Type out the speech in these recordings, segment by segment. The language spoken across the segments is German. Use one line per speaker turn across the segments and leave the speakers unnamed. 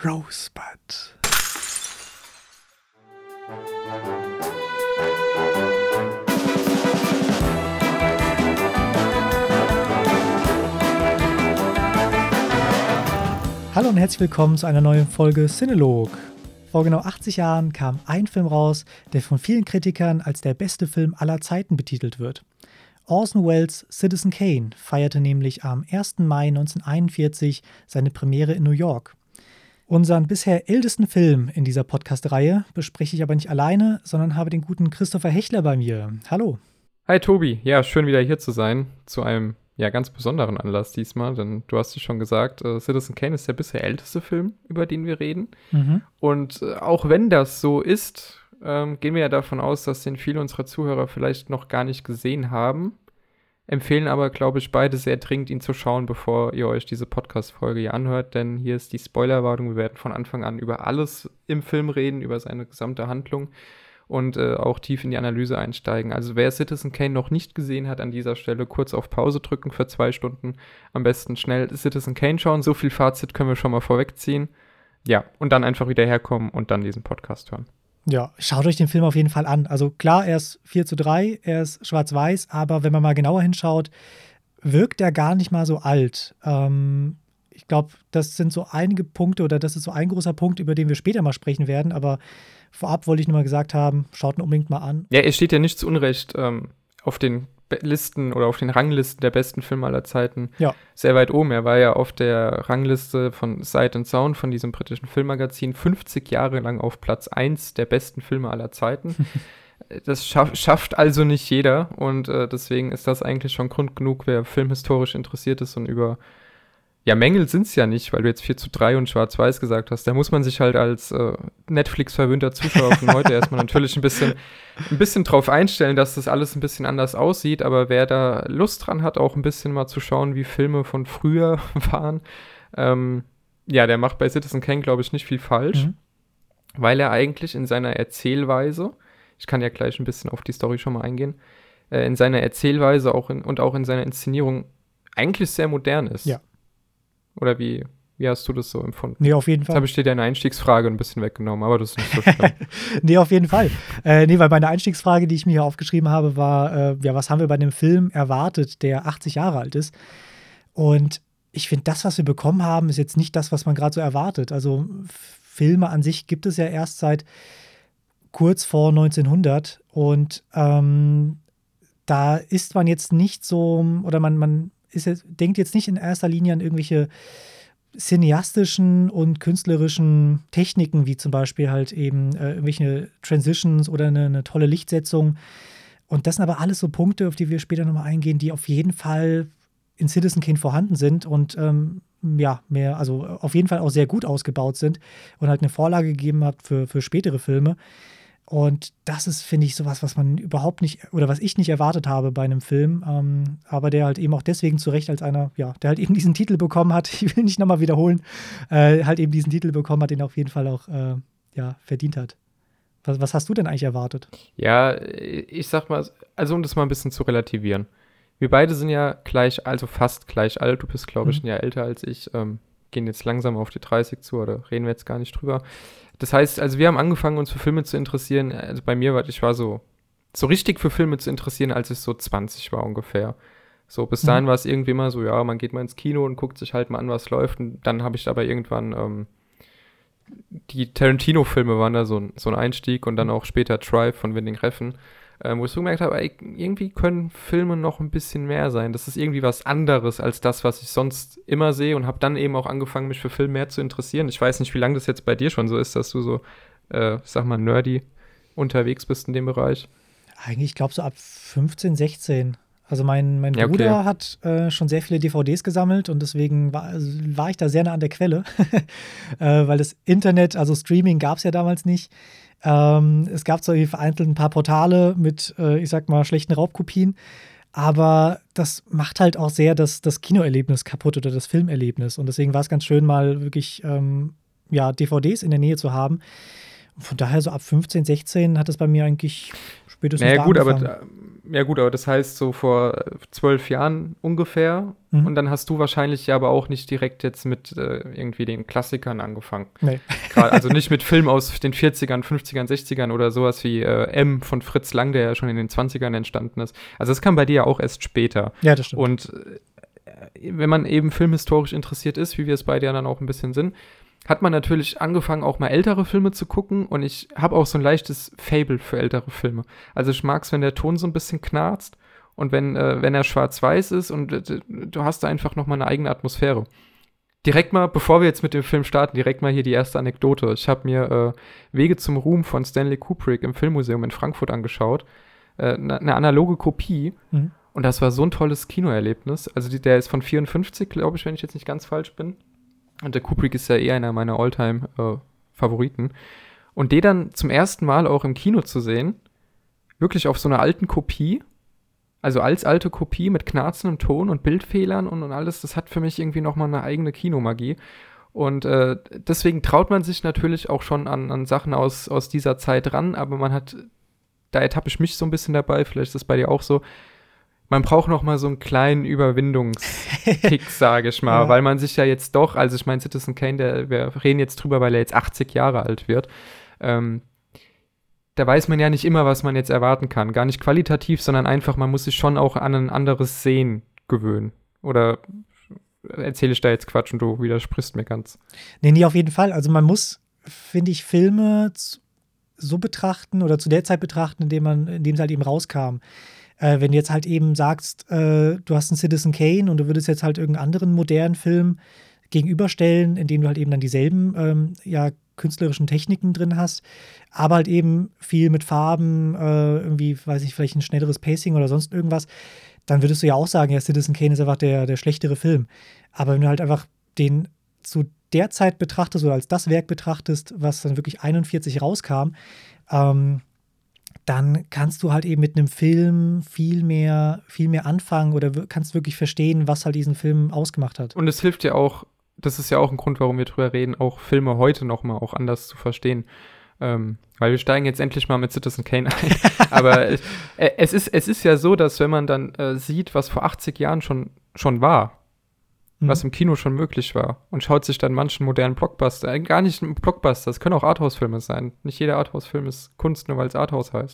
Rosebud. Hallo und herzlich willkommen zu einer neuen Folge Cinelog. Vor genau 80 Jahren kam ein Film raus, der von vielen Kritikern als der beste Film aller Zeiten betitelt wird. Orson Welles' Citizen Kane feierte nämlich am 1. Mai 1941 seine Premiere in New York. Unseren bisher ältesten Film in dieser Podcast-Reihe bespreche ich aber nicht alleine, sondern habe den guten Christopher Hechler bei mir. Hallo.
Hi Tobi, ja, schön wieder hier zu sein, zu einem ganz besonderen Anlass diesmal, denn du hast es schon gesagt, Citizen Kane ist der bisher älteste Film, über den wir reden. Und auch wenn das so ist, gehen wir ja davon aus, dass den viele unserer Zuhörer vielleicht noch gar nicht gesehen haben, empfehlen aber, glaube ich, beide sehr dringend, ihn zu schauen, bevor ihr euch diese Podcast-Folge hier anhört, denn hier ist die Spoilerwarnung, wir werden von Anfang an über alles im Film reden, über seine gesamte Handlung und auch tief in die Analyse einsteigen. Also wer Citizen Kane noch nicht gesehen hat, an dieser Stelle kurz auf Pause drücken für 2 Stunden, am besten schnell Citizen Kane schauen, so viel Fazit können wir schon mal vorwegziehen. Ja, und dann einfach wieder herkommen und dann diesen Podcast hören.
Ja, schaut euch den Film auf jeden Fall an. Also klar, er ist 4:3, er ist schwarz-weiß, aber wenn man mal genauer hinschaut, wirkt er gar nicht mal so alt. Ich glaube, das sind so einige Punkte oder das ist so ein großer Punkt, über den wir später mal sprechen werden, aber vorab wollte ich nur mal gesagt haben, schaut ihn unbedingt mal an.
Ja, er steht ja nicht zu Unrecht auf den Listen oder auf den Ranglisten der besten Filme aller Zeiten sehr weit oben. Er war ja auf der Rangliste von Sight and Sound, von diesem britischen Filmmagazin, 50 Jahre lang auf Platz 1 der besten Filme aller Zeiten. Das schafft also nicht jeder und deswegen ist das eigentlich schon Grund genug, wer filmhistorisch interessiert ist und über Mängel sind es ja nicht, weil du jetzt 4:3 und schwarz-weiß gesagt hast. Da muss man sich halt als Netflix-verwöhnter Zuschauer von heute erstmal natürlich ein bisschen drauf einstellen, dass das alles ein bisschen anders aussieht. Aber wer da Lust dran hat, auch ein bisschen mal zu schauen, wie Filme von früher waren, der macht bei Citizen Kane, glaube ich, nicht viel falsch, weil er eigentlich in seiner Erzählweise, ich kann ja gleich ein bisschen auf die Story schon mal eingehen, in seiner Erzählweise und auch in seiner Inszenierung eigentlich sehr modern ist.
Ja.
Oder wie hast du das so empfunden?
Nee, auf jeden Fall.
Jetzt habe ich dir deine Einstiegsfrage ein bisschen weggenommen, aber das ist nicht so schlimm.
Nee, auf jeden Fall. Weil meine Einstiegsfrage, die ich mir hier aufgeschrieben habe, war, was haben wir bei einem Film erwartet, der 80 Jahre alt ist? Und ich finde, das, was wir bekommen haben, ist jetzt nicht das, was man gerade so erwartet. Also Filme an sich gibt es ja erst seit kurz vor 1900 und da ist man jetzt nicht so, oder man denkt jetzt nicht in erster Linie an irgendwelche cineastischen und künstlerischen Techniken, wie zum Beispiel halt eben irgendwelche Transitions oder eine tolle Lichtsetzung. Und das sind aber alles so Punkte, auf die wir später nochmal eingehen, die auf jeden Fall in Citizen Kane vorhanden sind und also auf jeden Fall auch sehr gut ausgebaut sind und halt eine Vorlage gegeben hat für spätere Filme. Und das ist, finde ich, sowas, was man überhaupt nicht, oder was ich nicht erwartet habe bei einem Film, aber der halt eben auch deswegen zu Recht als einer, der halt eben diesen Titel bekommen hat, ich will nicht nochmal wiederholen, halt eben diesen Titel bekommen hat, den er auf jeden Fall auch, verdient hat. Was hast du denn eigentlich erwartet?
Ja, ich sag mal, also um das mal ein bisschen zu relativieren. Wir beide sind ja gleich, also fast gleich alt, du bist, glaube ich, ein Jahr älter als ich, gehen jetzt langsam auf die 30 zu, oder reden wir jetzt gar nicht drüber. Das heißt, also wir haben angefangen, uns für Filme zu interessieren. Also bei mir ich war so richtig für Filme zu interessieren, als ich so 20 war ungefähr. So, bis dahin war es irgendwie immer so, man geht mal ins Kino und guckt sich halt mal an, was läuft. Und dann habe ich aber irgendwann die Tarantino-Filme waren da so ein Einstieg und dann auch später Drive von Winding Refn, wo ich so gemerkt habe, irgendwie können Filme noch ein bisschen mehr sein. Das ist irgendwie was anderes als das, was ich sonst immer sehe und habe dann eben auch angefangen, mich für Filme mehr zu interessieren. Ich weiß nicht, wie lange das jetzt bei dir schon so ist, dass du so, sag mal, nerdy unterwegs bist in dem Bereich.
Eigentlich, ich glaube, so ab 15, 16. Also mein Bruder hat schon sehr viele DVDs gesammelt und deswegen war ich da sehr nah an der Quelle, weil das Internet, also Streaming gab es ja damals nicht. Es gab zwar vereinzelt ein paar Portale mit, ich sag mal, schlechten Raubkopien, aber das macht halt auch sehr das Kinoerlebnis kaputt oder das Filmerlebnis. Und deswegen war es ganz schön, mal wirklich DVDs in der Nähe zu haben. Von daher so ab 15, 16 hat es bei mir eigentlich spätestens
naja, gut,
angefangen.
aber Ja gut, aber das heißt so vor 12 Jahren ungefähr. Mhm. Und dann hast du wahrscheinlich ja aber auch nicht direkt jetzt mit irgendwie den Klassikern angefangen.
Nee.
Also nicht mit Filmen aus den 40ern, 50ern, 60ern oder sowas wie M von Fritz Lang, der ja schon in den 20ern entstanden ist. Also das kam bei dir ja auch erst später.
Ja, das stimmt.
Und wenn man eben filmhistorisch interessiert ist, wie wir es beide ja dann auch ein bisschen sind, hat man natürlich angefangen, auch mal ältere Filme zu gucken. Und ich habe auch so ein leichtes Faible für ältere Filme. Also ich mag es, wenn der Ton so ein bisschen knarzt und wenn er schwarz-weiß ist und du hast da einfach noch mal eine eigene Atmosphäre. Direkt mal, bevor wir jetzt mit dem Film starten, direkt mal hier die erste Anekdote. Ich habe mir Wege zum Ruhm von Stanley Kubrick im Filmmuseum in Frankfurt angeschaut. Eine analoge Kopie. Mhm. Und das war so ein tolles Kinoerlebnis. Also der ist von 54, glaube ich, wenn ich jetzt nicht ganz falsch bin. Und der Kubrick ist ja eher einer meiner Alltime-Favoriten. Und den dann zum ersten Mal auch im Kino zu sehen, wirklich auf so einer alten Kopie, also als alte Kopie mit knarzendem Ton und Bildfehlern und alles, das hat für mich irgendwie nochmal eine eigene Kinomagie. Und deswegen traut man sich natürlich auch schon an Sachen aus dieser Zeit ran, aber da ertappe ich mich so ein bisschen dabei, vielleicht ist das bei dir auch so, man braucht noch mal so einen kleinen Überwindungskick, sage ich mal, weil man sich ja jetzt doch, also ich meine, Citizen Kane, wir reden jetzt drüber, weil er jetzt 80 Jahre alt wird, da weiß man ja nicht immer, was man jetzt erwarten kann. Gar nicht qualitativ, sondern einfach, man muss sich schon auch an ein anderes Sehen gewöhnen. Oder erzähle ich da jetzt Quatsch und du widersprichst mir ganz?
Nee, auf jeden Fall. Also man muss, finde ich, Filme so betrachten oder zu der Zeit betrachten, in dem sie halt eben rauskam. Wenn du jetzt halt eben sagst, du hast einen Citizen Kane und du würdest jetzt halt irgendeinen anderen modernen Film gegenüberstellen, in dem du halt eben dann dieselben künstlerischen Techniken drin hast, aber halt eben viel mit Farben, irgendwie, weiß ich, vielleicht ein schnelleres Pacing oder sonst irgendwas, dann würdest du ja auch sagen, ja, Citizen Kane ist einfach der schlechtere Film. Aber wenn du halt einfach den zu der Zeit betrachtest oder als das Werk betrachtest, was dann wirklich 41 rauskam, dann kannst du halt eben mit einem Film viel mehr anfangen oder kannst wirklich verstehen, was halt diesen Film ausgemacht hat.
Und es hilft ja auch, das ist ja auch ein Grund, warum wir drüber reden, auch Filme heute noch mal auch anders zu verstehen. Weil wir steigen jetzt endlich mal mit Citizen Kane ein. Aber es ist ja so, dass wenn man dann sieht, was vor 80 Jahren schon war, was im Kino schon möglich war und schaut sich dann manchen modernen Blockbuster, gar nicht Blockbuster, es können auch Arthouse-Filme sein. Nicht jeder Arthouse-Film ist Kunst, nur weil es Arthouse heißt.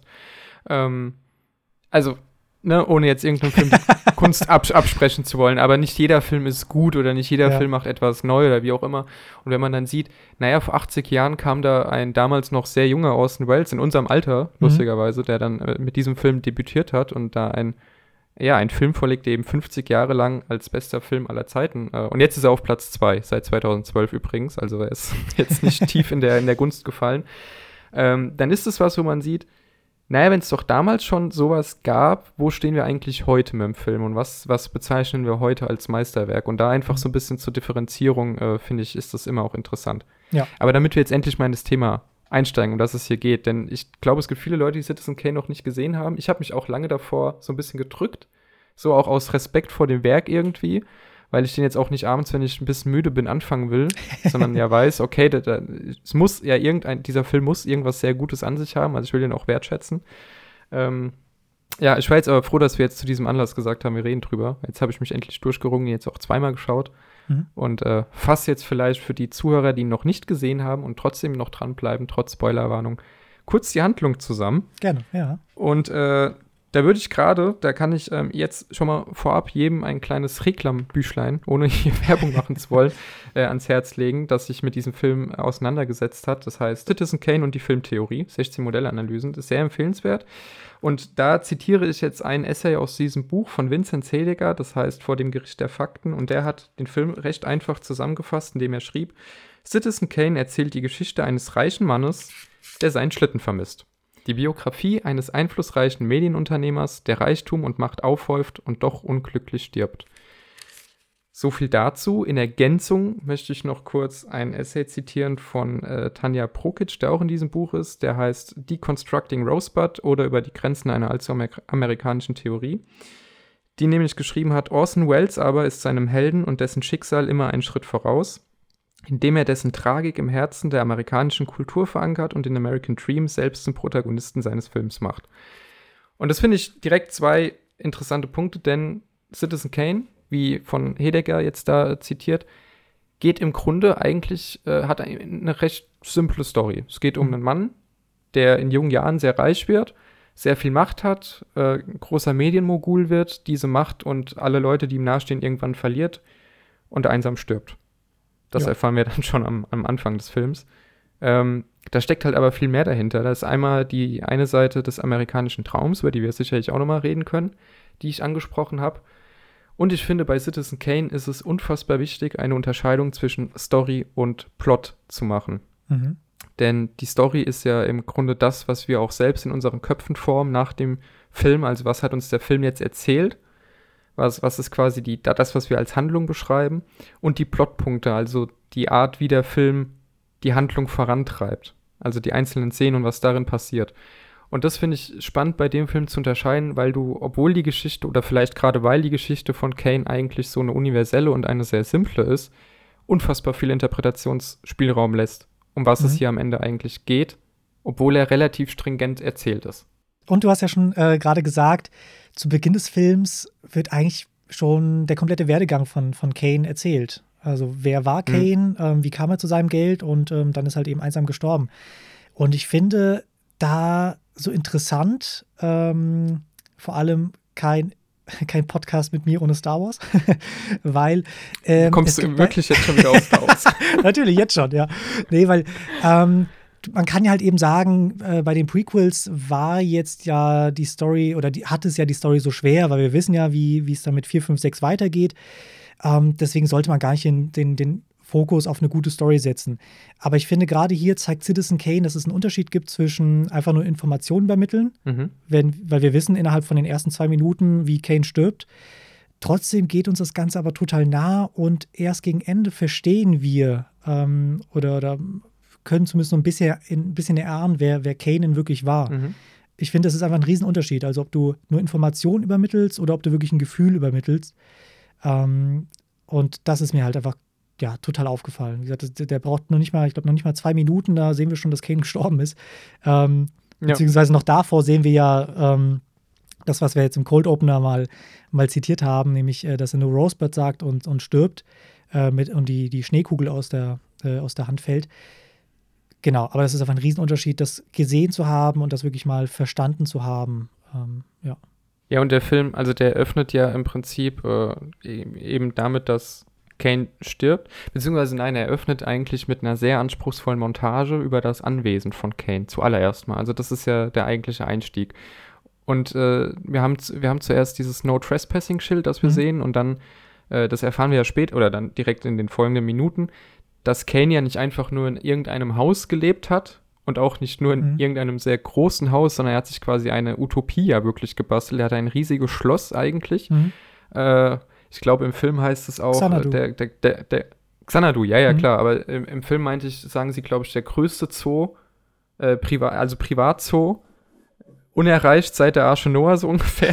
Also, ne, ohne jetzt irgendeinen Film Kunst absprechen zu wollen, aber nicht jeder Film ist gut oder nicht jeder Film macht etwas neu oder wie auch immer. Und wenn man dann sieht, naja, vor 80 Jahren kam da ein damals noch sehr junger Orson Welles in unserem Alter, lustigerweise, der dann mit diesem Film debütiert hat und da ein Film vorlegt, der eben 50 Jahre lang als bester Film aller Zeiten. Und jetzt ist er auf Platz 2, seit 2012 übrigens. Also er ist jetzt nicht tief in der Gunst gefallen. Dann ist es was, wo man sieht, naja, wenn es doch damals schon sowas gab, wo stehen wir eigentlich heute mit dem Film? Und was bezeichnen wir heute als Meisterwerk? Und da einfach so ein bisschen zur Differenzierung, finde ich, ist das immer auch interessant.
Ja.
Aber damit wir jetzt endlich mal in das Thema einsteigen, um das es hier geht. Denn ich glaube, es gibt viele Leute, die Citizen Kane noch nicht gesehen haben. Ich habe mich auch lange davor so ein bisschen gedrückt. So auch aus Respekt vor dem Werk irgendwie. Weil ich den jetzt auch nicht abends, wenn ich ein bisschen müde bin, anfangen will. Sondern ja weiß, okay, es muss ja dieser Film muss irgendwas sehr Gutes an sich haben. Also ich will den auch wertschätzen. Ich war jetzt aber froh, dass wir jetzt zu diesem Anlass gesagt haben, wir reden drüber. Jetzt habe ich mich endlich durchgerungen, jetzt auch zweimal geschaut. Und fasse jetzt vielleicht für die Zuhörer, die ihn noch nicht gesehen haben und trotzdem noch dranbleiben, trotz Spoilerwarnung, kurz die Handlung zusammen.
Gerne, ja.
Und da kann ich jetzt schon mal vorab jedem ein kleines Reklambüchlein, ohne hier Werbung machen zu wollen, ans Herz legen, das sich mit diesem Film auseinandergesetzt hat. Das heißt Citizen Kane und die Filmtheorie, 16 Modellanalysen, das ist sehr empfehlenswert. Und da zitiere ich jetzt ein Essay aus diesem Buch von Vincent Seliger, das heißt Vor dem Gericht der Fakten. Und der hat den Film recht einfach zusammengefasst, indem er schrieb, Citizen Kane erzählt die Geschichte eines reichen Mannes, der seinen Schlitten vermisst. Die Biografie eines einflussreichen Medienunternehmers, der Reichtum und Macht aufhäuft und doch unglücklich stirbt. So viel dazu. In Ergänzung möchte ich noch kurz ein Essay zitieren von Tanja Prokic, der auch in diesem Buch ist. Der heißt Deconstructing Rosebud oder über die Grenzen einer allzu amerikanischen Theorie. Die nämlich geschrieben hat, Orson Welles aber ist seinem Helden und dessen Schicksal immer einen Schritt voraus, indem er dessen Tragik im Herzen der amerikanischen Kultur verankert und den American Dream selbst zum Protagonisten seines Films macht. Und das finde ich direkt 2 interessante Punkte, denn Citizen Kane, wie von Heidegger jetzt da zitiert, geht im Grunde eigentlich, hat eine recht simple Story. Es geht um einen Mann, der in jungen Jahren sehr reich wird, sehr viel Macht hat, großer Medienmogul wird, diese Macht und alle Leute, die ihm nahestehen, irgendwann verliert und einsam stirbt. Das erfahren wir dann schon am Anfang des Films. Da steckt halt aber viel mehr dahinter. Da ist einmal die eine Seite des amerikanischen Traums, über die wir sicherlich auch nochmal reden können, die ich angesprochen habe. Und ich finde, bei Citizen Kane ist es unfassbar wichtig, eine Unterscheidung zwischen Story und Plot zu machen. Mhm. Denn die Story ist ja im Grunde das, was wir auch selbst in unseren Köpfen formen nach dem Film. Also was hat uns der Film jetzt erzählt? Was ist quasi das, was wir als Handlung beschreiben? Und die Plotpunkte, also die Art, wie der Film die Handlung vorantreibt. Also die einzelnen Szenen und was darin passiert. Und das finde ich spannend bei dem Film zu unterscheiden, weil du, obwohl die Geschichte oder vielleicht gerade weil die Geschichte von Kane eigentlich so eine universelle und eine sehr simple ist, unfassbar viel Interpretationsspielraum lässt, um was es hier am Ende eigentlich geht, obwohl er relativ stringent erzählt ist.
Und du hast ja schon gerade gesagt, zu Beginn des Films wird eigentlich schon der komplette Werdegang von Kane erzählt. Also wer war Kane, wie kam er zu seinem Geld und dann ist halt eben einsam gestorben. Und ich finde da so interessant, vor allem kein Podcast mit mir ohne Star Wars, weil
kommst du wirklich jetzt schon wieder auf Star Wars?
Natürlich, jetzt schon, ja. Nee, weil man kann ja halt eben sagen, bei den Prequels war jetzt ja die Story, oder hat es ja die Story so schwer, weil wir wissen ja, wie es dann mit 4, 5, 6 weitergeht. Deswegen sollte man gar nicht den Fokus auf eine gute Story setzen. Aber ich finde, gerade hier zeigt Citizen Kane, dass es einen Unterschied gibt zwischen einfach nur Informationen übermitteln, weil wir wissen innerhalb von den ersten 2 Minuten, wie Kane stirbt. Trotzdem geht uns das Ganze aber total nah und erst gegen Ende verstehen wir oder können zumindest so ein bisschen erahnen, wer Kane denn wirklich war. Ich finde, das ist einfach ein Riesenunterschied. Also ob du nur Informationen übermittelst oder ob du wirklich ein Gefühl übermittelst. Und das ist mir halt einfach total aufgefallen. Wie gesagt, der braucht noch nicht mal 2 Minuten, da sehen wir schon, dass Kane gestorben ist. Beziehungsweise noch davor sehen wir ja das, was wir jetzt im Cold Opener mal zitiert haben, nämlich, dass er nur Rosebud sagt und stirbt und die Schneekugel aus der Hand fällt. Genau, aber das ist einfach ein Riesenunterschied, das gesehen zu haben und das wirklich mal verstanden zu haben.
Ja, und der Film, also der öffnet ja im Prinzip eben damit, dass Kane stirbt, beziehungsweise nein, er öffnet eigentlich mit einer sehr anspruchsvollen Montage über das Anwesen von Kane, zuallererst mal. Also das ist ja der eigentliche Einstieg. Und wir haben zuerst dieses No-Trespassing-Schild, das wir sehen, und dann, das erfahren wir ja später, oder dann direkt in den folgenden Minuten, dass Kane ja nicht einfach nur in irgendeinem Haus gelebt hat und auch nicht nur in irgendeinem sehr großen Haus, sondern er hat sich quasi eine Utopie ja wirklich gebastelt. Er hat ein riesiges Schloss eigentlich. Ich glaube, im Film heißt es auch
Xanadu.
Der Xanadu, ja, klar. Aber im Film sagen sie, glaube ich, der größte Zoo, Privatzoo, unerreicht seit der Arche Noah so ungefähr.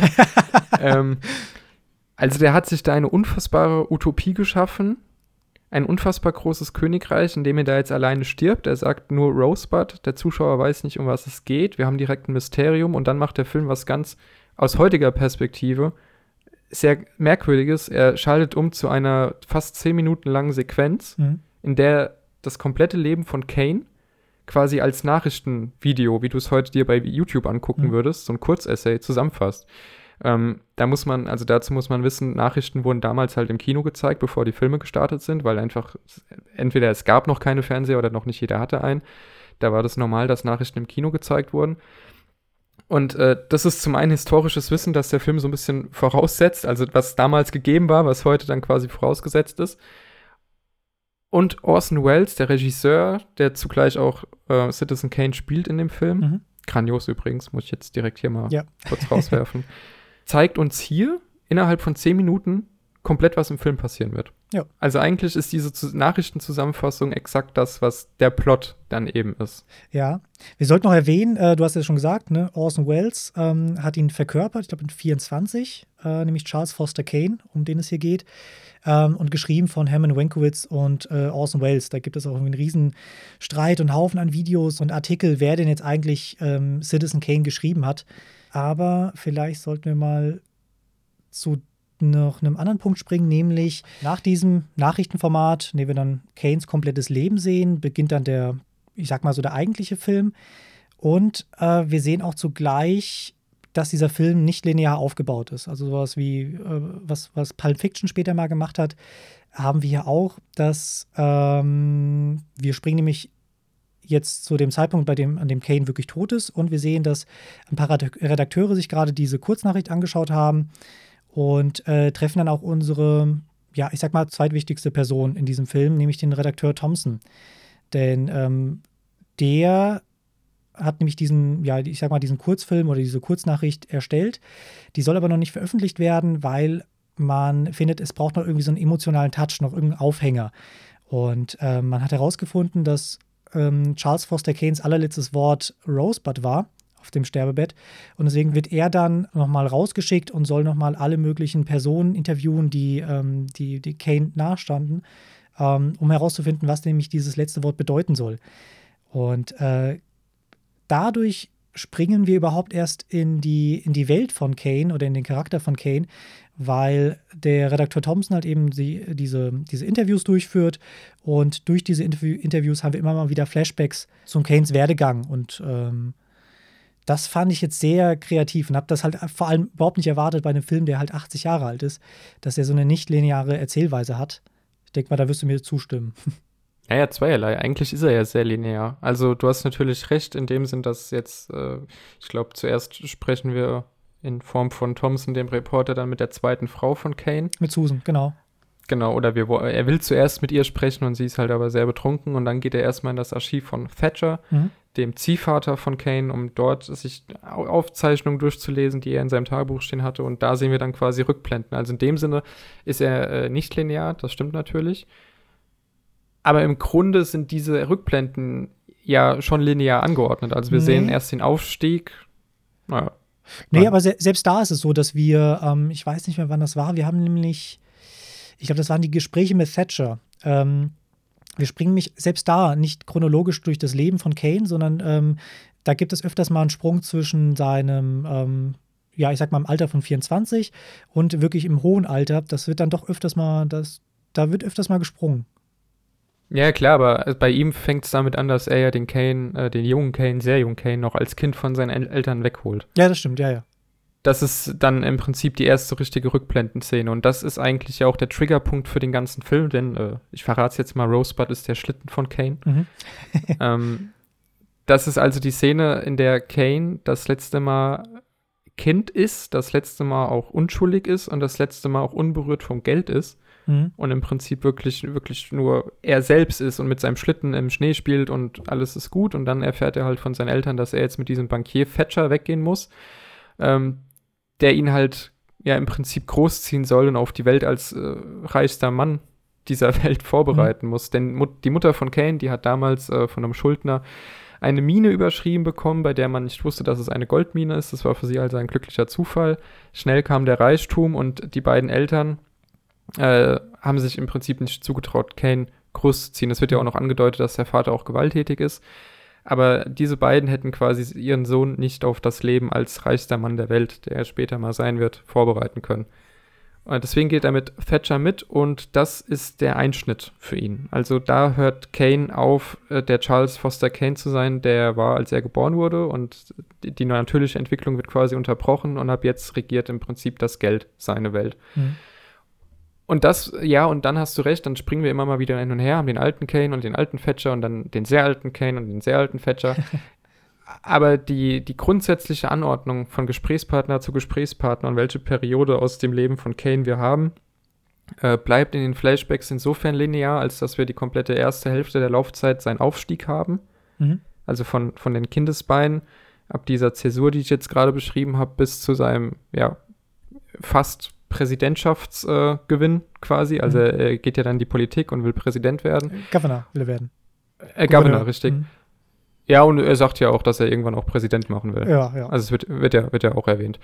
Also der hat sich da eine unfassbare Utopie geschaffen, ein unfassbar großes Königreich, in dem er da jetzt alleine stirbt. Er sagt nur Rosebud, der Zuschauer weiß nicht, um was es geht. Wir haben direkt ein Mysterium und dann macht der Film was ganz aus heutiger Perspektive sehr Merkwürdiges. Er schaltet um zu einer fast 10 Minuten langen Sequenz, in der das komplette Leben von Kane quasi als Nachrichtenvideo, wie du es heute dir bei YouTube angucken würdest, so ein Kurzessay zusammenfasst. Dazu muss man wissen, Nachrichten wurden damals halt im Kino gezeigt, bevor die Filme gestartet sind, weil einfach entweder es gab noch keine Fernseher oder noch nicht jeder hatte einen. Da war das normal, dass Nachrichten im Kino gezeigt wurden. Und das ist zum einen historisches Wissen, das der Film so ein bisschen voraussetzt, also was damals gegeben war, was heute dann quasi vorausgesetzt ist. Und Orson Welles, der Regisseur, der zugleich auch Citizen Kane spielt in dem Film, grandios übrigens, muss ich jetzt direkt hier mal kurz rauswerfen, zeigt uns hier innerhalb von 10 Minuten komplett, was im Film passieren wird. Ja. Also eigentlich ist diese Nachrichtenzusammenfassung exakt das, was der Plot dann eben ist.
Ja, wir sollten noch erwähnen, du hast ja schon gesagt, ne, Orson Welles hat ihn verkörpert, ich glaube in 24, nämlich Charles Foster Kane, um den es hier geht, und geschrieben von Herman Mankiewicz und Orson Welles. Da gibt es auch einen riesen Streit und Haufen an Videos und Artikel, wer denn jetzt eigentlich Citizen Kane geschrieben hat. Aber vielleicht sollten wir mal zu noch einem anderen Punkt springen, nämlich nach diesem Nachrichtenformat, in dem wir dann Kanes komplettes Leben sehen, beginnt dann der, ich sag mal so, der eigentliche Film. Und wir sehen auch zugleich, dass dieser Film nicht linear aufgebaut ist. Also sowas wie, was Pulp Fiction später mal gemacht hat, haben wir hier auch, dass wir springen nämlich jetzt zu dem Zeitpunkt, an dem Kane wirklich tot ist, und wir sehen, dass ein paar Redakteure sich gerade diese Kurznachricht angeschaut haben und treffen dann auch unsere, ja, ich sag mal, zweitwichtigste Person in diesem Film, nämlich den Redakteur Thompson. Denn der hat nämlich diesen, ja, ich sag mal, diesen Kurzfilm oder diese Kurznachricht erstellt. Die soll aber noch nicht veröffentlicht werden, weil man findet, es braucht noch irgendwie so einen emotionalen Touch, noch irgendeinen Aufhänger. Und man hat herausgefunden, dass Charles Foster Kanes allerletztes Wort Rosebud war auf dem Sterbebett. Und deswegen wird er dann nochmal rausgeschickt und soll nochmal alle möglichen Personen interviewen, die Kane nahestanden, um herauszufinden, was nämlich dieses letzte Wort bedeuten soll. Und dadurch springen wir überhaupt erst in die Welt von Kane oder in den Charakter von Kane, weil der Redakteur Thompson halt eben diese Interviews durchführt, und durch diese Interviews haben wir immer mal wieder Flashbacks zum Kanes Werdegang, und das fand ich jetzt sehr kreativ und habe das halt vor allem überhaupt nicht erwartet bei einem Film, der halt 80 Jahre alt ist, dass er so eine nicht lineare Erzählweise hat. Ich denke mal, da wirst du mir zustimmen.
Ja, zweierlei. Eigentlich ist er ja sehr linear. Also du hast natürlich recht in dem Sinn, dass jetzt, ich glaube, zuerst sprechen wir in Form von Thompson, dem Reporter, dann mit der zweiten Frau von Kane.
Mit Susan, genau.
Genau, oder er will zuerst mit ihr sprechen und sie ist halt aber sehr betrunken, und dann geht er erstmal in das Archiv von Thatcher, dem Ziehvater von Kane, um dort sich Aufzeichnungen durchzulesen, die er in seinem Tagebuch stehen hatte, und da sehen wir dann quasi Rückblenden. Also in dem Sinne ist er nicht linear, das stimmt natürlich. Aber im Grunde sind diese Rückblenden ja schon linear angeordnet. Also wir sehen erst den Aufstieg. Naja.
Nee, aber selbst da ist es so, dass wir, ich weiß nicht mehr, wann das war, wir haben nämlich, ich glaube, das waren die Gespräche mit Thatcher. Wir springen mich selbst da nicht chronologisch durch das Leben von Kane, sondern da gibt es öfters mal einen Sprung zwischen seinem, ja, ich sag mal, im Alter von 24 und wirklich im hohen Alter. Das wird dann doch öfters mal, da wird öfters mal gesprungen.
Ja, klar, aber bei ihm fängt es damit an, dass er ja den jungen Kane, sehr jungen Kane, noch als Kind von seinen Eltern wegholt.
Ja, das stimmt, ja.
Das ist dann im Prinzip die erste richtige Rückblendenszene, und das ist eigentlich ja auch der Triggerpunkt für den ganzen Film, denn ich verrate es jetzt mal, Rosebud ist der Schlitten von Kane. Das ist also die Szene, in der Kane das letzte Mal Kind ist, das letzte Mal auch unschuldig ist und das letzte Mal auch unberührt vom Geld ist. Und im Prinzip wirklich nur er selbst ist und mit seinem Schlitten im Schnee spielt und alles ist gut. Und dann erfährt er halt von seinen Eltern, dass er jetzt mit diesem Bankier Thatcher weggehen muss, der ihn halt ja im Prinzip großziehen soll und auf die Welt als reichster Mann dieser Welt vorbereiten muss. Denn die Mutter von Kane, die hat damals von einem Schuldner eine Mine überschrieben bekommen, bei der man nicht wusste, dass es eine Goldmine ist. Das war für sie also ein glücklicher Zufall. Schnell kam der Reichtum, und die beiden Eltern haben sich im Prinzip nicht zugetraut, Kane großzuziehen. Es wird ja auch noch angedeutet, dass der Vater auch gewalttätig ist. Aber diese beiden hätten quasi ihren Sohn nicht auf das Leben als reichster Mann der Welt, der er später mal sein wird, vorbereiten können. Und deswegen geht er mit Thatcher mit, und das ist der Einschnitt für ihn. Also da hört Kane auf, der Charles Foster Kane zu sein, der war, als er geboren wurde, und die natürliche Entwicklung wird quasi unterbrochen, und ab jetzt regiert im Prinzip das Geld seine Welt. Und und dann hast du recht, dann springen wir immer mal wieder hin und her, haben den alten Kane und den alten Thatcher und dann den sehr alten Kane und den sehr alten Thatcher. Aber die grundsätzliche Anordnung von Gesprächspartner zu Gesprächspartner und welche Periode aus dem Leben von Kane wir haben, bleibt in den Flashbacks insofern linear, als dass wir die komplette erste Hälfte der Laufzeit seinen Aufstieg haben. Also von den Kindesbeinen, ab dieser Zäsur, die ich jetzt gerade beschrieben habe, bis zu seinem, ja, fast Präsidentschaftsgewinn quasi. Also er geht ja dann in die Politik und will Präsident werden.
Governor will er werden.
Governor, richtig. Ja, und er sagt ja auch, dass er irgendwann auch Präsident machen will.
Ja.
Also es wird ja auch erwähnt.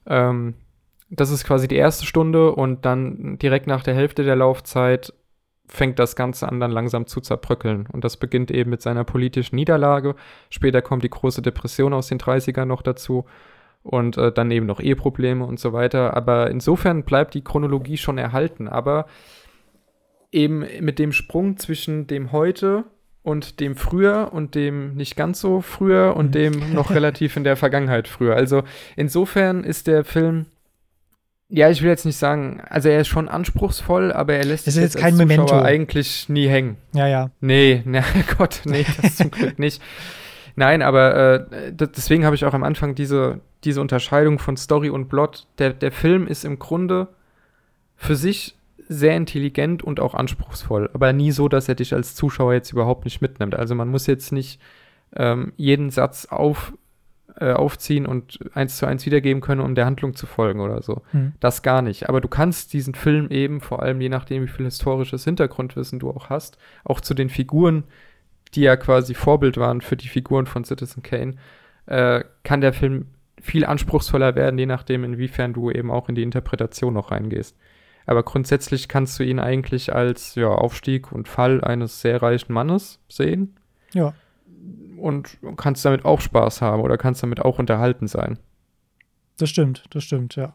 Das ist quasi die erste Stunde, und dann direkt nach der Hälfte der Laufzeit fängt das Ganze an, dann langsam zu zerbröckeln. Und das beginnt eben mit seiner politischen Niederlage. Später kommt die große Depression aus den 30ern noch dazu. und dann eben noch Eheprobleme und so weiter. Aber insofern bleibt die Chronologie schon erhalten. Aber eben mit dem Sprung zwischen dem Heute und dem früher und dem nicht ganz so früher und dem noch relativ in der Vergangenheit früher. Also insofern ist der Film, ja, ich will jetzt nicht sagen, also er ist schon anspruchsvoll, aber er lässt sich jetzt
kein
als Zuschauer
Memento
eigentlich nie hängen.
Ja.
Nee, na Gott, nee, das zum Glück nicht. Nein, aber deswegen habe ich auch am Anfang diese Unterscheidung von Story und Plot. Der Film ist im Grunde für sich sehr intelligent und auch anspruchsvoll, aber nie so, dass er dich als Zuschauer jetzt überhaupt nicht mitnimmt. Also man muss jetzt nicht jeden Satz aufziehen und 1:1 wiedergeben können, um der Handlung zu folgen oder so. Das gar nicht. Aber du kannst diesen Film eben, vor allem je nachdem, wie viel historisches Hintergrundwissen du auch hast, auch zu den Figuren, die ja quasi Vorbild waren für die Figuren von Citizen Kane, kann der Film viel anspruchsvoller werden, je nachdem, inwiefern du eben auch in die Interpretation noch reingehst. Aber grundsätzlich kannst du ihn eigentlich als Aufstieg und Fall eines sehr reichen Mannes sehen.
Ja.
Und kannst damit auch Spaß haben oder kannst damit auch unterhalten sein.
Das stimmt, ja.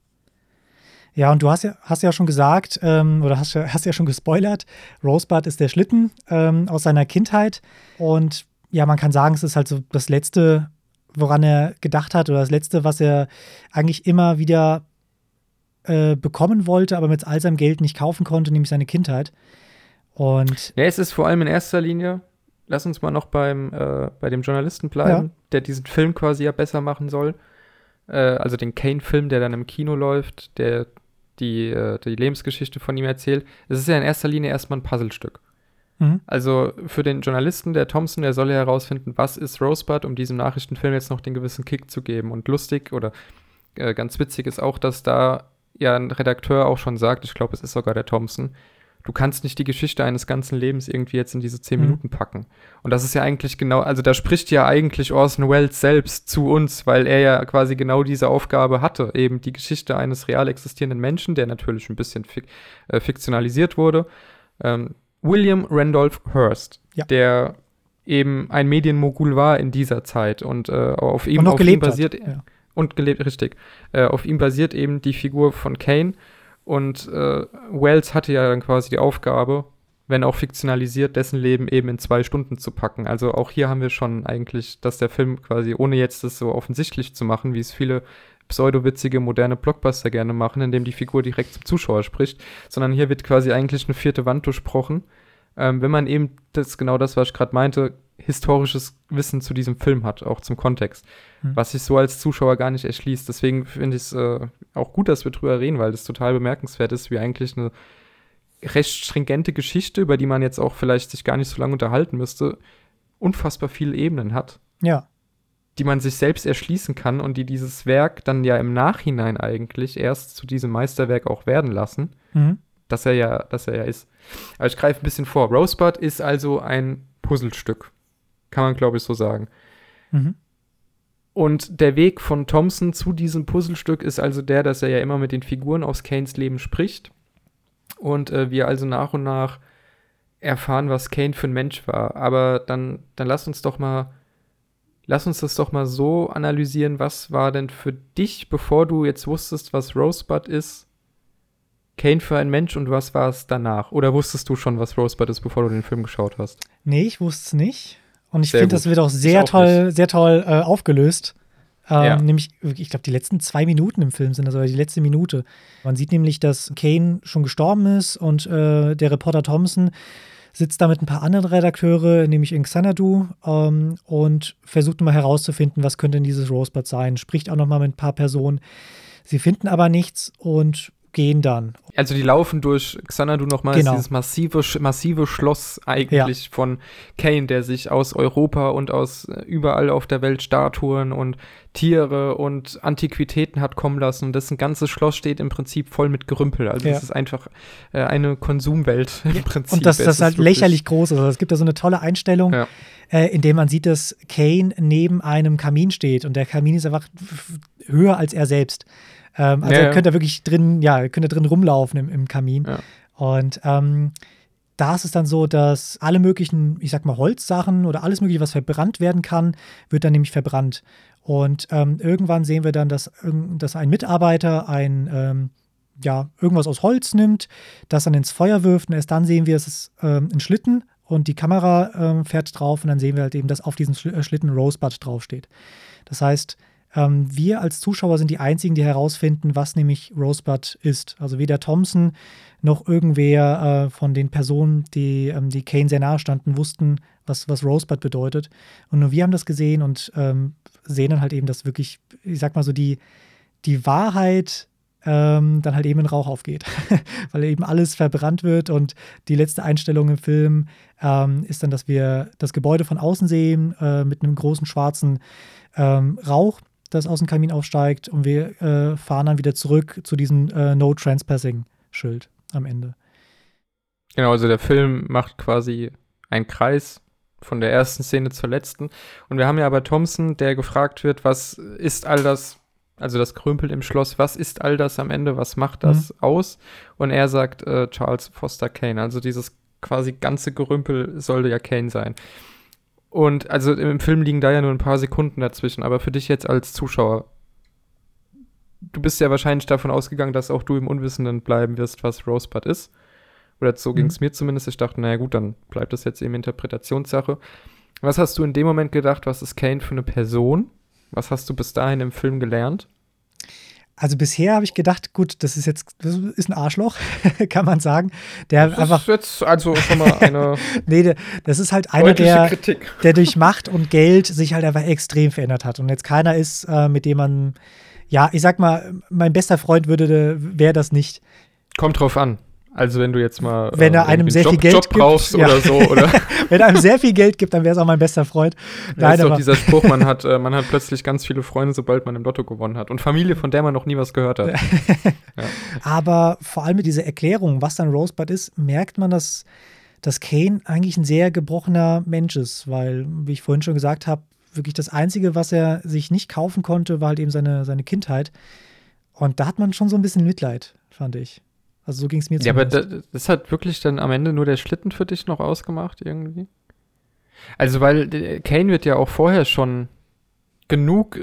Ja, und du hast ja schon gesagt, oder hast ja schon gespoilert, Rosebud ist der Schlitten aus seiner Kindheit. Und ja, man kann sagen, es ist halt so das Letzte, woran er gedacht hat, oder das Letzte, was er eigentlich immer wieder bekommen wollte, aber mit all seinem Geld nicht kaufen konnte, nämlich seine Kindheit. Und
ja, es ist vor allem in erster Linie, lass uns mal noch bei dem Journalisten bleiben, der diesen Film quasi ja besser machen soll. Also den Kane-Film, der dann im Kino läuft, der die Lebensgeschichte von ihm erzählt. Es ist ja in erster Linie erstmal ein Puzzlestück. Also für den Journalisten, der Thompson, der soll ja herausfinden, was ist Rosebud, um diesem Nachrichtenfilm jetzt noch den gewissen Kick zu geben. Und lustig oder ganz witzig ist auch, dass da ja ein Redakteur auch schon sagt, ich glaube, es ist sogar der Thompson, du kannst nicht die Geschichte eines ganzen Lebens irgendwie jetzt in diese 10 Minuten packen. Und das ist ja eigentlich genau, also da spricht ja eigentlich Orson Welles selbst zu uns, weil er ja quasi genau diese Aufgabe hatte, eben die Geschichte eines real existierenden Menschen, der natürlich ein bisschen fiktionalisiert wurde, William Randolph Hearst, der eben ein Medienmogul war in dieser Zeit und auf ihm basiert und gelebt, richtig. Auf ihm basiert eben die Figur von Kane. Und Welles hatte ja dann quasi die Aufgabe, wenn auch fiktionalisiert, dessen Leben eben in 2 Stunden zu packen. Also auch hier haben wir schon eigentlich, dass der Film quasi, ohne jetzt das so offensichtlich zu machen, wie es viele pseudowitzige, moderne Blockbuster gerne machen, indem die Figur direkt zum Zuschauer spricht, sondern hier wird quasi eigentlich eine 4. Wand durchbrochen. Wenn man eben genau das, was ich gerade meinte, historisches Wissen zu diesem Film hat, auch zum Kontext, was sich so als Zuschauer gar nicht erschließt. Deswegen finde ich es auch gut, dass wir drüber reden, weil das total bemerkenswert ist, wie eigentlich eine recht stringente Geschichte, über die man jetzt auch vielleicht sich gar nicht so lange unterhalten müsste, unfassbar viele Ebenen hat.
Ja.
Die man sich selbst erschließen kann und die dieses Werk dann ja im Nachhinein eigentlich erst zu diesem Meisterwerk auch werden lassen, dass er ja ist. Aber ich greife ein bisschen vor. Rosebud ist also ein Puzzlestück. Kann man, glaube ich, so sagen. Und der Weg von Thompson zu diesem Puzzlestück ist also der, dass er ja immer mit den Figuren aus Kanes Leben spricht und wir also nach und nach erfahren, was Kane für ein Mensch war. Aber dann lass uns das doch mal so analysieren, was war denn für dich, bevor du jetzt wusstest, was Rosebud ist, Kane für ein Mensch und was war es danach? Oder wusstest du schon, was Rosebud ist, bevor du den Film geschaut hast?
Nee, ich wusste es nicht. Und ich finde, das wird auch sehr toll aufgelöst. Nämlich, ich glaube, die letzten 2 Minuten im Film sind das, oder die letzte Minute. Man sieht nämlich, dass Kane schon gestorben ist und der Reporter Thompson sitzt da mit ein paar anderen Redakteure, nämlich in Xanadu, und versucht mal herauszufinden, was könnte denn dieses Rosebud sein. Spricht auch noch mal mit ein paar Personen. Sie finden aber nichts und gehen dann.
Also die laufen durch Xanadu nochmal, genau. Dieses massive Schloss eigentlich von Kane, der sich aus Europa und aus überall auf der Welt Statuen und Tiere und Antiquitäten hat kommen lassen. Und das ganze Schloss steht im Prinzip voll mit Gerümpel. Also es ist einfach eine Konsumwelt im Prinzip.
Und das halt lächerlich groß ist. Also es gibt da so eine tolle Einstellung, in der man sieht, dass Kane neben einem Kamin steht. Und der Kamin ist einfach höher als er selbst. Er könnte wirklich drin rumlaufen im Kamin. Ja. Und da ist es dann so, dass alle möglichen, ich sag mal, Holzsachen oder alles mögliche, was verbrannt werden kann, wird dann nämlich verbrannt. Und irgendwann sehen wir dann, dass ein Mitarbeiter irgendwas aus Holz nimmt, das dann ins Feuer wirft und erst dann sehen wir, es ist ein Schlitten und die Kamera fährt drauf und dann sehen wir halt eben, dass auf diesem Schlitten Rosebud draufsteht. Das heißt, wir als Zuschauer sind die Einzigen, die herausfinden, was nämlich Rosebud ist. Also weder Thompson noch irgendwer von den Personen, die Kane sehr nahe standen, wussten, was Rosebud bedeutet. Und nur wir haben das gesehen und sehen dann halt eben, dass wirklich, ich sag mal so, die Wahrheit dann halt eben in Rauch aufgeht. Weil eben alles verbrannt wird und die letzte Einstellung im Film ist dann, dass wir das Gebäude von außen sehen mit einem großen schwarzen Rauch, das aus dem Kamin aufsteigt und wir fahren dann wieder zurück zu diesem No Trespassing-Schild am Ende.
Genau, also der Film macht quasi einen Kreis von der ersten Szene zur letzten. Und wir haben ja aber Thompson, der gefragt wird, was ist all das, also das Krümpel im Schloss, was ist all das am Ende, was macht das aus? Und er sagt Charles Foster Kane, also dieses quasi ganze Gerümpel sollte ja Kane sein. Und also im Film liegen da ja nur ein paar Sekunden dazwischen, aber für dich jetzt als Zuschauer, du bist ja wahrscheinlich davon ausgegangen, dass auch du im Unwissenden bleiben wirst, was Rosebud ist. Oder so ging es mir zumindest. Ich dachte, naja gut, dann bleibt das jetzt eben Interpretationssache. Was hast du in dem Moment gedacht, was ist Kane für eine Person? Was hast du bis dahin im Film gelernt?
Also bisher habe ich gedacht, gut, das ist ein Arschloch, kann man sagen. Der
das
einfach
ist jetzt also schon mal eine
nee, das ist halt einer, der durch Macht und Geld sich halt einfach extrem verändert hat. Und jetzt keiner ist, mit dem man, ja, ich sag mal, mein bester Freund wäre das nicht.
Kommt drauf an. Also wenn du jetzt mal
wenn er einem sehr viel Geld
Job brauchst
gibt,
oder so, oder?
Wenn er einem sehr viel Geld gibt, dann wäre es auch mein bester Freund.
Das ist doch dieser Spruch, man hat plötzlich ganz viele Freunde, sobald man im Lotto gewonnen hat. Und Familie, von der man noch nie was gehört hat. Ja.
Aber vor allem mit dieser Erklärung, was dann Rosebud ist, merkt man, dass Kane eigentlich ein sehr gebrochener Mensch ist. Weil, wie ich vorhin schon gesagt habe, wirklich das Einzige, was er sich nicht kaufen konnte, war halt eben seine Kindheit. Und da hat man schon so ein bisschen Mitleid, fand ich. Also so ging es mir zumindest.
Ja, aber das hat wirklich dann am Ende nur der Schlitten für dich noch ausgemacht irgendwie? Also weil Kane wird ja auch vorher schon genug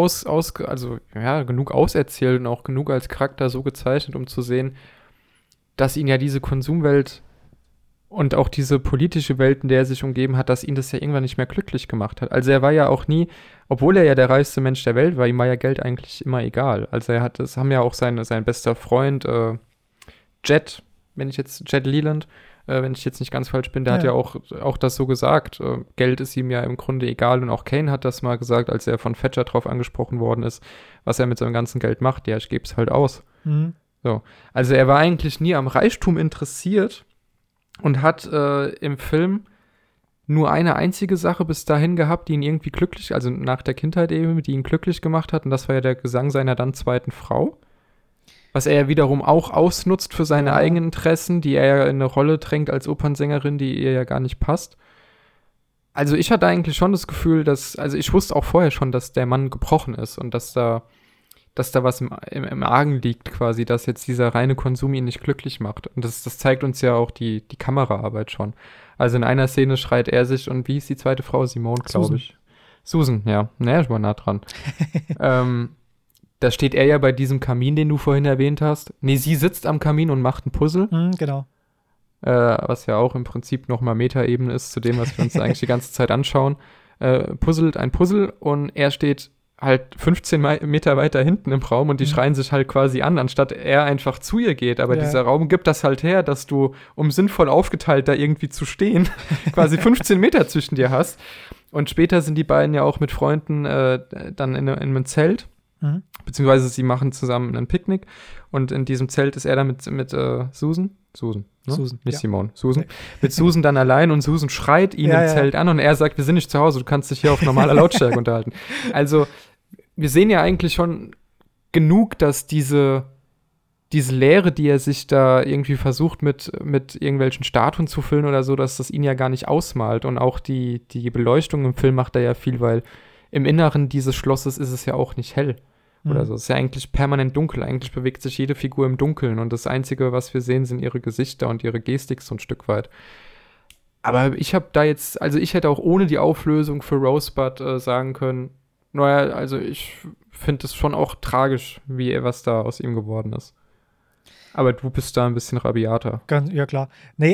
genug auserzählt und auch genug als Charakter so gezeichnet, um zu sehen, dass ihn ja diese Konsumwelt und auch diese politische Welt, in der er sich umgeben hat, dass ihn das ja irgendwann nicht mehr glücklich gemacht hat. Also er war ja auch nie, obwohl er ja der reichste Mensch der Welt war, ihm war ja Geld eigentlich immer egal. Also das haben ja auch sein bester Freund Jet Leland, wenn ich jetzt nicht ganz falsch bin, der hat ja auch das so gesagt. Geld ist ihm ja im Grunde egal und auch Kane hat das mal gesagt, als er von Thatcher drauf angesprochen worden ist, was er mit seinem ganzen Geld macht. Ja, ich gebe es halt aus. Mhm. So. Also er war eigentlich nie am Reichtum interessiert und hat im Film nur eine einzige Sache bis dahin gehabt, die ihn irgendwie glücklich, also nach der Kindheit eben, die ihn glücklich gemacht hat und das war ja der Gesang seiner dann zweiten Frau. Was er ja wiederum auch ausnutzt für seine eigenen Interessen, die er ja in eine Rolle drängt als Opernsängerin, die ihr ja gar nicht passt. Also ich hatte eigentlich schon das Gefühl, also ich wusste auch vorher schon, dass der Mann gebrochen ist und dass da was im Argen liegt quasi, dass jetzt dieser reine Konsum ihn nicht glücklich macht. Und das zeigt uns ja auch die Kameraarbeit schon. Also in einer Szene schreit er sich, und wie ist die zweite Frau? Simone, glaube ich. Susan, ja. Naja, ich war nah dran. Da steht er ja bei diesem Kamin, den du vorhin erwähnt hast. Nee, sie sitzt am Kamin und macht ein Puzzle.
Genau.
Was ja auch im Prinzip nochmal Metaebene ist zu dem, was wir uns eigentlich die ganze Zeit anschauen. Puzzelt ein Puzzle und er steht halt 15 Meter weiter hinten im Raum und die schreien sich halt quasi an, anstatt er einfach zu ihr geht. Aber dieser Raum gibt das halt her, dass du, um sinnvoll aufgeteilt da irgendwie zu stehen, quasi 15 Meter zwischen dir hast. Und später sind die beiden ja auch mit Freunden dann in einem Zelt. Beziehungsweise sie machen zusammen ein Picknick und in diesem Zelt ist er dann mit Susan, ne?
Susan,
nicht Simone, Susan. Mit Susan dann allein und Susan schreit ihn im Zelt an und er sagt, wir sind nicht zu Hause, du kannst dich hier auf normaler Lautstärke unterhalten. Also wir sehen ja eigentlich schon genug, dass diese Leere, die er sich da irgendwie versucht mit irgendwelchen Statuen zu füllen oder so, dass das ihn ja gar nicht ausmalt und auch die Beleuchtung im Film macht er ja viel, weil im Inneren dieses Schlosses ist es ja auch nicht hell. oder so. Es ist ja eigentlich permanent dunkel. Eigentlich bewegt sich jede Figur im Dunkeln und das Einzige, was wir sehen, sind ihre Gesichter und ihre Gestik so ein Stück weit. Aber ich habe da jetzt, also ich hätte auch ohne die Auflösung für Rosebud sagen können, naja, also ich finde es schon auch tragisch, was da aus ihm geworden ist. Aber du bist da ein bisschen rabiater.
Ja, klar. Nee,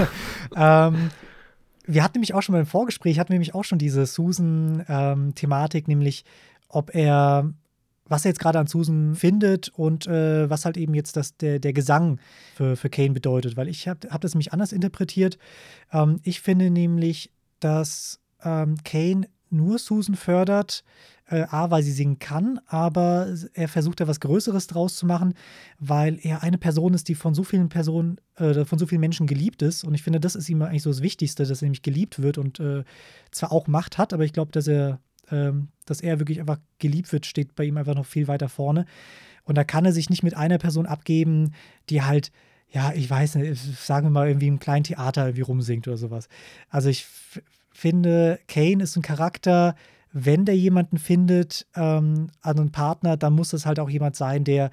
wir hatten nämlich auch schon beim Vorgespräch, diese Susan-Thematik, nämlich was er jetzt gerade an Susan findet und was halt eben jetzt der Gesang für Kane bedeutet. Weil ich hab das nämlich anders interpretiert. Ich finde nämlich, dass Kane nur Susan fördert, weil sie singen kann, aber er versucht da was Größeres draus zu machen, weil er eine Person ist, die von so vielen Menschen geliebt ist. Und ich finde, das ist ihm eigentlich so das Wichtigste, dass er nämlich geliebt wird und zwar auch Macht hat, aber ich glaube, dass er wirklich einfach geliebt wird, steht bei ihm einfach noch viel weiter vorne. Und da kann er sich nicht mit einer Person abgeben, die halt, ja, ich weiß nicht, sagen wir mal, irgendwie im kleinen Theater irgendwie rumsingt oder sowas. Also ich finde, Kane ist ein Charakter, wenn der jemanden findet, einen Partner, dann muss das halt auch jemand sein, der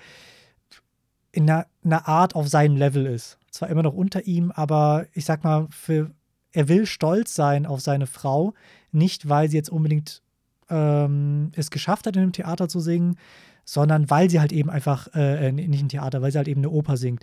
in einer Art auf seinem Level ist. Zwar immer noch unter ihm, aber ich sag mal, er will stolz sein auf seine Frau, nicht weil sie jetzt unbedingt es geschafft hat, in einem Theater zu singen, sondern weil sie halt eben einfach, nicht ein Theater, weil sie halt eben eine Oper singt.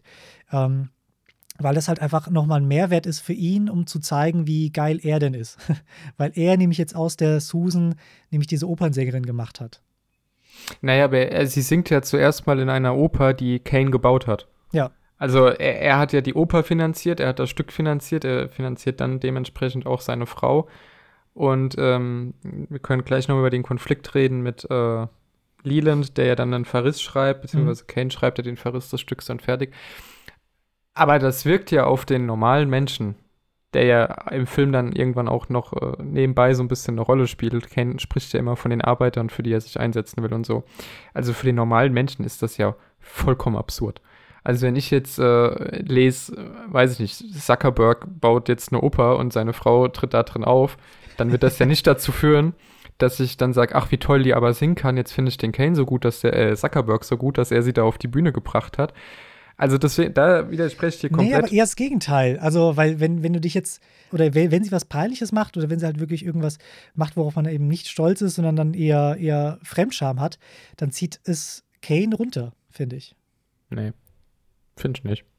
Weil das halt einfach nochmal ein Mehrwert ist für ihn, um zu zeigen, wie geil er denn ist. Weil er nämlich jetzt aus der Susan nämlich diese Opernsängerin gemacht hat.
Naja, aber sie singt ja zuerst mal in einer Oper, die Kane gebaut hat.
Ja.
Also er hat ja die Oper finanziert, er hat das Stück finanziert, er finanziert dann dementsprechend auch seine Frau. Und wir können gleich noch über den Konflikt reden mit Leland, der ja dann einen Verriss schreibt, beziehungsweise Kane schreibt ja den Verriss des Stücks dann fertig. Aber das wirkt ja auf den normalen Menschen, der ja im Film dann irgendwann auch noch nebenbei so ein bisschen eine Rolle spielt. Kane spricht ja immer von den Arbeitern, für die er sich einsetzen will und so. Also für den normalen Menschen ist das ja vollkommen absurd. Also wenn ich jetzt lese, weiß ich nicht, Zuckerberg baut jetzt eine Oper und seine Frau tritt da drin auf, dann wird das ja nicht dazu führen, dass ich dann sage, ach, wie toll die aber singen kann, jetzt finde ich den Kane so gut, dass der Zuckerberg so gut, dass er sie da auf die Bühne gebracht hat. Also deswegen, da widerspreche ich dir komplett.
Nee, aber eher das Gegenteil. Also, weil wenn du dich jetzt, oder wenn sie was Peinliches macht oder wenn sie halt wirklich irgendwas macht, worauf man eben nicht stolz ist, sondern dann eher Fremdscham hat, dann zieht es Kane runter, finde ich.
Nee, finde ich nicht.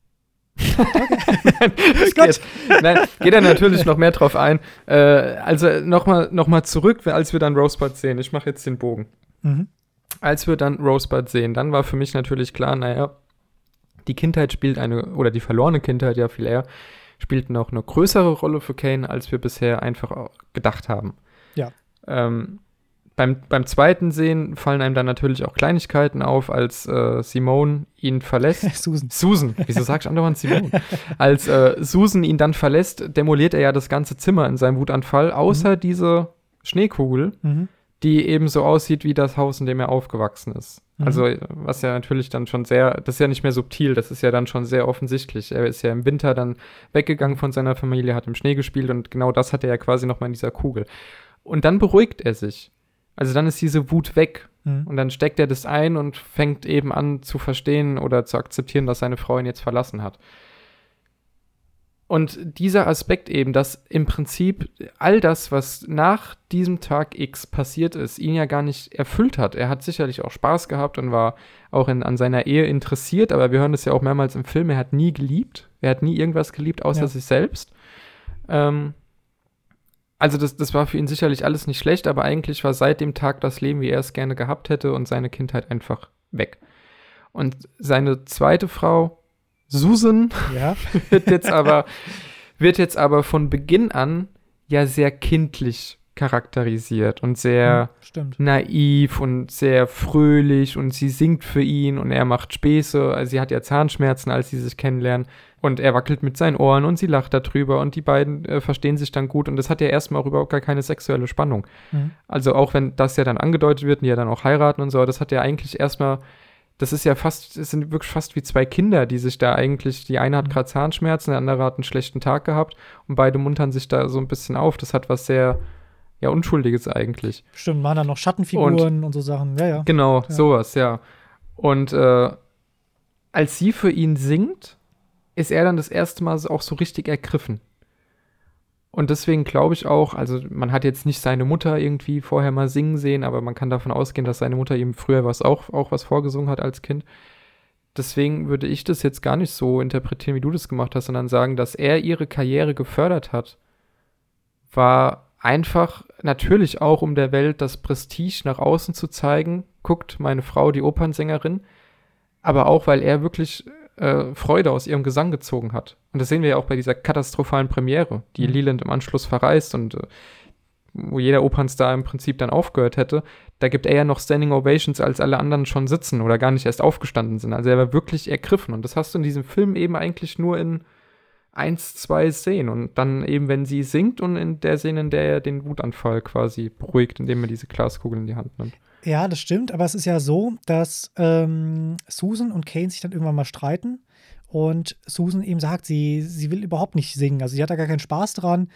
Nein,
geht er natürlich noch mehr drauf ein. Also noch mal zurück, als wir dann Rosebud sehen. Ich mache jetzt den Bogen.
Mhm.
Als wir dann Rosebud sehen, dann war für mich natürlich klar, naja, die Kindheit spielt oder die verlorene Kindheit ja viel eher, spielt noch eine größere Rolle für Kane, als wir bisher einfach gedacht haben.
Ja.
Beim zweiten Sehen fallen einem dann natürlich auch Kleinigkeiten auf, als Simone ihn verlässt. Susan. Wieso sagst du andauernd Simone? Als Susan ihn dann verlässt, demoliert er ja das ganze Zimmer in seinem Wutanfall, außer diese Schneekugel, die eben so aussieht wie das Haus, in dem er aufgewachsen ist. Also, was ja natürlich dann schon das ist ja nicht mehr subtil, das ist ja dann schon sehr offensichtlich. Er ist ja im Winter dann weggegangen von seiner Familie, hat im Schnee gespielt und genau das hat er ja quasi nochmal in dieser Kugel. Und dann beruhigt er sich. Also dann ist diese Wut weg. Und dann steckt er das ein und fängt eben an zu verstehen oder zu akzeptieren, dass seine Frau ihn jetzt verlassen hat. Und dieser Aspekt eben, dass im Prinzip all das, was nach diesem Tag X passiert ist, ihn ja gar nicht erfüllt hat. Er hat sicherlich auch Spaß gehabt und war auch an seiner Ehe interessiert, aber wir hören das ja auch mehrmals im Film, er hat nie geliebt. Er hat nie irgendwas geliebt, außer sich selbst. Also das war für ihn sicherlich alles nicht schlecht, aber eigentlich war seit dem Tag das Leben, wie er es gerne gehabt hätte und seine Kindheit einfach weg. Und seine zweite Frau, Susan, wird jetzt aber von Beginn an ja sehr kindlich charakterisiert und sehr naiv und sehr fröhlich und sie singt für ihn und er macht Späße. Also sie hat ja Zahnschmerzen, als sie sich kennenlernen und er wackelt mit seinen Ohren und sie lacht darüber und die beiden verstehen sich dann gut und das hat ja erstmal auch überhaupt gar keine sexuelle Spannung. Also auch wenn das ja dann angedeutet wird und die ja dann auch heiraten und so, das hat ja eigentlich erstmal das sind wirklich fast wie zwei Kinder, die sich da eigentlich, die eine hat gerade Zahnschmerzen, der andere hat einen schlechten Tag gehabt und beide muntern sich da so ein bisschen auf. Das hat was sehr ja, Unschuldiges eigentlich.
Stimmt, machen dann noch Schattenfiguren und so Sachen. Ja, ja.
Genau, sowas, ja. Und als sie für ihn singt, ist er dann das erste Mal auch so richtig ergriffen. Und deswegen glaube ich auch, also man hat jetzt nicht seine Mutter irgendwie vorher mal singen sehen, aber man kann davon ausgehen, dass seine Mutter ihm früher auch was vorgesungen hat als Kind. Deswegen würde ich das jetzt gar nicht so interpretieren, wie du das gemacht hast, sondern sagen, dass er ihre Karriere gefördert hat, war einfach natürlich auch, um der Welt das Prestige nach außen zu zeigen. Guckt, meine Frau, die Opernsängerin, aber auch, weil er wirklich Freude aus ihrem Gesang gezogen hat. Und das sehen wir ja auch bei dieser katastrophalen Premiere, die Leland im Anschluss verreist und wo jeder Opernstar im Prinzip dann aufgehört hätte. Da gibt er ja noch Standing Ovations, als alle anderen schon sitzen oder gar nicht erst aufgestanden sind. Also er war wirklich ergriffen. Und das hast du in diesem Film eben eigentlich nur in 1, 2 Szenen. Und dann eben, wenn sie singt und in der Szene, in der er den Wutanfall quasi beruhigt, indem er diese Glaskugel in die Hand nimmt.
Ja, das stimmt, aber es ist ja so, dass Susan und Kane sich dann irgendwann mal streiten und Susan eben sagt, sie will überhaupt nicht singen, also sie hat da gar keinen Spaß dran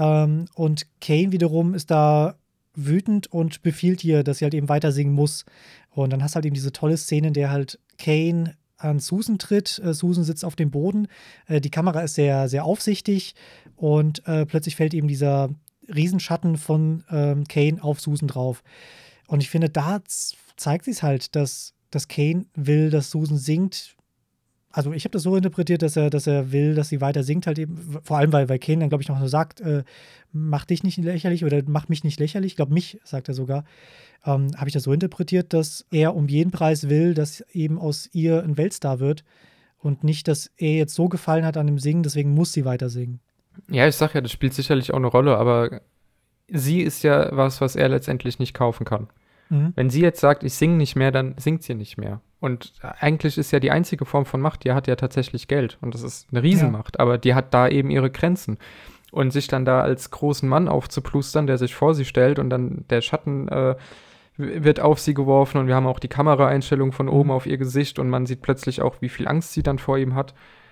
und Kane wiederum ist da wütend und befiehlt ihr, dass sie halt eben weiter singen muss und dann hast du halt eben diese tolle Szene, in der halt Kane an Susan tritt, Susan sitzt auf dem Boden, die Kamera ist sehr, sehr aufsichtig und plötzlich fällt eben dieser Riesenschatten von Kane auf Susan drauf. Und ich finde, da zeigt sich halt, dass Kane will, dass Susan singt. Also ich habe das so interpretiert, dass er will, dass sie weiter singt, halt eben, vor allem, weil Kane dann, glaube ich, noch so sagt, mach dich nicht lächerlich oder mach mich nicht lächerlich. Ich glaube, mich, sagt er sogar. Habe ich das so interpretiert, dass er um jeden Preis will, dass eben aus ihr ein Weltstar wird und nicht, dass er jetzt so gefallen hat an dem Singen, deswegen muss sie weiter singen.
Ja, ich sag ja, das spielt sicherlich auch eine Rolle, aber sie ist ja was er letztendlich nicht kaufen kann. Mhm. Wenn sie jetzt sagt, ich singe nicht mehr, dann singt sie nicht mehr. Und eigentlich ist ja die einzige Form von Macht, die hat ja tatsächlich Geld. Und das ist eine Riesenmacht, aber die hat da eben ihre Grenzen. Und sich dann da als großen Mann aufzuplustern, der sich vor sie stellt und dann der Schatten wird auf sie geworfen und wir haben auch die Kameraeinstellung von oben auf ihr Gesicht und man sieht plötzlich auch, wie viel Angst sie dann vor ihm hat.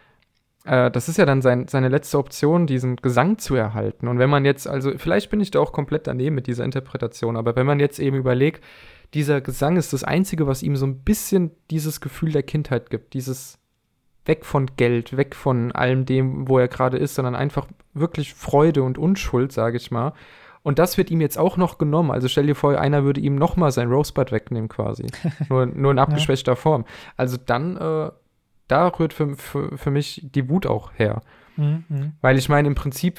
Das ist ja dann seine letzte Option, diesen Gesang zu erhalten. Und wenn man jetzt, also vielleicht bin ich da auch komplett daneben mit dieser Interpretation, aber wenn man jetzt eben überlegt, dieser Gesang ist das Einzige, was ihm so ein bisschen dieses Gefühl der Kindheit gibt, dieses weg von Geld, weg von allem dem, wo er gerade ist, sondern einfach wirklich Freude und Unschuld, sage ich mal. Und das wird ihm jetzt auch noch genommen. Also stell dir vor, einer würde ihm noch mal sein Rosebud wegnehmen quasi. nur in abgeschwächter Form. Also dann da rührt für mich die Wut auch her. Mhm. Weil ich meine, im Prinzip,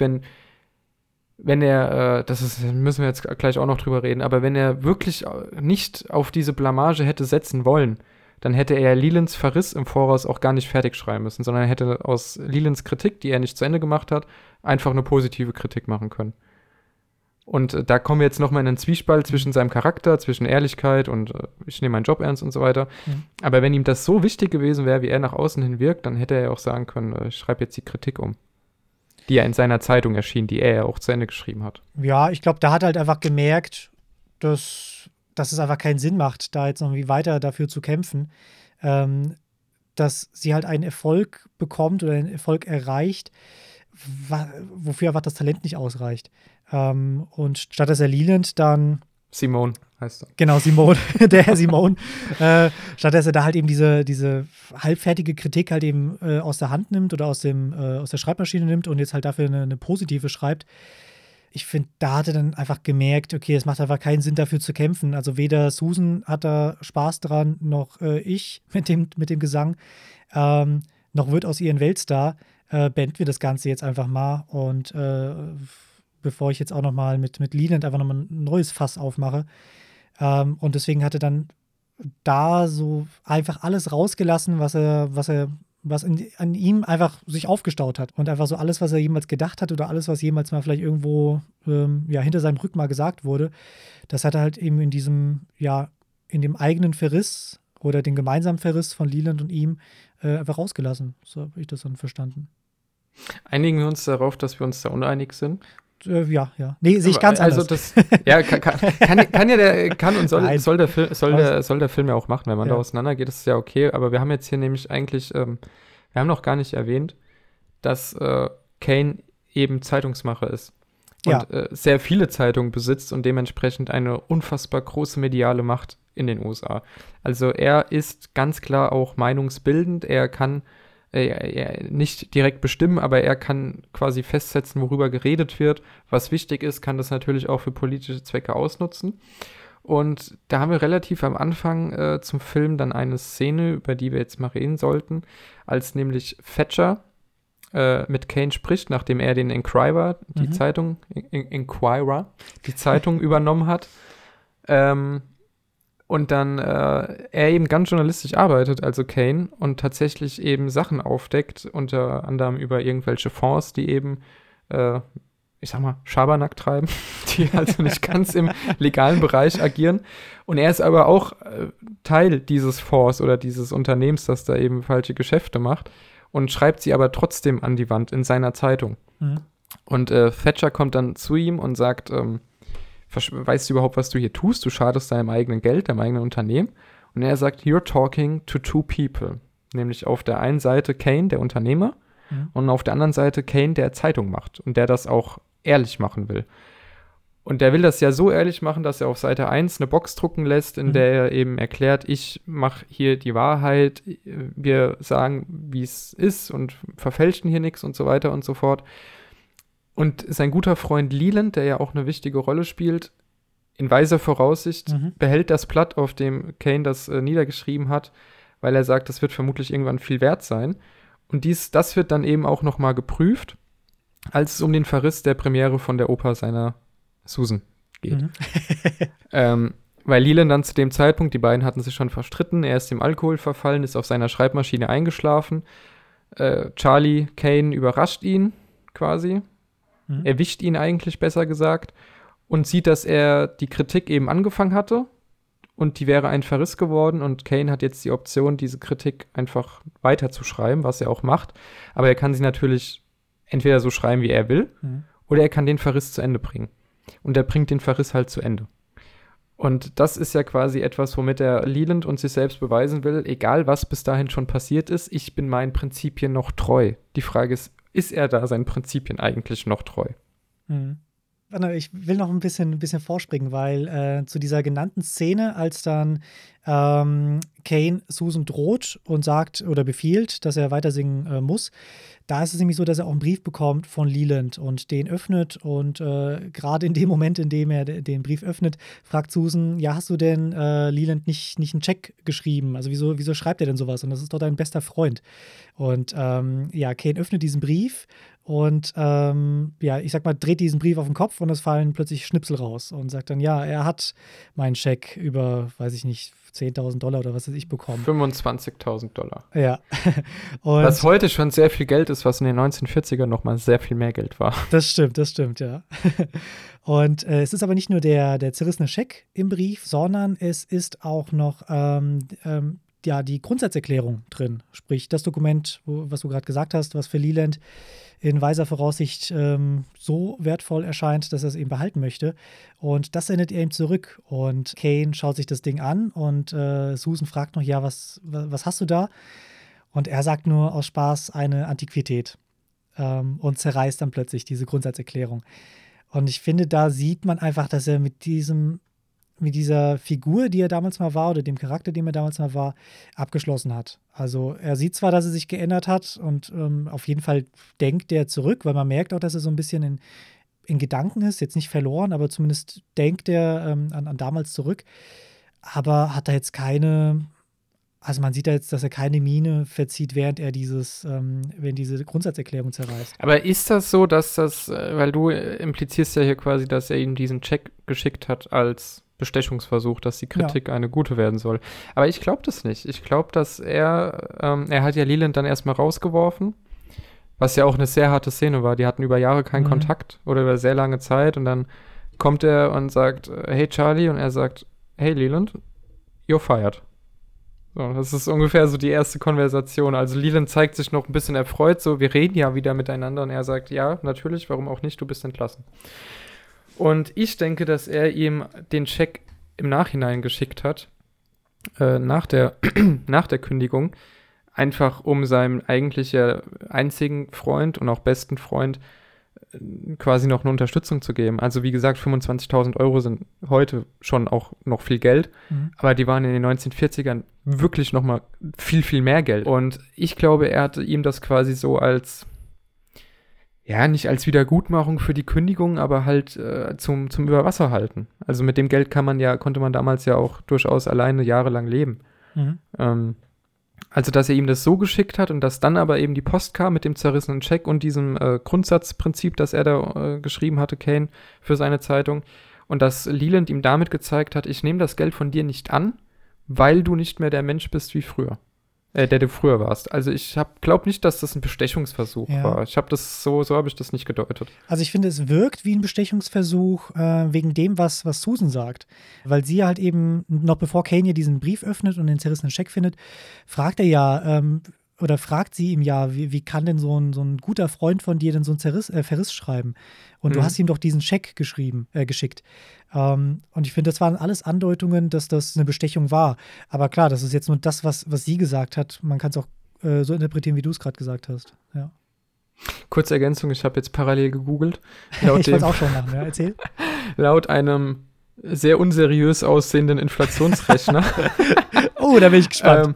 wenn er, müssen wir jetzt gleich auch noch drüber reden, aber wenn er wirklich nicht auf diese Blamage hätte setzen wollen, dann hätte er Lelands Verriss im Voraus auch gar nicht fertig schreiben müssen, sondern er hätte aus Lelands Kritik, die er nicht zu Ende gemacht hat, einfach eine positive Kritik machen können. Und da kommen wir jetzt nochmal in einen Zwiespalt zwischen seinem Charakter, zwischen Ehrlichkeit und ich nehme meinen Job ernst und so weiter. Mhm. Aber wenn ihm das so wichtig gewesen wäre, wie er nach außen hin wirkt, dann hätte er ja auch sagen können, ich schreibe jetzt die Kritik um. Die ja in seiner Zeitung erschien, die er ja auch zu Ende geschrieben hat.
Ja, ich glaube, da hat er halt einfach gemerkt, dass es einfach keinen Sinn macht, da jetzt irgendwie weiter dafür zu kämpfen, dass sie halt einen Erfolg bekommt oder einen Erfolg erreicht, wofür einfach das Talent nicht ausreicht. Und statt dass er Leland dann
Simone heißt er.
Genau, Simone, der Herr Simone. Statt dass er da halt eben diese halbfertige Kritik halt eben aus der Hand nimmt oder aus der Schreibmaschine nimmt und jetzt halt dafür eine positive schreibt. Ich finde, da hat er dann einfach gemerkt, okay, es macht einfach keinen Sinn, dafür zu kämpfen. Also weder Susan hat da Spaß dran, noch ich mit dem Gesang, noch wird aus ihr ein Weltstar. Beenden wir das Ganze jetzt einfach mal und bevor ich jetzt auch noch mal mit Leland einfach nochmal ein neues Fass aufmache. Und deswegen hat er dann da so einfach alles rausgelassen, was an ihm einfach sich aufgestaut hat. Und einfach so alles, was er jemals gedacht hat oder alles, was jemals mal vielleicht irgendwo hinter seinem Rücken mal gesagt wurde, das hat er halt eben in dem eigenen Verriss oder den gemeinsamen Verriss von Leland und ihm einfach rausgelassen. So habe ich das dann verstanden.
Einigen wir uns darauf, dass wir uns da uneinig sind?
Ja. Nee, sehe ich ganz anders.
Also das, ja, soll der Film ja auch machen, wenn man da auseinandergeht, das ist ja okay, aber wir haben jetzt hier nämlich eigentlich, wir haben noch gar nicht erwähnt, dass Kane eben Zeitungsmacher ist. und sehr viele Zeitungen besitzt und dementsprechend eine unfassbar große mediale Macht in den USA. Also er ist ganz klar auch meinungsbildend, er kann nicht direkt bestimmen, aber er kann quasi festsetzen, worüber geredet wird. Was wichtig ist, kann das natürlich auch für politische Zwecke ausnutzen. Und da haben wir relativ am Anfang zum Film dann eine Szene, über die wir jetzt mal reden sollten, als nämlich Thatcher mit Kane spricht, nachdem er den Enquirer, die Zeitung, die Zeitung übernommen hat. Und dann er eben ganz journalistisch arbeitet, also Kane, und tatsächlich eben Sachen aufdeckt, unter anderem über irgendwelche Fonds, die eben, ich sag mal, Schabernack treiben, die also nicht ganz im legalen Bereich agieren. Und er ist aber auch Teil dieses Fonds oder dieses Unternehmens, das da eben falsche Geschäfte macht und schreibt sie aber trotzdem an die Wand in seiner Zeitung. Und Thatcher kommt dann zu ihm und sagt, weißt du überhaupt, was du hier tust? Du schadest deinem eigenen Geld, deinem eigenen Unternehmen. Und er sagt, you're talking to two people. Nämlich auf der einen Seite Kane, der Unternehmer, und auf der anderen Seite Kane, der Zeitung macht und der das auch ehrlich machen will. Und der will das ja so ehrlich machen, dass er auf Seite 1 eine Box drucken lässt, in der er eben erklärt, ich mache hier die Wahrheit, wir sagen, wie es ist und verfälschen hier nichts und so weiter und so fort. Und sein guter Freund Leland, der ja auch eine wichtige Rolle spielt, in weiser Voraussicht behält das Blatt, auf dem Kane das niedergeschrieben hat, weil er sagt, das wird vermutlich irgendwann viel wert sein. Und das wird dann eben auch nochmal geprüft, als es um den Verriss der Premiere von der Oper seiner Susan geht. Weil Leland dann zu dem Zeitpunkt, die beiden hatten sich schon verstritten, er ist dem Alkohol verfallen, ist auf seiner Schreibmaschine eingeschlafen. Charlie Kane überrascht ihn quasi. Erwischt ihn eigentlich, besser gesagt, und sieht, dass er die Kritik eben angefangen hatte und die wäre ein Verriss geworden und Kane hat jetzt die Option, diese Kritik einfach weiterzuschreiben, was er auch macht, aber er kann sie natürlich entweder so schreiben, wie er will, oder er kann den Verriss zu Ende bringen. Und er bringt den Verriss halt zu Ende. Und das ist ja quasi etwas, womit er Leland und sich selbst beweisen will, egal was bis dahin schon passiert ist, ich bin meinen Prinzipien noch treu. Die Frage ist er da seinen Prinzipien eigentlich noch treu?
Ich will noch ein bisschen vorspringen, weil zu dieser genannten Szene, als dann Kane Susan droht und sagt oder befiehlt, dass er weiter singen muss, da ist es nämlich so, dass er auch einen Brief bekommt von Leland und den öffnet und gerade in dem Moment, in dem er den Brief öffnet, fragt Susan, ja, hast du denn Leland nicht einen Check geschrieben? Also wieso schreibt er denn sowas? Und das ist doch dein bester Freund. Und Kane öffnet diesen Brief und ich sag mal, dreht diesen Brief auf den Kopf und es fallen plötzlich Schnipsel raus und sagt dann, ja, er hat meinen Scheck über, weiß ich nicht, $10.000 oder was weiß ich bekommen.
$25.000.
Ja.
Und was heute schon sehr viel Geld ist, was in den 1940ern nochmal sehr viel mehr Geld war.
Das stimmt, ja. Und es ist aber nicht nur der zerrissene Scheck im Brief, sondern es ist auch noch die Grundsatzerklärung drin. Sprich, das Dokument, was du gerade gesagt hast, was für Leland in weiser Voraussicht so wertvoll erscheint, dass er es eben behalten möchte. Und das sendet er ihm zurück. Und Kane schaut sich das Ding an und Susan fragt noch, ja, was hast du da? Und er sagt nur aus Spaß eine Antiquität und zerreißt dann plötzlich diese Grundsatzerklärung. Und ich finde, da sieht man einfach, dass er mit dieser Figur, die er damals mal war, oder dem Charakter, dem er damals mal war, abgeschlossen hat. Also er sieht zwar, dass er sich geändert hat und auf jeden Fall denkt er zurück, weil man merkt auch, dass er so ein bisschen in Gedanken ist, jetzt nicht verloren, aber zumindest denkt er an damals zurück, aber hat da jetzt also man sieht da jetzt, dass er keine Miene verzieht, während er diese Grundsatzerklärung zerreißt.
Aber ist das so, dass weil du implizierst ja hier quasi, dass er ihm diesen Check geschickt hat als Bestechungsversuch, dass die Kritik eine gute werden soll. Aber ich glaube das nicht. Ich glaube, dass er hat ja Leland dann erstmal rausgeworfen, was ja auch eine sehr harte Szene war. Die hatten über Jahre keinen Kontakt oder über sehr lange Zeit und dann kommt er und sagt, hey Charlie, und er sagt, hey Leland, you're fired. So, das ist ungefähr so die erste Konversation. Also Leland zeigt sich noch ein bisschen erfreut, so, wir reden ja wieder miteinander und er sagt, ja, natürlich, warum auch nicht, du bist entlassen. Und ich denke, dass er ihm den Scheck im Nachhinein geschickt hat, nach der Kündigung, einfach um seinem eigentlich einzigen Freund und auch besten Freund quasi noch eine Unterstützung zu geben. Also wie gesagt, 25.000 Euro sind heute schon auch noch viel Geld, aber die waren in den 1940ern wirklich noch mal viel, viel mehr Geld. Und ich glaube, er hatte ihm das quasi so als, ja, nicht als Wiedergutmachung für die Kündigung, aber halt zum Überwasser halten. Also mit dem Geld konnte man damals ja auch durchaus alleine jahrelang leben. Also, dass er ihm das so geschickt hat und dass dann aber eben die Post kam mit dem zerrissenen Scheck und diesem Grundsatzprinzip, das er da geschrieben hatte, Kane, für seine Zeitung. Und dass Leland ihm damit gezeigt hat, ich nehme das Geld von dir nicht an, weil du nicht mehr der Mensch bist wie früher. Der du früher warst. Also ich glaube nicht, dass das ein Bestechungsversuch war. Ich habe das so habe ich das nicht gedeutet.
Also ich finde, es wirkt wie ein Bestechungsversuch wegen dem, was Susan sagt. Weil sie halt eben, noch bevor Kane ihr diesen Brief öffnet und den zerrissenen Scheck findet, fragt sie ihm ja, wie kann denn so ein guter Freund von dir denn so ein Verriss schreiben? Und du hast ihm doch diesen Scheck geschickt. Und ich finde, das waren alles Andeutungen, dass das eine Bestechung war. Aber klar, das ist jetzt nur das, was sie gesagt hat. Man kann es auch so interpretieren, wie du es gerade gesagt hast. Ja.
Kurze Ergänzung, ich habe jetzt parallel gegoogelt.
Ich wollte es auch schon machen, ja, erzähl.
Laut einem sehr unseriös aussehenden Inflationsrechner.
Oh, da bin ich gespannt.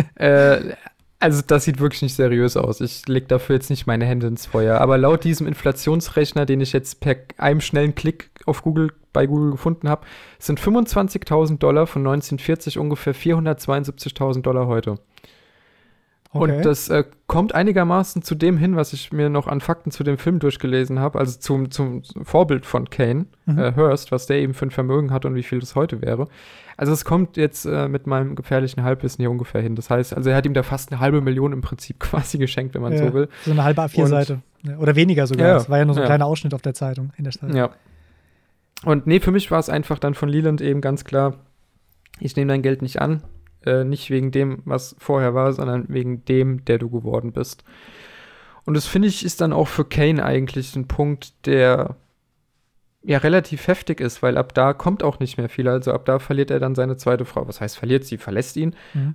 Also das sieht wirklich nicht seriös aus. Ich lege dafür jetzt nicht meine Hände ins Feuer. Aber laut diesem Inflationsrechner, den ich jetzt per einem schnellen Klick bei Google gefunden habe, sind $25.000 von 1940 ungefähr $472.000 heute. Okay. Und das kommt einigermaßen zu dem hin, was ich mir noch an Fakten zu dem Film durchgelesen habe, also zum Vorbild von Kane, Hearst, was der eben für ein Vermögen hat und wie viel das heute wäre. Also es kommt jetzt mit meinem gefährlichen Halbwissen hier ungefähr hin. Das heißt, also er hat ihm da fast 500.000 im Prinzip quasi geschenkt, wenn man so will.
So eine halbe A4-Seite. Oder weniger sogar. Ja, das war ja nur so ein kleiner Ausschnitt auf der Zeitung in der Stadt.
Ja. Und nee, für mich war es einfach dann von Leland eben ganz klar, ich nehme dein Geld nicht an. Nicht wegen dem, was vorher war, sondern wegen dem, der du geworden bist. Und das, finde ich, ist dann auch für Kane eigentlich ein Punkt, der ja relativ heftig ist, weil ab da kommt auch nicht mehr viel. Also ab da verliert er dann seine zweite Frau. Was heißt verliert? Sie verlässt ihn.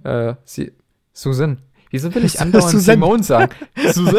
Susan. Wieso will ich andauernd Simone sagen? Susan.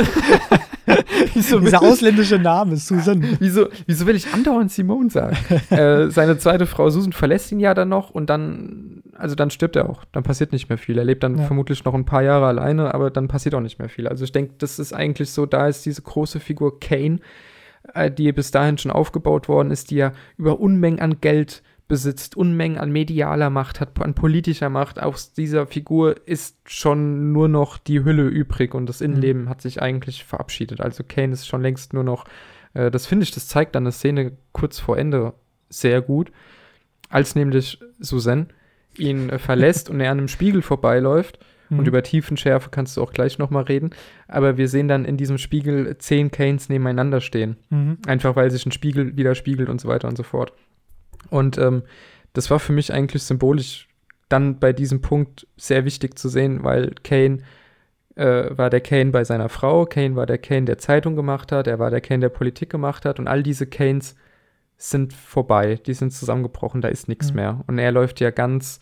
Dieser ausländische Name, Susan.
Wieso will ich andauernd Simone sagen? Seine zweite Frau Susan verlässt ihn ja dann noch und dann stirbt er auch. Dann passiert nicht mehr viel. Er lebt dann vermutlich noch ein paar Jahre alleine, aber dann passiert auch nicht mehr viel. Also ich denke, das ist eigentlich so, da ist diese große Figur Kane, die bis dahin schon aufgebaut worden ist, die ja über Unmengen an Geld besitzt, Unmengen an medialer Macht hat, an politischer Macht. Aus dieser Figur ist schon nur noch die Hülle übrig und das Innenleben hat sich eigentlich verabschiedet. Also Kane ist schon längst nur noch, das zeigt dann eine Szene kurz vor Ende sehr gut, als nämlich Susan ihn verlässt und er an einem Spiegel vorbeiläuft. Und über Tiefenschärfe kannst du auch gleich nochmal reden. Aber wir sehen dann in diesem Spiegel 10 Kanes nebeneinander stehen. Einfach weil sich ein Spiegel widerspiegelt und so weiter und so fort. Und das war für mich eigentlich symbolisch dann bei diesem Punkt sehr wichtig zu sehen, weil Kane war der Kane bei seiner Frau, Kane war der Kane, der Zeitung gemacht hat, er war der Kane, der Politik gemacht hat und all diese Kanes sind vorbei, die sind zusammengebrochen, da ist nichts mehr. Und er läuft ja ganz,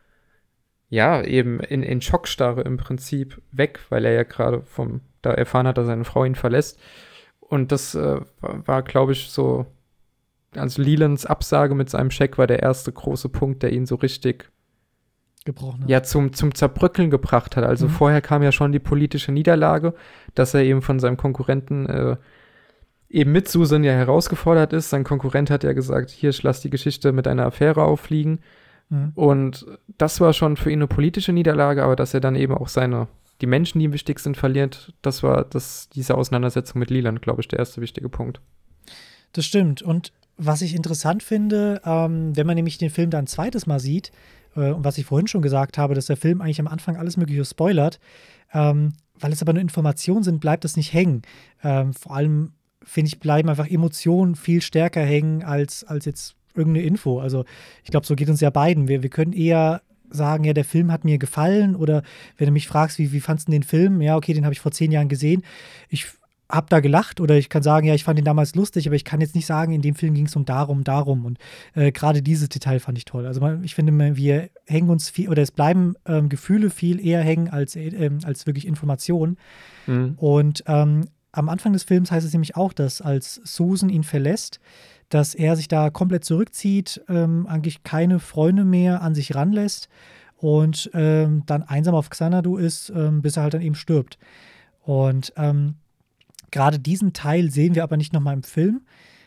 eben in Schockstarre im Prinzip weg, weil er ja gerade da erfahren hat, dass seine Frau ihn verlässt. Und das war, glaube ich, so. Also Lelands Absage mit seinem Scheck war der erste große Punkt, der ihn so richtig
gebrochen hat.
Ja, zum Zerbröckeln gebracht hat. Also vorher kam ja schon die politische Niederlage, dass er eben von seinem Konkurrenten eben mit Susan ja herausgefordert ist. Sein Konkurrent hat ja gesagt, hier, ich lass die Geschichte mit einer Affäre auffliegen. Und das war schon für ihn eine politische Niederlage, aber dass er dann eben auch die Menschen, die ihm wichtig sind, verliert, das war diese Auseinandersetzung mit Leland, glaube ich, der erste wichtige Punkt.
Das stimmt. Und was ich interessant finde, wenn man nämlich den Film dann ein zweites Mal sieht, und was ich vorhin schon gesagt habe, dass der Film eigentlich am Anfang alles Mögliche spoilert, weil es aber nur Informationen sind, bleibt es nicht hängen. Vor allem, finde ich, bleiben einfach Emotionen viel stärker hängen als jetzt irgendeine Info. Also ich glaube, so geht uns ja beiden. Wir können eher sagen, ja, der Film hat mir gefallen oder wenn du mich fragst, wie fandst du den Film? Ja, okay, den habe ich vor 10 Jahren gesehen. Ich habe da gelacht oder ich kann sagen, ja, ich fand ihn damals lustig, aber ich kann jetzt nicht sagen, in dem Film ging es darum und gerade dieses Detail fand ich toll. Also ich finde, wir hängen uns viel, oder es bleiben Gefühle viel eher hängen als wirklich Informationen. Und am Anfang des Films heißt es nämlich auch, dass als Susan ihn verlässt, dass er sich da komplett zurückzieht, eigentlich keine Freunde mehr an sich ranlässt und dann einsam auf Xanadu ist, bis er halt dann eben stirbt. Und gerade diesen Teil sehen wir aber nicht nochmal im Film.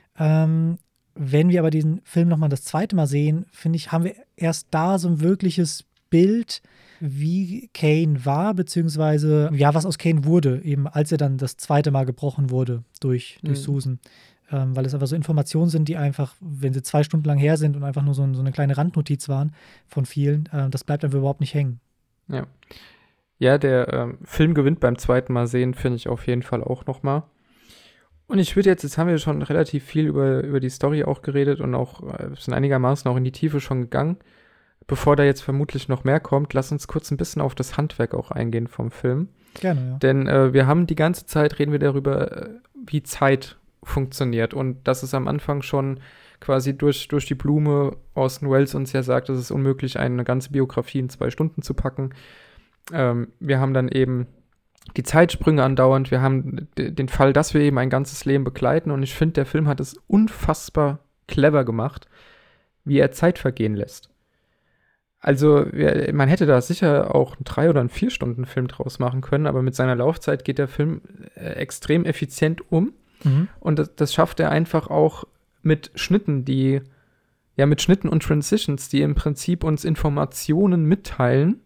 Wenn wir aber diesen Film nochmal das zweite Mal sehen, finde ich, haben wir erst da so ein wirkliches Bild, wie Kane war, beziehungsweise ja, was aus Kane wurde, eben als er dann das zweite Mal gebrochen wurde durch Susan. Weil es einfach so Informationen sind, die einfach, wenn sie 2 Stunden lang her sind und einfach nur so eine kleine Randnotiz waren von vielen, das bleibt einfach überhaupt nicht hängen.
Ja. Ja, der Film gewinnt beim zweiten Mal sehen, finde ich auf jeden Fall auch nochmal. Und ich würde jetzt haben wir schon relativ viel über die Story auch geredet und auch sind einigermaßen auch in die Tiefe schon gegangen. Bevor da jetzt vermutlich noch mehr kommt, lass uns kurz ein bisschen auf das Handwerk auch eingehen vom Film.
Gerne, ja.
Denn wir haben die ganze Zeit, reden wir darüber, wie Zeit funktioniert. Und dass es am Anfang schon quasi durch die Blume Orson Welles uns ja sagt, es ist unmöglich, eine ganze Biografie in 2 Stunden zu packen. Wir haben dann eben die Zeitsprünge andauernd. Wir haben den Fall, dass wir eben ein ganzes Leben begleiten. Und ich finde, der Film hat es unfassbar clever gemacht, wie er Zeit vergehen lässt. Also, man hätte da sicher auch einen 3- oder einen 4-Stunden-Film draus machen können, aber mit seiner Laufzeit geht der Film extrem effizient um. Und das schafft er einfach auch mit Schnitten, mit Schnitten und Transitions, die im Prinzip uns Informationen mitteilen,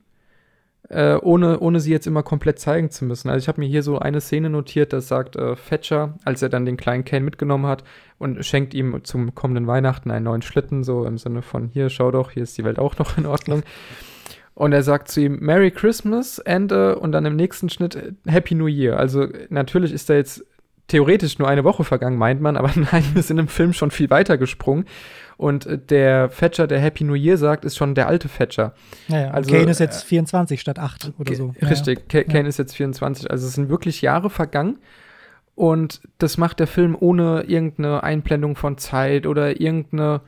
ohne sie jetzt immer komplett zeigen zu müssen. Also ich habe mir hier so eine Szene notiert, das sagt Thatcher, als er dann den kleinen Kane mitgenommen hat und schenkt ihm zum kommenden Weihnachten einen neuen Schlitten, so im Sinne von, hier, schau doch, hier ist die Welt auch noch in Ordnung. Und er sagt zu ihm, Merry Christmas und dann im nächsten Schnitt Happy New Year. Also natürlich ist da jetzt theoretisch nur eine Woche vergangen, meint man, aber nein, wir sind im Film schon viel weiter gesprungen. Und der Thatcher, der Happy New Year sagt, ist schon der alte Thatcher.
Ja, also, Kane ist jetzt 24 statt 8 oder so.
Richtig, Kane ist jetzt 24. Also es sind wirklich Jahre vergangen. Und das macht der Film ohne irgendeine Einblendung von Zeit oder irgendein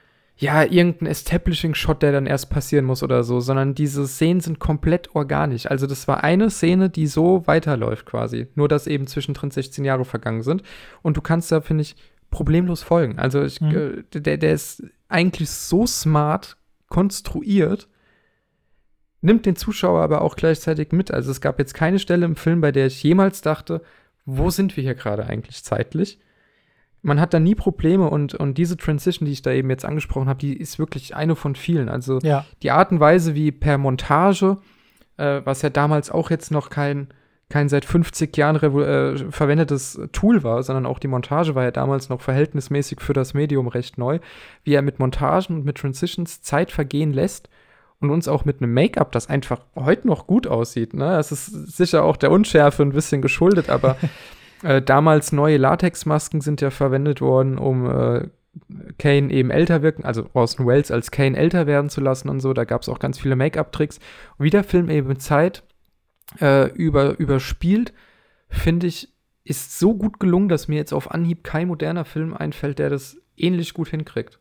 Establishing-Shot, der dann erst passieren muss oder so, sondern diese Szenen sind komplett organisch. Also das war eine Szene, die so weiterläuft quasi. Nur, dass eben zwischendrin 16 Jahre vergangen sind. Und du kannst da, finde ich, problemlos folgen. Also der ist eigentlich so smart konstruiert, nimmt den Zuschauer aber auch gleichzeitig mit. Also es gab jetzt keine Stelle im Film, bei der ich jemals dachte, wo sind wir hier gerade eigentlich zeitlich? Man hat da nie Probleme und diese Transition, die ich da eben jetzt angesprochen habe, die ist wirklich eine von vielen. Also die Art und Weise, wie per Montage, was ja damals auch jetzt noch kein seit 50 Jahren verwendetes Tool war, sondern auch die Montage war ja damals noch verhältnismäßig für das Medium recht neu, wie er mit Montagen und mit Transitions Zeit vergehen lässt und uns auch mit einem Make-up, das einfach heute noch gut aussieht. Ne? Das ist sicher auch der Unschärfe ein bisschen geschuldet, aber damals neue Latexmasken sind ja verwendet worden, um Kane eben älter wirken, also Orson Welles als Kane älter werden zu lassen und so. Da gab es auch ganz viele Make-up-Tricks. Und wie der Film eben mit Zeit überspielt, finde ich, ist so gut gelungen, dass mir jetzt auf Anhieb kein moderner Film einfällt, der das ähnlich gut hinkriegt.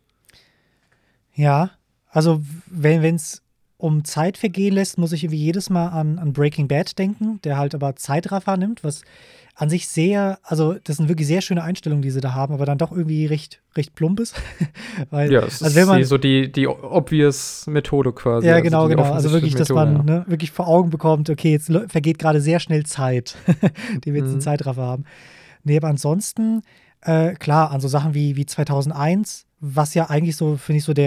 Ja, also wenn es um Zeit vergehen lässt, muss ich irgendwie jedes Mal an Breaking Bad denken, der halt aber Zeitraffer nimmt, was an sich also das sind wirklich sehr schöne Einstellungen, die sie da haben, aber dann doch irgendwie recht plump ist. Weil,
ja, es ist so die obvious Methode quasi.
Ja, genau. Also wirklich, dass man wirklich vor Augen bekommt, okay, jetzt vergeht gerade sehr schnell Zeit, die wir jetzt in Zeitraffer haben. Nee, aber ansonsten, klar, an so Sachen wie 2001, was ja eigentlich so, finde ich, so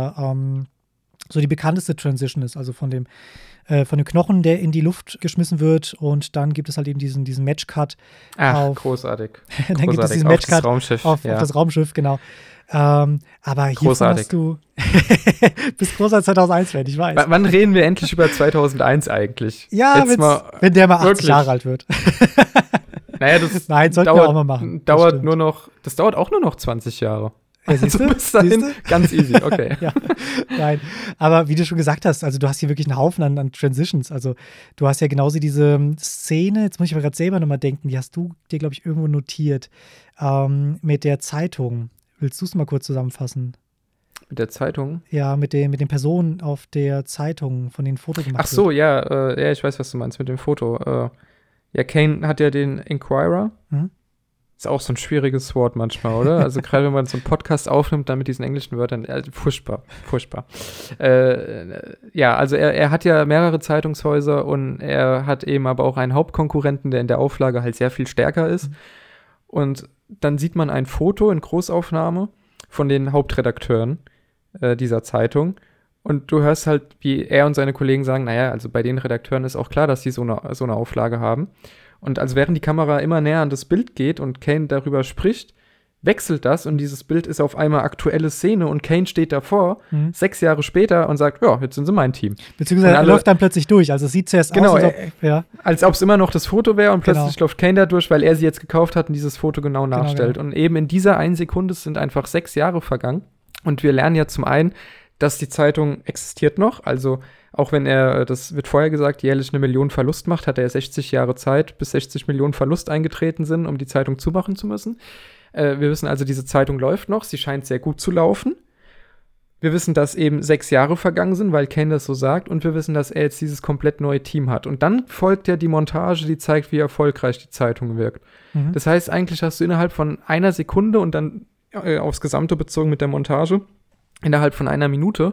so die bekannteste Transition ist, also von dem Knochen, der in die Luft geschmissen wird, und dann gibt es halt eben diesen Match-Cut.
Ach, großartig.
Dann gibt es diesen Match-Cut auf das Raumschiff, genau. Aber hier hast du bis großartig 2001 werden, ich weiß.
Wann reden wir endlich über 2001 eigentlich?
Ja, wenn der mal 80 Jahre alt wird.
Naja, das
sollten wir auch mal machen.
Das dauert auch nur noch 20 Jahre.
Ja,
also bis dahin ganz easy, okay.
Ja, nein, aber wie du schon gesagt hast, also du hast hier wirklich einen Haufen an Transitions. Also du hast ja genauso diese Szene, jetzt muss ich aber gerade selber nochmal denken, die hast du dir, glaube ich, irgendwo notiert, mit der Zeitung. Willst du es mal kurz zusammenfassen?
Mit der Zeitung?
Ja, mit den Personen auf der Zeitung, von denen Foto gemacht wird.
Ach so, ja, ich weiß, was du meinst mit dem Foto. Ja, Kane hat ja den Inquirer. Ist auch so ein schwieriges Wort manchmal, oder? Also gerade wenn man so einen Podcast aufnimmt, dann mit diesen englischen Wörtern, furchtbar. Ja, also er hat ja mehrere Zeitungshäuser und er hat eben aber auch einen Hauptkonkurrenten, der in der Auflage halt sehr viel stärker ist. Und dann sieht man ein Foto in Großaufnahme von den Hauptredakteuren dieser Zeitung. Und du hörst halt, wie er und seine Kollegen sagen, naja, also bei den Redakteuren ist auch klar, dass die so eine Auflage haben. Und also während die Kamera immer näher an das Bild geht und Kane darüber spricht, wechselt das und dieses Bild ist auf einmal aktuelle Szene und Kane steht davor, 6 Jahre später und sagt, ja, jetzt sind sie mein Team.
Beziehungsweise er läuft dann plötzlich durch, also es sieht zuerst aus,
als ob es immer noch das Foto wäre und plötzlich läuft Kane da durch, weil er sie jetzt gekauft hat und dieses Foto genau nachstellt. Genau. Und eben in dieser 1 Sekunde sind einfach 6 Jahre vergangen und wir lernen ja zum einen, dass die Zeitung existiert noch, also auch wenn er, das wird vorher gesagt, jährlich 1 Million Verlust macht, hat er 60 Jahre Zeit, bis 60 Millionen Verlust eingetreten sind, um die Zeitung zumachen zu müssen. Wir wissen also, diese Zeitung läuft noch, sie scheint sehr gut zu laufen. Wir wissen, dass eben 6 Jahre vergangen sind, weil Kane das so sagt, und wir wissen, dass er jetzt dieses komplett neue Team hat. Und dann folgt ja die Montage, die zeigt, wie erfolgreich die Zeitung wirkt. Das heißt, eigentlich hast du innerhalb von 1 Sekunde und dann aufs Gesamte bezogen mit der Montage, innerhalb von 1 Minute,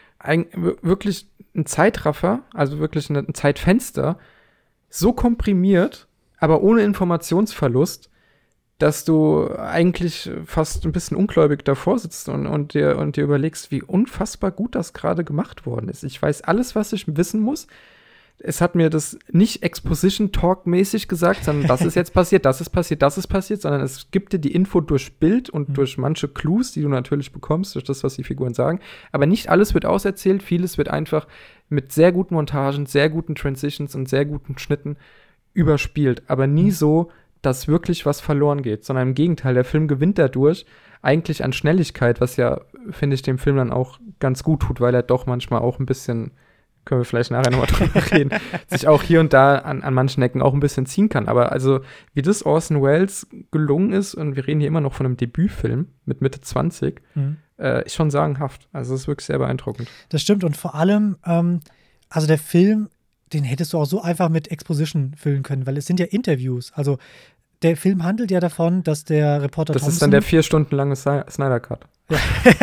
wirklich ein Zeitraffer, also wirklich ein Zeitfenster, so komprimiert, aber ohne Informationsverlust, dass du eigentlich fast ein bisschen ungläubig davor sitzt und dir überlegst, wie unfassbar gut das gerade gemacht worden ist. Ich weiß alles, was ich wissen muss. Es hat mir das nicht Exposition-Talk-mäßig gesagt, sondern das ist jetzt passiert, das ist passiert, sondern es gibt dir die Info durch Bild und durch manche Clues, die du natürlich bekommst, durch das, was die Figuren sagen. Aber nicht alles wird auserzählt, vieles wird einfach mit sehr guten Montagen, sehr guten Transitions und sehr guten Schnitten überspielt. Aber nie so, dass wirklich was verloren geht, sondern im Gegenteil, der Film gewinnt dadurch eigentlich an Schnelligkeit, was ja, finde ich, dem Film dann auch ganz gut tut, weil er doch manchmal auch ein bisschen, können wir vielleicht nachher nochmal drüber reden, sich auch hier und da an manchen Ecken auch ein bisschen ziehen kann. Aber also, wie das Orson Welles gelungen ist, und wir reden hier immer noch von einem Debütfilm mit Mitte 20, ist schon sagenhaft. Also, es ist wirklich sehr beeindruckend.
Das stimmt, und vor allem, also der Film, den hättest du auch so einfach mit Exposition füllen können, weil es sind ja Interviews. Also, der Film handelt ja davon, dass der Reporter
Das
Thompson,
ist dann der 4 Stunden lange Snyder Cut.
Ja.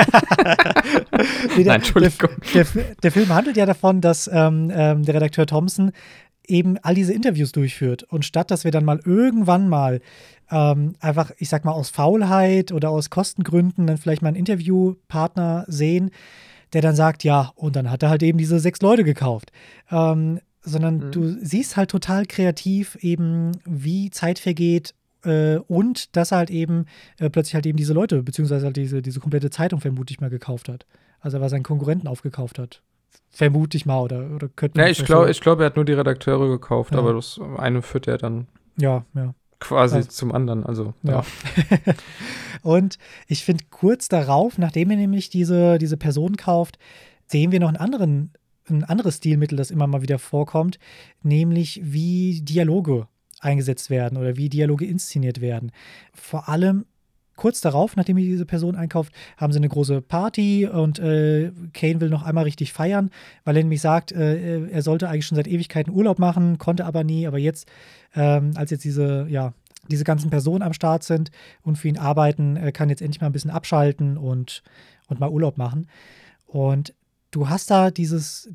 Nein, Entschuldigung.
Der Film handelt ja davon, dass der Redakteur Thompson eben all diese Interviews durchführt. Und statt, dass wir dann mal irgendwann mal einfach, ich sag mal, aus Faulheit oder aus Kostengründen dann vielleicht mal einen Interviewpartner sehen, der dann sagt, ja, und dann hat er halt eben diese 6 Leute gekauft. Sondern du siehst halt total kreativ eben, wie Zeit vergeht und dass er halt eben plötzlich halt eben diese Leute, beziehungsweise halt diese komplette Zeitung vermutlich mal gekauft hat. Also weil er seinen Konkurrenten aufgekauft hat. Vermute ich mal, oder könnte man.
Ja, ich glaube, er hat nur die Redakteure gekauft, aber das eine führt er dann quasi zum anderen. Also, ja.
Und ich finde, kurz darauf, nachdem er nämlich diese Person kauft, sehen wir noch ein anderes Stilmittel, das immer mal wieder vorkommt, nämlich wie Dialoge eingesetzt werden oder wie Dialoge inszeniert werden. Vor allem kurz darauf, nachdem er diese Person einkauft, haben sie eine große Party und Kane will noch einmal richtig feiern, weil er nämlich sagt, er sollte eigentlich schon seit Ewigkeiten Urlaub machen, konnte aber nie, aber jetzt, als jetzt diese ganzen Personen am Start sind und für ihn arbeiten, kann jetzt endlich mal ein bisschen abschalten und mal Urlaub machen. Und du hast da das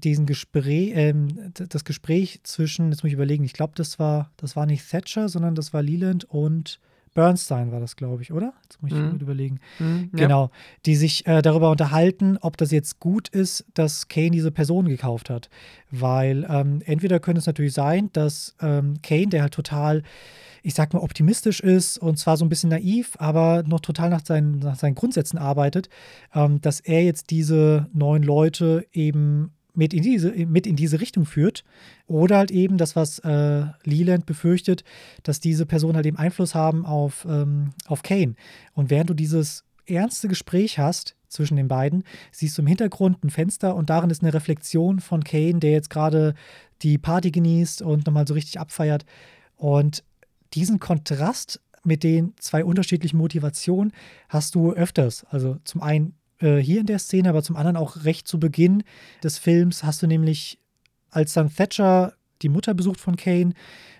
Gespräch zwischen, jetzt muss ich überlegen, ich glaube, das war nicht Thatcher, sondern das war Leland und Bernstein war das, glaube ich, oder? Jetzt muss ich überlegen. Genau, die sich darüber unterhalten, ob das jetzt gut ist, dass Kane diese Person gekauft hat. Weil entweder könnte es natürlich sein, dass Kane, der halt total, ich sag mal, optimistisch ist und zwar so ein bisschen naiv, aber noch total nach seinen Grundsätzen arbeitet, dass er jetzt diese 9 Leute eben mit in diese Richtung führt. Oder halt eben das, was Leland befürchtet, dass diese Personen halt eben Einfluss haben auf Kane. Und während du dieses ernste Gespräch hast zwischen den beiden, siehst du im Hintergrund ein Fenster und darin ist eine Reflexion von Kane, der jetzt gerade die Party genießt und nochmal so richtig abfeiert. Und diesen Kontrast mit den 2 unterschiedlichen Motivationen hast du öfters. Also zum einen hier in der Szene, aber zum anderen auch recht zu Beginn des Films hast du nämlich, als dann Thatcher die Mutter besucht von Kane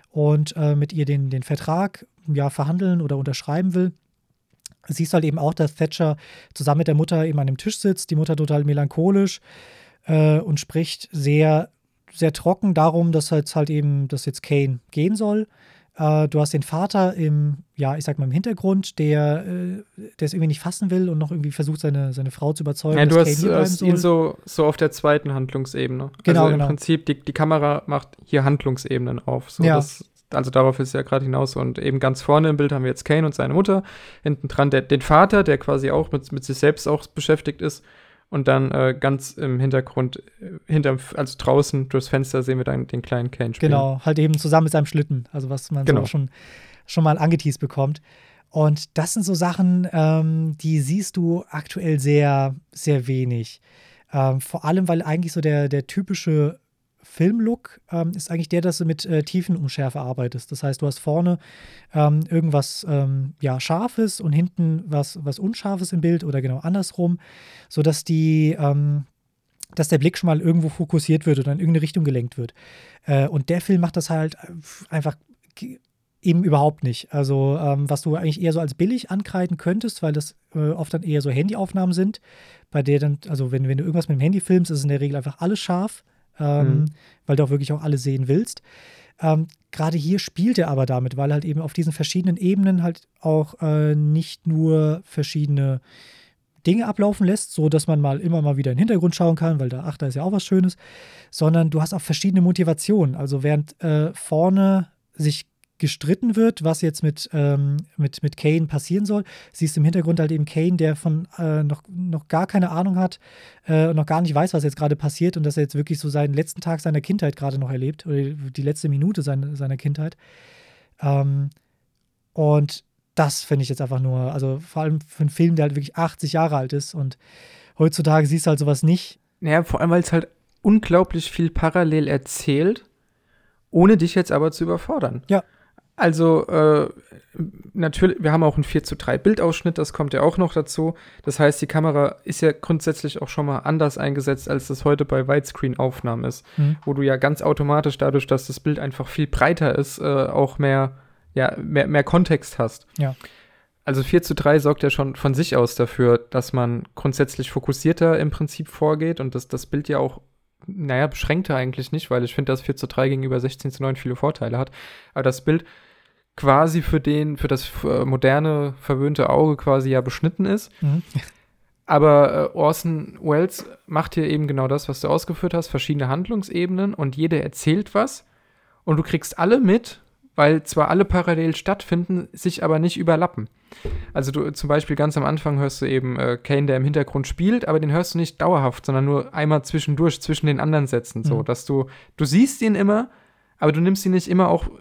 und mit ihr den Vertrag verhandeln oder unterschreiben will. Siehst halt eben auch, dass Thatcher zusammen mit der Mutter eben an dem Tisch sitzt, die Mutter total melancholisch und spricht sehr, sehr trocken darum, dass jetzt Kane gehen soll. Du hast den Vater im Hintergrund, der es irgendwie nicht fassen will und noch irgendwie versucht, seine Frau zu überzeugen,
dass Kane hier bleiben soll. Du hast ihn so auf der zweiten Handlungsebene.
Genau,
also im Prinzip, die Kamera macht hier Handlungsebenen auf. So, also darauf ist ja gerade hinaus. Und eben ganz vorne im Bild haben wir jetzt Kane und seine Mutter. Hinten dran den Vater, der quasi auch mit sich selbst auch beschäftigt ist. Und dann ganz im Hintergrund, also draußen durchs Fenster sehen wir dann den kleinen Kane spielen.
Genau, halt eben zusammen mit seinem Schlitten. Also was man so schon mal angeteased bekommt. Und das sind so Sachen, die siehst du aktuell sehr, sehr wenig. Vor allem, weil eigentlich so der typische Filmlook ist eigentlich der, dass du mit Tiefenunschärfe arbeitest. Das heißt, du hast vorne irgendwas Scharfes und hinten was Unscharfes im Bild oder genau andersrum, sodass dass der Blick schon mal irgendwo fokussiert wird oder in irgendeine Richtung gelenkt wird. Und der Film macht das halt einfach eben überhaupt nicht. Also was du eigentlich eher so als billig ankreiden könntest, weil das oft dann eher so Handyaufnahmen sind, bei der dann, also wenn du irgendwas mit dem Handy filmst, ist in der Regel einfach alles scharf. Weil du auch wirklich auch alle sehen willst. Gerade hier spielt er aber damit, weil halt eben auf diesen verschiedenen Ebenen halt auch nicht nur verschiedene Dinge ablaufen lässt, so dass man immer mal wieder in den Hintergrund schauen kann, weil da ist ja auch was Schönes, sondern du hast auch verschiedene Motivationen. Also während vorne sich gestritten wird, was jetzt mit Kane passieren soll, siehst du im Hintergrund halt eben Kane, der von noch gar keine Ahnung hat und noch gar nicht weiß, was jetzt gerade passiert und dass er jetzt wirklich so seinen letzten Tag seiner Kindheit gerade noch erlebt oder die letzte Minute seiner Kindheit. Und das finde ich jetzt einfach nur, also vor allem für einen Film, der halt wirklich 80 Jahre alt ist und heutzutage siehst du halt sowas nicht.
Ja, vor allem, weil es halt unglaublich viel parallel erzählt, ohne dich jetzt aber zu überfordern.
Ja.
Also, natürlich, wir haben auch einen 4:3 Bildausschnitt, das kommt ja auch noch dazu. Das heißt, die Kamera ist ja grundsätzlich auch schon mal anders eingesetzt, als das heute bei Widescreen-Aufnahmen ist. Wo du ja ganz automatisch dadurch, dass das Bild einfach viel breiter ist, auch mehr Kontext hast.
Ja.
Also 4:3 sorgt ja schon von sich aus dafür, dass man grundsätzlich fokussierter im Prinzip vorgeht und dass das Bild ja auch beschränkter eigentlich nicht, weil ich finde, dass 4:3 gegenüber 16:9 viele Vorteile hat. Aber das Bild quasi für das moderne, verwöhnte Auge quasi ja beschnitten ist. Aber Orson Welles macht hier eben genau das, was du ausgeführt hast, verschiedene Handlungsebenen und jede erzählt was und du kriegst alle mit, weil zwar alle parallel stattfinden, sich aber nicht überlappen. Also du zum Beispiel ganz am Anfang hörst du eben Kane, der im Hintergrund spielt, aber den hörst du nicht dauerhaft, sondern nur einmal zwischendurch, zwischen den anderen Sätzen, so, dass du siehst ihn immer, aber du nimmst ihn nicht immer auch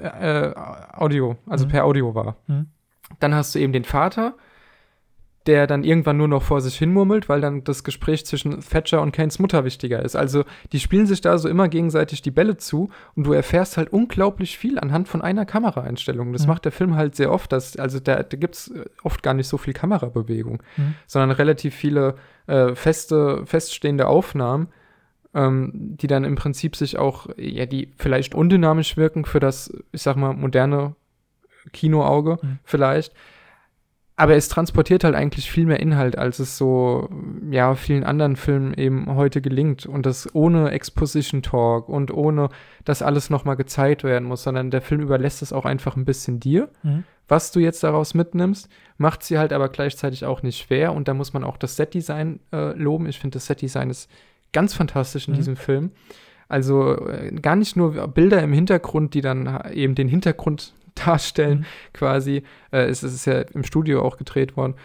Audio, also per Audio wahr. Dann hast du eben den Vater, der dann irgendwann nur noch vor sich hin murmelt, weil dann das Gespräch zwischen Thatcher und Kanes Mutter wichtiger ist. Also die spielen sich da so immer gegenseitig die Bälle zu und du erfährst halt unglaublich viel anhand von einer Kameraeinstellung. Das macht der Film halt sehr oft. Da gibt es oft gar nicht so viel Kamerabewegung, sondern relativ viele feststehende Aufnahmen, die dann im Prinzip sich auch, die vielleicht undynamisch wirken für das, ich sag mal, moderne Kinoauge vielleicht. Aber es transportiert halt eigentlich viel mehr Inhalt, als es so, vielen anderen Filmen eben heute gelingt. Und das ohne Exposition Talk und ohne, dass alles nochmal gezeigt werden muss, sondern der Film überlässt es auch einfach ein bisschen dir. Was du jetzt daraus mitnimmst, macht sie halt aber gleichzeitig auch nicht schwer. Und da muss man auch das Setdesign loben. Ich finde, das Setdesign ist ganz fantastisch in diesem Film. Also gar nicht nur Bilder im Hintergrund, die dann eben den Hintergrund darstellen, quasi. Es ist ja im Studio auch gedreht worden.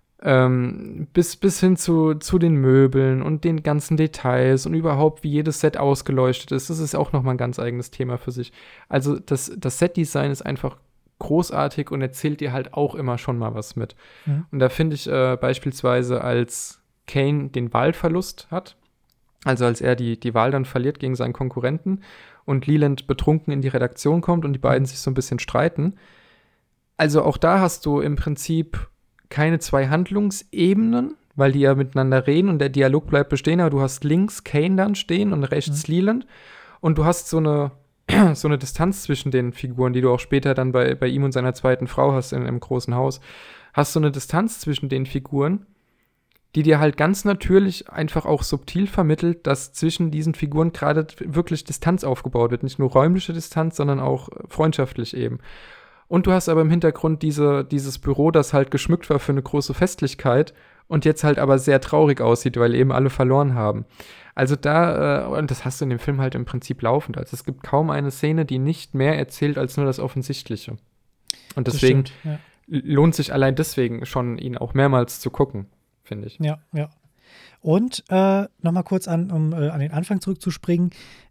Bis hin zu den Möbeln und den ganzen Details und überhaupt, wie jedes Set ausgeleuchtet ist. Das ist auch nochmal ein ganz eigenes Thema für sich. Also das Set-Design ist einfach großartig und erzählt dir halt auch immer schon mal was mit. Und da finde ich beispielsweise, als Kane den Wahlverlust hat, also als er die Wahl dann verliert gegen seinen Konkurrenten und Leland betrunken in die Redaktion kommt und die beiden sich so ein bisschen streiten. Also auch da hast du im Prinzip keine zwei Handlungsebenen, weil die ja miteinander reden und der Dialog bleibt bestehen, aber du hast links Kane dann stehen und rechts Leland und du hast so eine so eine Distanz zwischen den Figuren, die du auch später dann bei ihm und seiner zweiten Frau hast im großen Haus, hast du eine Distanz zwischen den Figuren, die dir halt ganz natürlich einfach auch subtil vermittelt, dass zwischen diesen Figuren gerade wirklich Distanz aufgebaut wird. Nicht nur räumliche Distanz, sondern auch freundschaftlich eben. Und du hast aber im Hintergrund dieses Büro, das halt geschmückt war für eine große Festlichkeit und jetzt halt aber sehr traurig aussieht, weil eben alle verloren haben. Also und das hast du in dem Film halt im Prinzip laufend. Also es gibt kaum eine Szene, die nicht mehr erzählt als nur das Offensichtliche. Und deswegen lohnt sich allein deswegen schon, ihn auch mehrmals zu gucken, finde ich.
Ja. Und nochmal kurz um an den Anfang zurückzuspringen,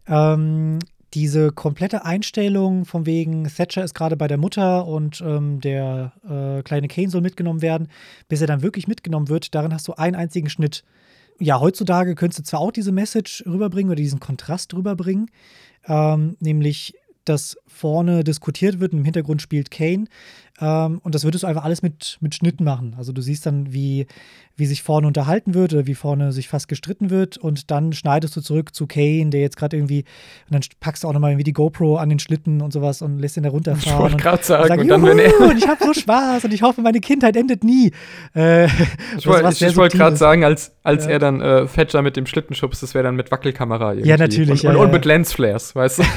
diese komplette Einstellung von wegen Thatcher ist gerade bei der Mutter und der kleine Kane soll mitgenommen werden, bis er dann wirklich mitgenommen wird, darin hast du einen einzigen Schnitt. Ja, heutzutage könntest du zwar auch diese Message rüberbringen oder diesen Kontrast rüberbringen, nämlich, dass vorne diskutiert wird und im Hintergrund spielt Kane. Und das würdest du einfach alles mit Schnitten machen. Also du siehst dann, wie sich vorne unterhalten wird oder wie vorne sich fast gestritten wird und dann schneidest du zurück zu Kane, der jetzt gerade irgendwie, und dann packst du auch nochmal irgendwie die GoPro an den Schlitten und sowas und lässt ihn da runterfahren.
Ich wollte gerade sagen,
und dann, wenn und ich habe so Spaß und ich hoffe, meine Kindheit endet nie.
Ich wollte gerade sagen, als er dann Thatcher mit dem Schlitten schubst, das wäre dann mit Wackelkamera irgendwie.
Ja, natürlich.
Und mit Lensflares, weißt du?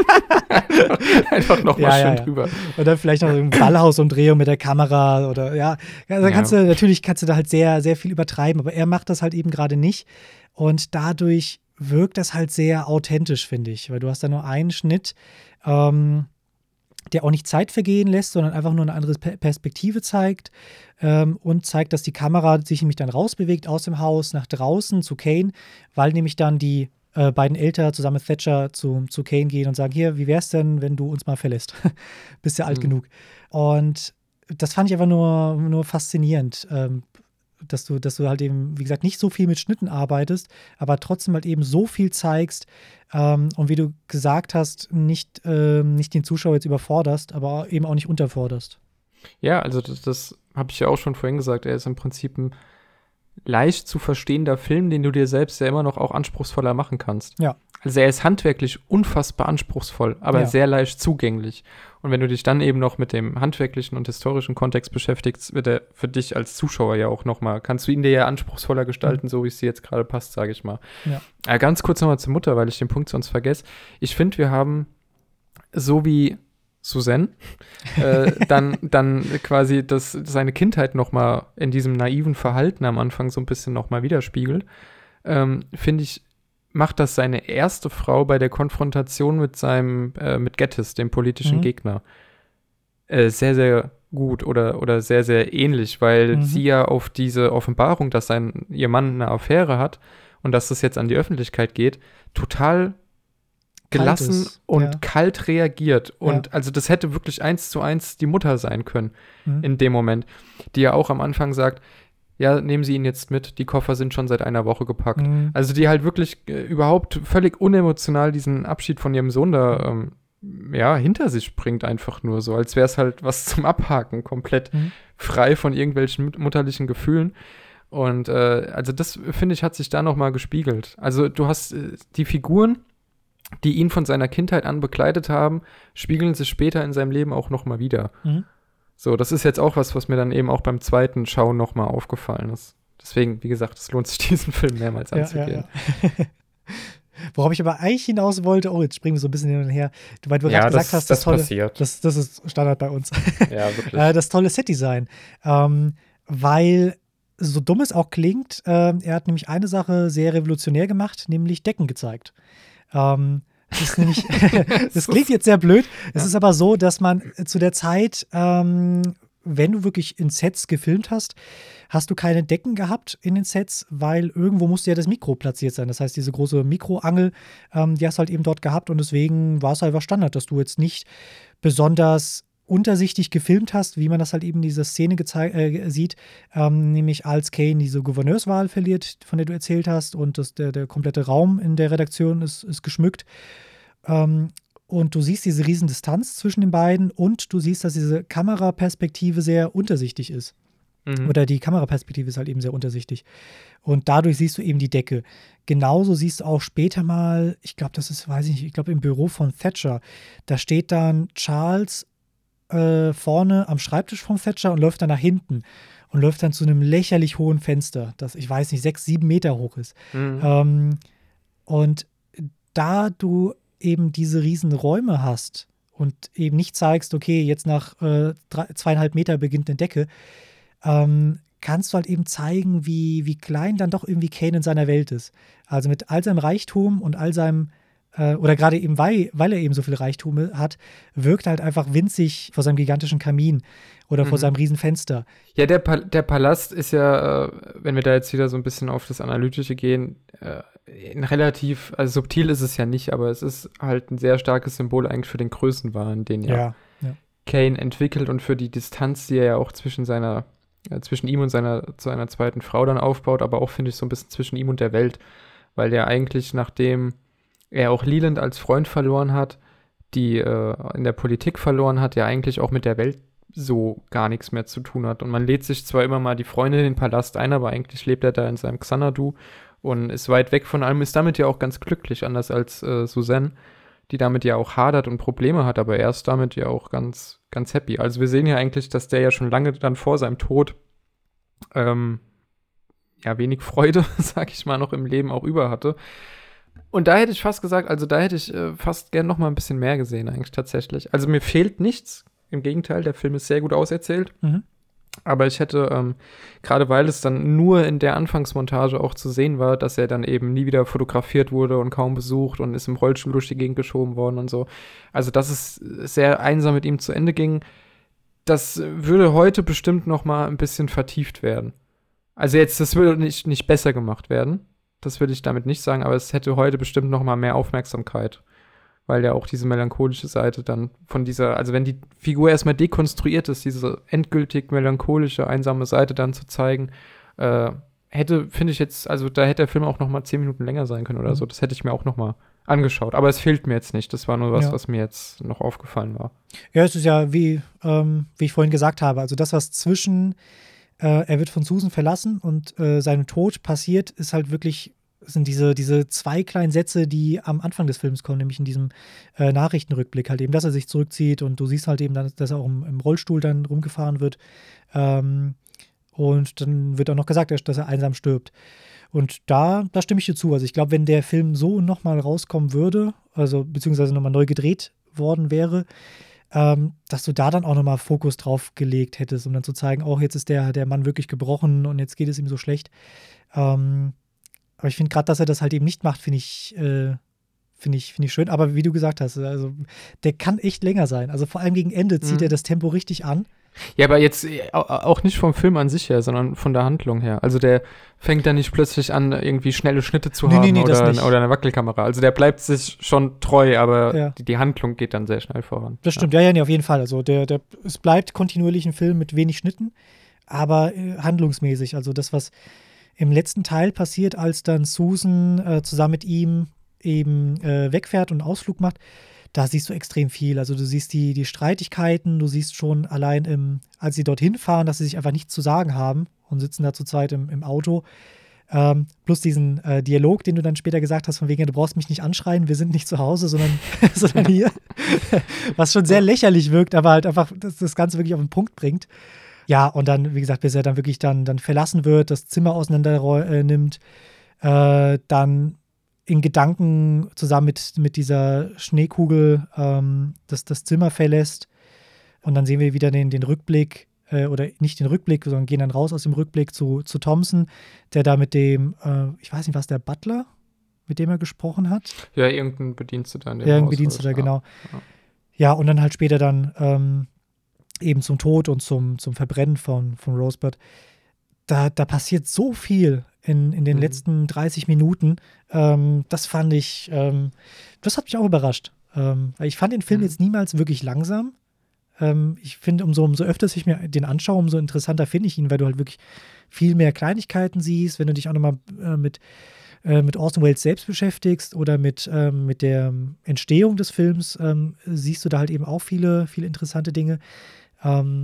Einfach nochmal schön drüber.
Oder vielleicht noch ein Ballhausumdrehung mit der Kamera oder natürlich kannst du da halt sehr, sehr viel übertreiben, aber er macht das halt eben gerade nicht und dadurch wirkt das halt sehr authentisch, finde ich, weil du hast da nur einen Schnitt, der auch nicht Zeit vergehen lässt, sondern einfach nur eine andere Perspektive zeigt und zeigt, dass die Kamera sich nämlich dann rausbewegt aus dem Haus nach draußen zu Kane, weil nämlich dann die beiden Eltern zusammen mit Thatcher zu Kane gehen und sagen, hier, wie wär's denn, wenn du uns mal verlässt? Bist ja alt genug. Und das fand ich einfach nur faszinierend, dass du halt eben, wie gesagt, nicht so viel mit Schnitten arbeitest, aber trotzdem halt eben so viel zeigst und wie du gesagt hast, nicht den Zuschauer jetzt überforderst, aber eben auch nicht unterforderst.
Ja, also das habe ich ja auch schon vorhin gesagt, er ist im Prinzip ein leicht zu verstehender Film, den du dir selbst ja immer noch auch anspruchsvoller machen kannst.
Ja.
Also er ist handwerklich unfassbar anspruchsvoll, aber sehr leicht zugänglich. Und wenn du dich dann eben noch mit dem handwerklichen und historischen Kontext beschäftigst, wird er für dich als Zuschauer ja auch nochmal, kannst du ihn dir ja anspruchsvoller gestalten, so wie es dir jetzt gerade passt, sage ich mal. Ja. Ganz kurz nochmal zur Mutter, weil ich den Punkt sonst vergesse. Ich finde, wir haben so wie Suzanne, dann quasi seine Kindheit nochmal in diesem naiven Verhalten am Anfang so ein bisschen nochmal widerspiegelt, finde ich, macht das seine erste Frau bei der Konfrontation mit Geddes, dem politischen Gegner, sehr, sehr gut oder sehr, sehr ähnlich, weil sie ja auf diese Offenbarung, dass ihr Mann eine Affäre hat und dass das jetzt an die Öffentlichkeit geht, total gelassen und kalt reagiert. Und also das hätte wirklich 1:1 die Mutter sein können in dem Moment, die ja auch am Anfang sagt, ja, nehmen Sie ihn jetzt mit, die Koffer sind schon seit einer Woche gepackt. Also die halt wirklich überhaupt völlig unemotional diesen Abschied von ihrem Sohn da hinter sich bringt, einfach nur so, als wäre es halt was zum Abhaken, komplett frei von irgendwelchen mutterlichen Gefühlen. Und also das, finde ich, hat sich da nochmal gespiegelt. Also du hast die Figuren, die ihn von seiner Kindheit an begleitet haben, spiegeln sich später in seinem Leben auch nochmal wieder. So, das ist jetzt auch was mir dann eben auch beim zweiten Schauen nochmal aufgefallen ist. Deswegen, wie gesagt, es lohnt sich, diesen Film mehrmals anzugehen.
Ja. Worauf ich aber eigentlich hinaus wollte, jetzt springen wir so ein bisschen hin und her, weil du gerade gesagt hast, das ist Standard bei uns.
Ja, wirklich.
Das tolle Setdesign. Weil, so dumm es auch klingt, er hat nämlich eine Sache sehr revolutionär gemacht, nämlich Decken gezeigt. Das ist nämlich, das klingt jetzt sehr blöd. Es ist aber so, dass man zu der Zeit, wenn du wirklich in Sets gefilmt hast, hast du keine Decken gehabt in den Sets, weil irgendwo musste ja das Mikro platziert sein. Das heißt, diese große Mikroangel, die hast du halt eben dort gehabt und deswegen war es einfach Standard, dass du jetzt nicht besonders untersichtig gefilmt hast, wie man das halt eben in dieser Szene sieht, nämlich als Kane diese Gouverneurswahl verliert, von der du erzählt hast und der komplette Raum in der Redaktion ist geschmückt. Und du siehst diese riesen Distanz zwischen den beiden und du siehst, dass diese Kameraperspektive sehr untersichtig ist. Oder die Kameraperspektive ist halt eben sehr untersichtig. Und dadurch siehst du eben die Decke. Genauso siehst du auch später mal, ich glaube, das ist, weiß ich nicht, ich glaube im Büro von Thatcher, da steht dann Charles vorne am Schreibtisch von Thatcher und läuft dann nach hinten und läuft dann zu einem lächerlich hohen Fenster, das, ich weiß nicht, 6, 7 Meter hoch ist. Und da du eben diese riesen Räume hast und eben nicht zeigst, okay, jetzt nach 2,5 Meter beginnt eine Decke, kannst du halt eben zeigen, wie klein dann doch irgendwie Kane in seiner Welt ist. Also mit all seinem Reichtum und all seinem, oder gerade eben, weil er eben so viel Reichtum hat, wirkt er halt einfach winzig vor seinem gigantischen Kamin oder vor seinem riesen Fenster.
Ja, der Palast ist ja, wenn wir da jetzt wieder so ein bisschen auf das Analytische gehen, relativ, also subtil ist es ja nicht, aber es ist halt ein sehr starkes Symbol eigentlich für den Größenwahn, den Kane entwickelt und für die Distanz, die er ja auch zwischen ihm und seiner zweiten Frau dann aufbaut, aber auch, finde ich, so ein bisschen zwischen ihm und der Welt, weil der eigentlich, nachdem er auch Leland als Freund verloren hat, die in der Politik verloren hat, ja eigentlich auch mit der Welt so gar nichts mehr zu tun hat. Und man lädt sich zwar immer mal die Freunde in den Palast ein, aber eigentlich lebt er da in seinem Xanadu und ist weit weg von allem, ist damit ja auch ganz glücklich, anders als Suzanne, die damit ja auch hadert und Probleme hat, aber er ist damit ja auch ganz, ganz happy. Also wir sehen ja eigentlich, dass der ja schon lange dann vor seinem Tod wenig Freude, sag ich mal, noch im Leben auch über hatte. Und da hätte ich fast gesagt, also da hätte ich fast gern noch mal ein bisschen mehr gesehen eigentlich tatsächlich. Also mir fehlt nichts, im Gegenteil, der Film ist sehr gut auserzählt. Aber ich hätte, gerade weil es dann nur in der Anfangsmontage auch zu sehen war, dass er dann eben nie wieder fotografiert wurde und kaum besucht und ist im Rollstuhl durch die Gegend geschoben worden und so. Also, dass es sehr einsam mit ihm zu Ende ging, das würde heute bestimmt noch mal ein bisschen vertieft werden. Also jetzt, das würde nicht besser gemacht werden. Das will ich damit nicht sagen, aber es hätte heute bestimmt noch mal mehr Aufmerksamkeit. Weil ja auch diese melancholische Seite dann von dieser, also wenn die Figur erstmal dekonstruiert ist, diese endgültig melancholische, einsame Seite dann zu zeigen, finde ich jetzt, also da hätte der Film auch noch mal 10 Minuten länger sein können oder so. Das hätte ich mir auch noch mal angeschaut. Aber es fehlt mir jetzt nicht. Das war nur was mir jetzt noch aufgefallen war.
Ja, es ist ja, wie ich vorhin gesagt habe, also das, was zwischen er wird von Susan verlassen und seinem Tod passiert, ist halt wirklich, sind diese 2 kleinen Sätze, die am Anfang des Films kommen, nämlich in diesem Nachrichtenrückblick halt eben, dass er sich zurückzieht und du siehst halt eben, dass er auch im Rollstuhl dann rumgefahren wird. Und dann wird auch noch gesagt, dass er einsam stirbt. Und da stimme ich dir zu. Also ich glaube, wenn der Film so nochmal rauskommen würde, also beziehungsweise nochmal neu gedreht worden wäre, dass du da dann auch nochmal Fokus drauf gelegt hättest, um dann zu zeigen, auch jetzt ist der Mann wirklich gebrochen und jetzt geht es ihm so schlecht. Aber ich finde gerade, dass er das halt eben nicht macht, finde ich schön. Aber wie du gesagt hast, also der kann echt länger sein. Also vor allem gegen Ende zieht er das Tempo richtig an.
Ja, aber jetzt auch nicht vom Film an sich her, sondern von der Handlung her. Also der fängt dann nicht plötzlich an, irgendwie schnelle Schnitte zu haben oder eine Wackelkamera. Also der bleibt sich schon treu, aber die Handlung geht dann sehr schnell voran.
Das stimmt, ja, auf jeden Fall. Also es bleibt kontinuierlich ein Film mit wenig Schnitten, aber handlungsmäßig. Also das, was im letzten Teil passiert, als dann Susan zusammen mit ihm eben wegfährt und einen Ausflug macht, da siehst du extrem viel. Also du siehst die Streitigkeiten, du siehst schon allein, als sie dorthin fahren, dass sie sich einfach nichts zu sagen haben und sitzen da zu zweit im Auto. Plus diesen Dialog, den du dann später gesagt hast, von wegen, du brauchst mich nicht anschreien, wir sind nicht zu Hause, sondern hier. Was schon sehr lächerlich wirkt, aber halt einfach das Ganze wirklich auf den Punkt bringt. Ja, und dann, wie gesagt, bis er dann wirklich dann verlassen wird, das Zimmer auseinander nimmt, dann in Gedanken zusammen mit dieser Schneekugel das Zimmer verlässt. Und dann sehen wir wieder den Rückblick, oder nicht den Rückblick, sondern gehen dann raus aus dem Rückblick zu Thompson, der da mit dem, ich weiß nicht, was, der Butler, mit dem er gesprochen hat?
Ja, irgendein Bediensteter in dem
Haus. Ja, irgendein Bediensteter, genau. Ja, und dann halt später dann eben zum Tod und zum Verbrennen von Rosebud. Da passiert so viel in den letzten 30 Minuten. Das fand ich, das hat mich auch überrascht. Weil ich fand den Film jetzt niemals wirklich langsam. Ich finde, umso öfter ich mir den anschaue, umso interessanter finde ich ihn, weil du halt wirklich viel mehr Kleinigkeiten siehst, wenn du dich auch nochmal mit Orson Welles selbst beschäftigst oder mit der Entstehung des Films, siehst du da halt eben auch viele, viele interessante Dinge.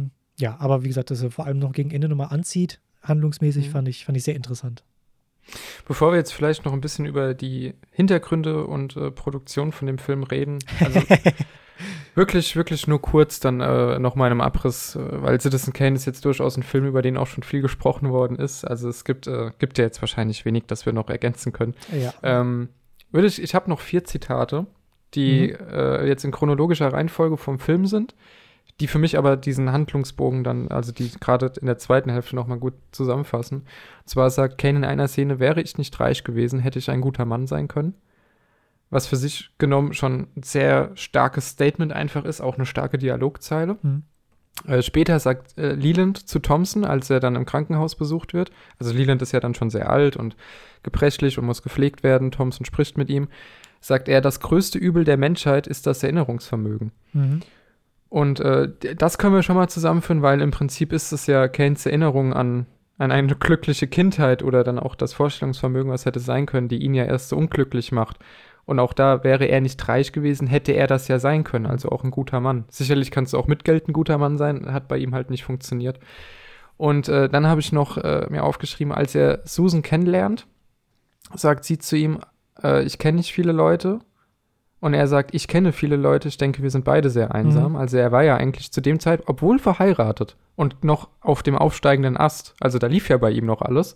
Ja, aber wie gesagt, dass er vor allem noch gegen Ende nochmal anzieht, handlungsmäßig, fand ich sehr interessant.
Bevor wir jetzt vielleicht noch ein bisschen über die Hintergründe und Produktion von dem Film reden, also wirklich, wirklich nur kurz dann noch mal in einem Abriss, weil Citizen Kane ist jetzt durchaus ein Film, über den auch schon viel gesprochen worden ist. Also es gibt ja jetzt wahrscheinlich wenig, das wir noch ergänzen können.
Ja.
Ich habe noch 4 Zitate, die jetzt in chronologischer Reihenfolge vom Film sind, die für mich aber diesen Handlungsbogen dann, also die gerade in der zweiten Hälfte noch mal gut zusammenfassen. Und zwar sagt Kane in einer Szene: Wäre ich nicht reich gewesen, hätte ich ein guter Mann sein können. Was für sich genommen schon ein sehr starkes Statement einfach ist, auch eine starke Dialogzeile. Später sagt Leland zu Thompson, als er dann im Krankenhaus besucht wird, also Leland ist ja dann schon sehr alt und gebrechlich und muss gepflegt werden, Thompson spricht mit ihm, sagt er: Das größte Übel der Menschheit ist das Erinnerungsvermögen. Und das können wir schon mal zusammenführen, weil im Prinzip ist es ja Kanes Erinnerung an eine glückliche Kindheit oder dann auch das Vorstellungsvermögen, was hätte sein können, die ihn ja erst so unglücklich macht. Und auch da wäre er nicht reich gewesen, hätte er das ja sein können, also auch ein guter Mann. Sicherlich kannst du auch mit Geld ein guter Mann sein, hat bei ihm halt nicht funktioniert. Und dann habe ich noch mir aufgeschrieben, als er Susan kennenlernt, sagt sie zu ihm: Ich kenne nicht viele Leute. Und er sagt: Ich kenne viele Leute, ich denke, wir sind beide sehr einsam. Also er war ja eigentlich zu dem Zeit, obwohl verheiratet und noch auf dem aufsteigenden Ast, also da lief ja bei ihm noch alles,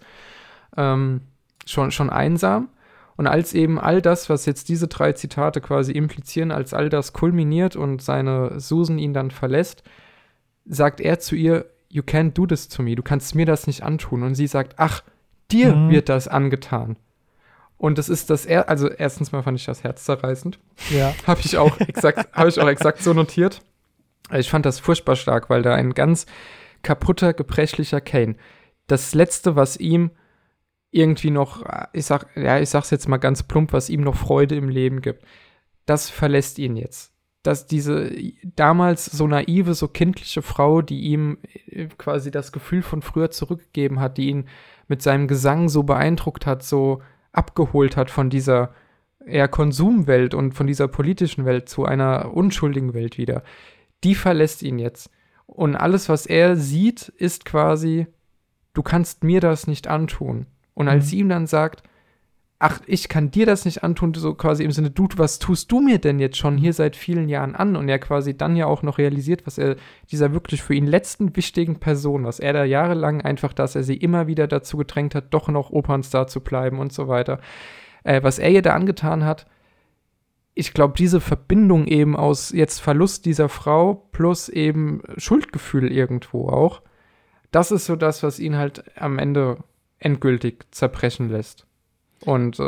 schon einsam. Und als eben all das, was jetzt diese 3 Zitate quasi implizieren, als all das kulminiert und seine Susan ihn dann verlässt, sagt er zu ihr: You can't do this to me, du kannst mir das nicht antun. Und sie sagt: Ach, dir wird das angetan. Und das ist also erstens mal fand ich das herzzerreißend.
Ja.
Habe ich auch exakt so notiert. Ich fand das furchtbar stark, weil da ein ganz kaputter, gebrechlicher Kane, das Letzte, was ihm irgendwie noch, ich sag's jetzt mal ganz plump, was ihm noch Freude im Leben gibt, das verlässt ihn jetzt. Dass diese damals so naive, so kindliche Frau, die ihm quasi das Gefühl von früher zurückgegeben hat, die ihn mit seinem Gesang so beeindruckt hat, so abgeholt hat von dieser eher Konsumwelt und von dieser politischen Welt zu einer unschuldigen Welt wieder, die verlässt ihn jetzt. Und alles, was er sieht, ist quasi: Du kannst mir das nicht antun. Und als sie ihm dann sagt: Ach, ich kann dir das nicht antun, so quasi im Sinne: Du, was tust du mir denn jetzt schon hier seit vielen Jahren an? Und er quasi dann ja auch noch realisiert, was er dieser wirklich für ihn letzten wichtigen Person, was er da jahrelang einfach, dass er sie immer wieder dazu gedrängt hat, doch noch Opernstar zu bleiben und so weiter, was er ihr da angetan hat. Ich glaube, diese Verbindung eben aus jetzt Verlust dieser Frau plus eben Schuldgefühl irgendwo auch, das ist so das, was ihn halt am Ende endgültig zerbrechen lässt. Und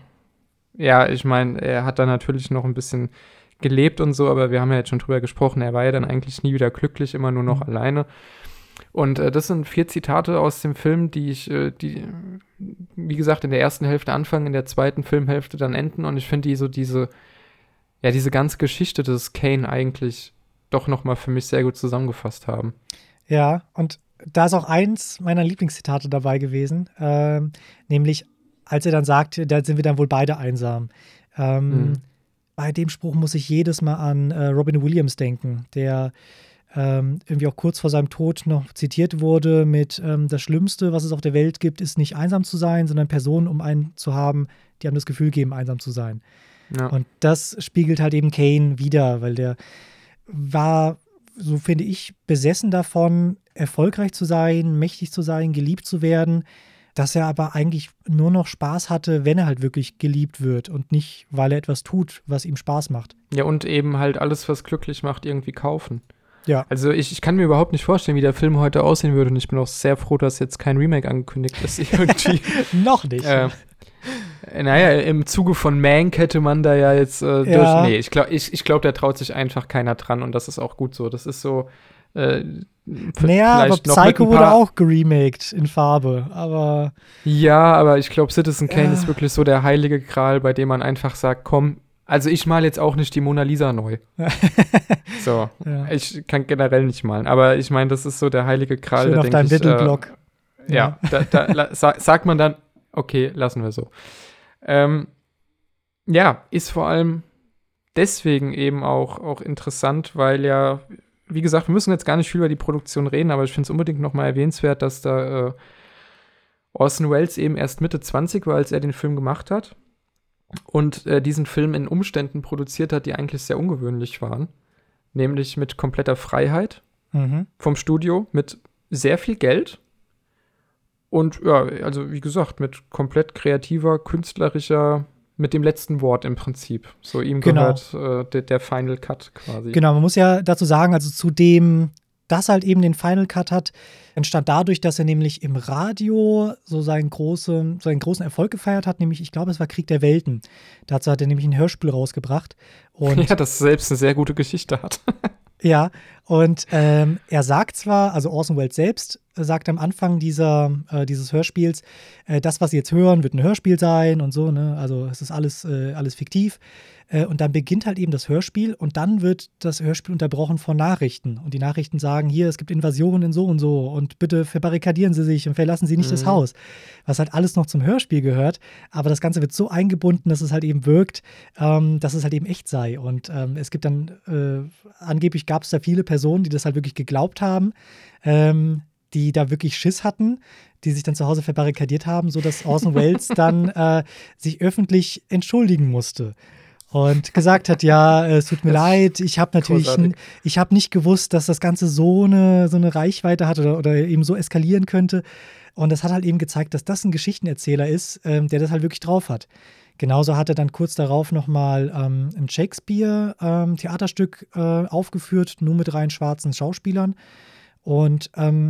ich meine, er hat da natürlich noch ein bisschen gelebt und so, aber wir haben ja jetzt schon drüber gesprochen, er war ja dann eigentlich nie wieder glücklich, immer nur noch alleine. Und das sind 4 Zitate aus dem Film, die wie gesagt, in der ersten Hälfte anfangen, in der zweiten Filmhälfte dann enden. Und ich finde diese ganze Geschichte des Kane eigentlich doch noch mal für mich sehr gut zusammengefasst haben.
Ja, und da ist auch eins meiner Lieblingszitate dabei gewesen, nämlich als er dann sagt, da sind wir dann wohl beide einsam. Bei dem Spruch muss ich jedes Mal an Robin Williams denken, der irgendwie auch kurz vor seinem Tod noch zitiert wurde mit das Schlimmste, was es auf der Welt gibt, ist nicht einsam zu sein, sondern Personen um einen zu haben, die einem das Gefühl geben, einsam zu sein. Ja. Und das spiegelt halt eben Kane wider, weil der war, so finde ich, besessen davon, erfolgreich zu sein, mächtig zu sein, geliebt zu werden, dass er aber eigentlich nur noch Spaß hatte, wenn er halt wirklich geliebt wird und nicht, weil er etwas tut, was ihm Spaß macht.
Ja, und eben halt alles, was glücklich macht, irgendwie kaufen.
Ja.
Also ich kann mir überhaupt nicht vorstellen, wie der Film heute aussehen würde, und ich bin auch sehr froh, dass jetzt kein Remake angekündigt ist. Irgendwie.
Noch nicht.
Im Zuge von Mank hätte man da ja jetzt Nee, ich glaube, da traut sich einfach keiner dran, und das ist auch gut so. Das ist so
aber Psycho wurde auch geremaked in Farbe, aber
ja, aber ich glaube, Citizen Kane ist wirklich so der heilige Gral, bei dem man einfach sagt, komm, also ich male jetzt auch nicht die Mona Lisa neu. So, ja. Ich kann generell nicht malen, aber ich meine, das ist so der heilige Gral.
Schön auf deinem Little Block.
Ja, da sagt man dann, okay, lassen wir so. Ist vor allem deswegen eben auch interessant, weil ja wie gesagt, wir müssen jetzt gar nicht viel über die Produktion reden, aber ich finde es unbedingt noch mal erwähnenswert, dass da Orson Welles eben erst Mitte 20 war, als er den Film gemacht hat. Und diesen Film in Umständen produziert hat, die eigentlich sehr ungewöhnlich waren. Nämlich mit kompletter Freiheit vom Studio, mit sehr viel Geld. Und ja, also wie gesagt, mit komplett kreativer, künstlerischer, mit dem letzten Wort im Prinzip. So ihm gehört der Final Cut quasi.
Genau, man muss ja dazu sagen, also zu dem, das halt eben den Final Cut hat, entstand dadurch, dass er nämlich im Radio so seinen großen Erfolg gefeiert hat, nämlich, ich glaube, es war Krieg der Welten. Dazu hat er nämlich ein Hörspiel rausgebracht. Und
ja, das selbst eine sehr gute Geschichte hat.
Ja, und er sagt zwar, also Orson Welles selbst sagt am Anfang dieses Hörspiels, das, was Sie jetzt hören, wird ein Hörspiel sein und so, ne? Also es ist alles fiktiv. Und dann beginnt halt eben das Hörspiel und dann wird das Hörspiel unterbrochen von Nachrichten. Und die Nachrichten sagen, hier, es gibt Invasionen in so und bitte verbarrikadieren Sie sich und verlassen Sie nicht das Haus. Was halt alles noch zum Hörspiel gehört. Aber das Ganze wird so eingebunden, dass es halt eben wirkt, dass es halt eben echt sei. Und es gibt dann, angeblich gab es da viele Personen, die das halt wirklich geglaubt haben, die da wirklich Schiss hatten, die sich dann zu Hause verbarrikadiert haben, sodass Orson Welles dann sich öffentlich entschuldigen musste. Und gesagt hat, ja, es tut mir leid, ich habe nicht gewusst, dass das Ganze so eine Reichweite hat oder eben so eskalieren könnte. Und das hat halt eben gezeigt, dass das ein Geschichtenerzähler ist, der das halt wirklich drauf hat. Genauso hat er dann kurz darauf nochmal ein Shakespeare-Theaterstück aufgeführt, nur mit rein schwarzen Schauspielern. Und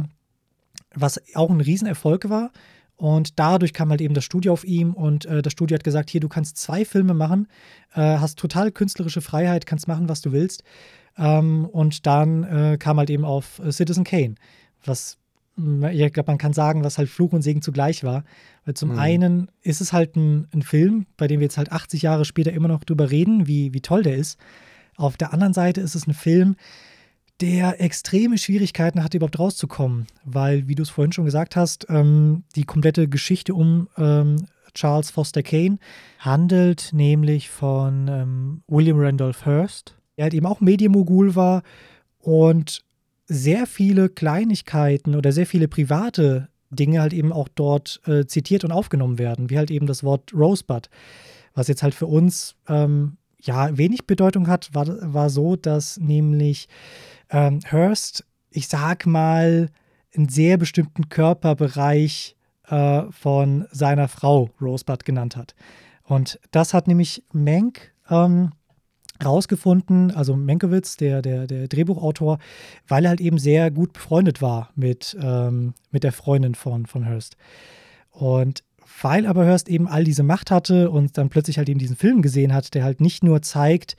was auch ein Riesenerfolg war. Und dadurch kam halt eben das Studio auf ihm und das Studio hat gesagt, hier, du kannst 2 Filme machen, hast total künstlerische Freiheit, kannst machen, was du willst. Und dann kam halt eben auf Citizen Kane, was, ich glaube, man kann sagen, was halt Fluch und Segen zugleich war. Weil zum einen ist es halt ein Film, bei dem wir jetzt halt 80 Jahre später immer noch drüber reden, wie toll der ist. Auf der anderen Seite ist es ein Film, der extreme Schwierigkeiten hatte, überhaupt rauszukommen. Weil, wie du es vorhin schon gesagt hast, die komplette Geschichte um Charles Foster Kane handelt nämlich von William Randolph Hearst, der halt eben auch Medienmogul war und sehr viele Kleinigkeiten oder sehr viele private Dinge halt eben auch dort zitiert und aufgenommen werden, wie halt eben das Wort Rosebud, was jetzt halt für uns wenig Bedeutung hat, war so, dass nämlich Hearst, ich sag mal, einen sehr bestimmten Körperbereich von seiner Frau Rosebud genannt hat. Und das hat nämlich Mank rausgefunden, also Mankiewicz, der Drehbuchautor, weil er halt eben sehr gut befreundet war mit der Freundin von Hearst. Und weil aber Hearst eben all diese Macht hatte und dann plötzlich halt eben diesen Film gesehen hat, der halt nicht nur zeigt,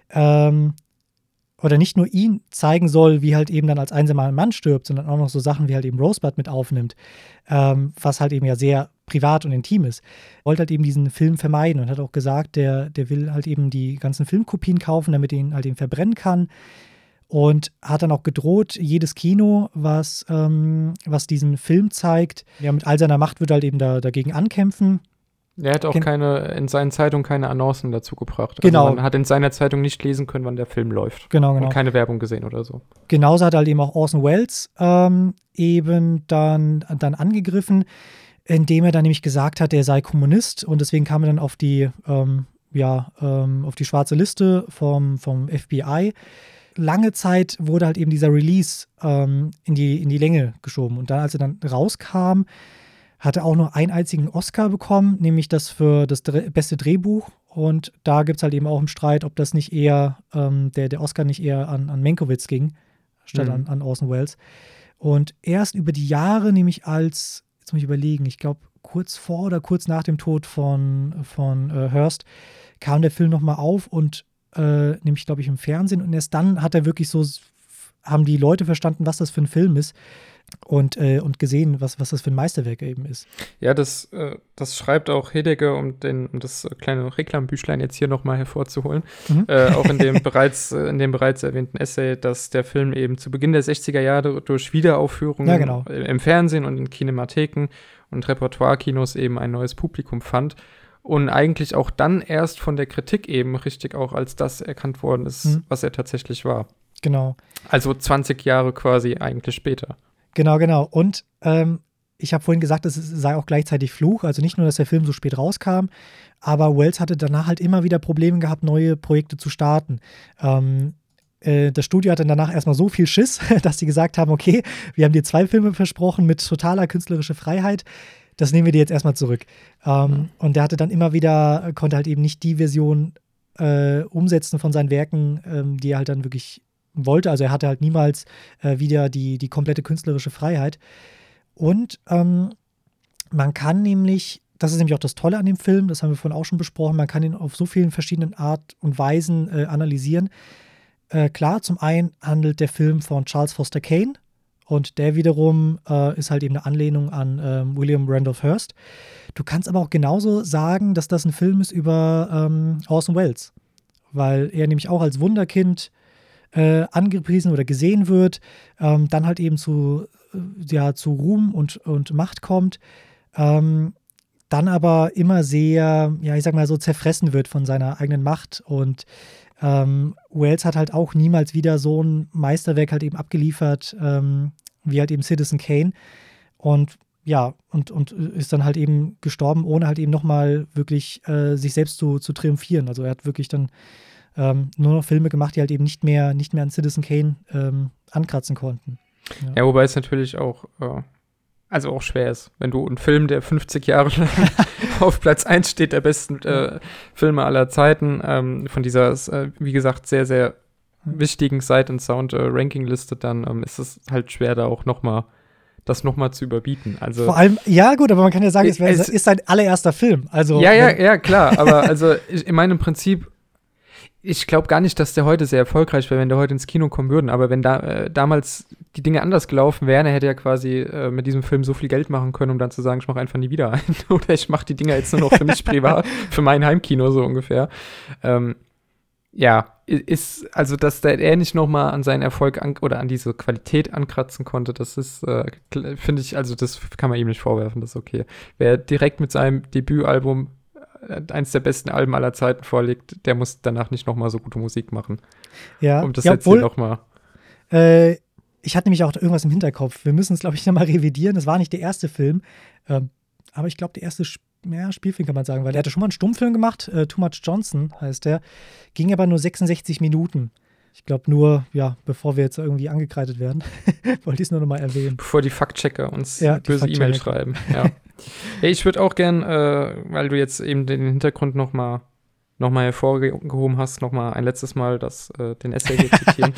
oder nicht nur ihn zeigen soll, wie halt eben dann als einsamer Mann stirbt, sondern auch noch so Sachen wie halt eben Rosebud mit aufnimmt, was halt eben ja sehr privat und intim ist. Wollte halt eben diesen Film vermeiden und hat auch gesagt, der will halt eben die ganzen Filmkopien kaufen, damit er ihn halt eben verbrennen kann. Und hat dann auch gedroht, jedes Kino, was diesen Film zeigt, ja, mit all seiner Macht wird halt eben dagegen ankämpfen.
Er hat auch in seinen Zeitungen keine Annoncen dazu gebracht.
Genau.
Also man hat in seiner Zeitung nicht lesen können, wann der Film läuft.
Genau.
Und keine Werbung gesehen oder so.
Genauso hat halt eben auch Orson Welles eben dann angegriffen, indem er dann nämlich gesagt hat, er sei Kommunist und deswegen kam er dann auf die schwarze Liste vom FBI. Lange Zeit wurde halt eben dieser Release in die Länge geschoben. Und dann, als er dann rauskam, hat er auch nur einen einzigen Oscar bekommen, nämlich das für das beste Drehbuch. Und da gibt es halt eben auch einen Streit, ob das nicht eher, der Oscar nicht eher an Mankiewicz ging, statt an Orson Welles. Und erst über die Jahre, nämlich jetzt muss ich überlegen, ich glaube kurz vor oder kurz nach dem Tod von Hearst, kam der Film nochmal auf und nämlich, glaube ich, im Fernsehen. Und erst dann hat er wirklich haben die Leute verstanden, was das für ein Film ist. Und gesehen, was das für ein Meisterwerk eben ist.
Ja, das schreibt auch Heidegger, um das kleine Reklambüchlein jetzt hier nochmal hervorzuholen, auch in dem bereits erwähnten Essay, dass der Film eben zu Beginn der 60er Jahre durch Wiederaufführungen im Fernsehen und in Kinematheken und Repertoire-Kinos eben ein neues Publikum fand und eigentlich auch dann erst von der Kritik eben richtig auch als das erkannt worden ist, was er tatsächlich war.
Genau.
Also 20 Jahre quasi eigentlich später.
Genau. Und ich habe vorhin gesagt, es sei auch gleichzeitig Fluch. Also nicht nur, dass der Film so spät rauskam, aber Wells hatte danach halt immer wieder Probleme gehabt, neue Projekte zu starten. Das Studio hatte danach erstmal so viel Schiss, dass sie gesagt haben, okay, wir haben dir 2 Filme versprochen mit totaler künstlerischer Freiheit. Das nehmen wir dir jetzt erstmal zurück. Und der hatte dann immer wieder, konnte halt eben nicht die Version umsetzen von seinen Werken, die er halt dann wirklich wollte. Also er hatte halt niemals wieder die komplette künstlerische Freiheit. Und man kann nämlich, das ist nämlich auch das Tolle an dem Film, das haben wir vorhin auch schon besprochen, man kann ihn auf so vielen verschiedenen Art und Weisen analysieren. Klar, zum einen handelt der Film von Charles Foster Kane und der wiederum ist halt eben eine Anlehnung an William Randolph Hearst. Du kannst aber auch genauso sagen, dass das ein Film ist über Orson Welles, weil er nämlich auch als Wunderkind angepriesen oder gesehen wird, dann halt eben zu Ruhm und Macht kommt, dann aber immer sehr, ich sag mal so, zerfressen wird von seiner eigenen Macht und Welles hat halt auch niemals wieder so ein Meisterwerk halt eben abgeliefert, wie halt eben Citizen Kane und und ist dann halt eben gestorben, ohne halt eben nochmal wirklich sich selbst zu triumphieren. Also er hat wirklich dann nur noch Filme gemacht, die halt eben nicht mehr an Citizen Kane ankratzen konnten.
Ja, wobei es natürlich auch auch schwer ist, wenn du einen Film, der 50 Jahre lang auf Platz 1 steht, der besten Filme aller Zeiten, von dieser, wie gesagt, sehr, sehr wichtigen Sight and Sound Ranking-Liste, dann ist es halt schwer, da auch das nochmal zu überbieten. Also,
vor allem, ja gut, aber man kann ja sagen, es ist sein allererster Film. Also,
ja, klar, aber also in meinem Prinzip, ich glaube gar nicht, dass der heute sehr erfolgreich wäre, wenn der heute ins Kino kommen würden. Aber wenn damals die Dinge anders gelaufen wären, er hätte ja quasi mit diesem Film so viel Geld machen können, um dann zu sagen, ich mache einfach nie wieder einen. Oder ich mache die Dinger jetzt nur noch für mich privat, für mein Heimkino so ungefähr. Ist, also, dass er nicht nochmal an seinen Erfolg oder an diese Qualität ankratzen konnte, das ist, finde ich, also das kann man ihm nicht vorwerfen, das ist okay. Wer direkt mit seinem Debütalbum eins der besten Alben aller Zeiten vorlegt, der muss danach nicht nochmal so gute Musik machen.
Ja.
Um das jetzt hier nochmal.
Ich hatte nämlich auch irgendwas im Hinterkopf. Wir müssen es, glaube ich, nochmal revidieren. Das war nicht der erste Film, aber ich glaube, der erste Spielfilm kann man sagen, weil er hatte schon mal einen Stummfilm gemacht, Too Much Johnson heißt der, ging aber nur 66 Minuten. Ich glaube nur, bevor wir jetzt irgendwie angekreidet werden, wollte ich es nur noch mal erwähnen.
Bevor die Faktchecker uns böse E-Mail schreiben. Ja. Hey, ich würde auch gern, weil du jetzt eben den Hintergrund noch mal hervorgehoben hast, noch mal ein letztes Mal den Essay hier zitieren.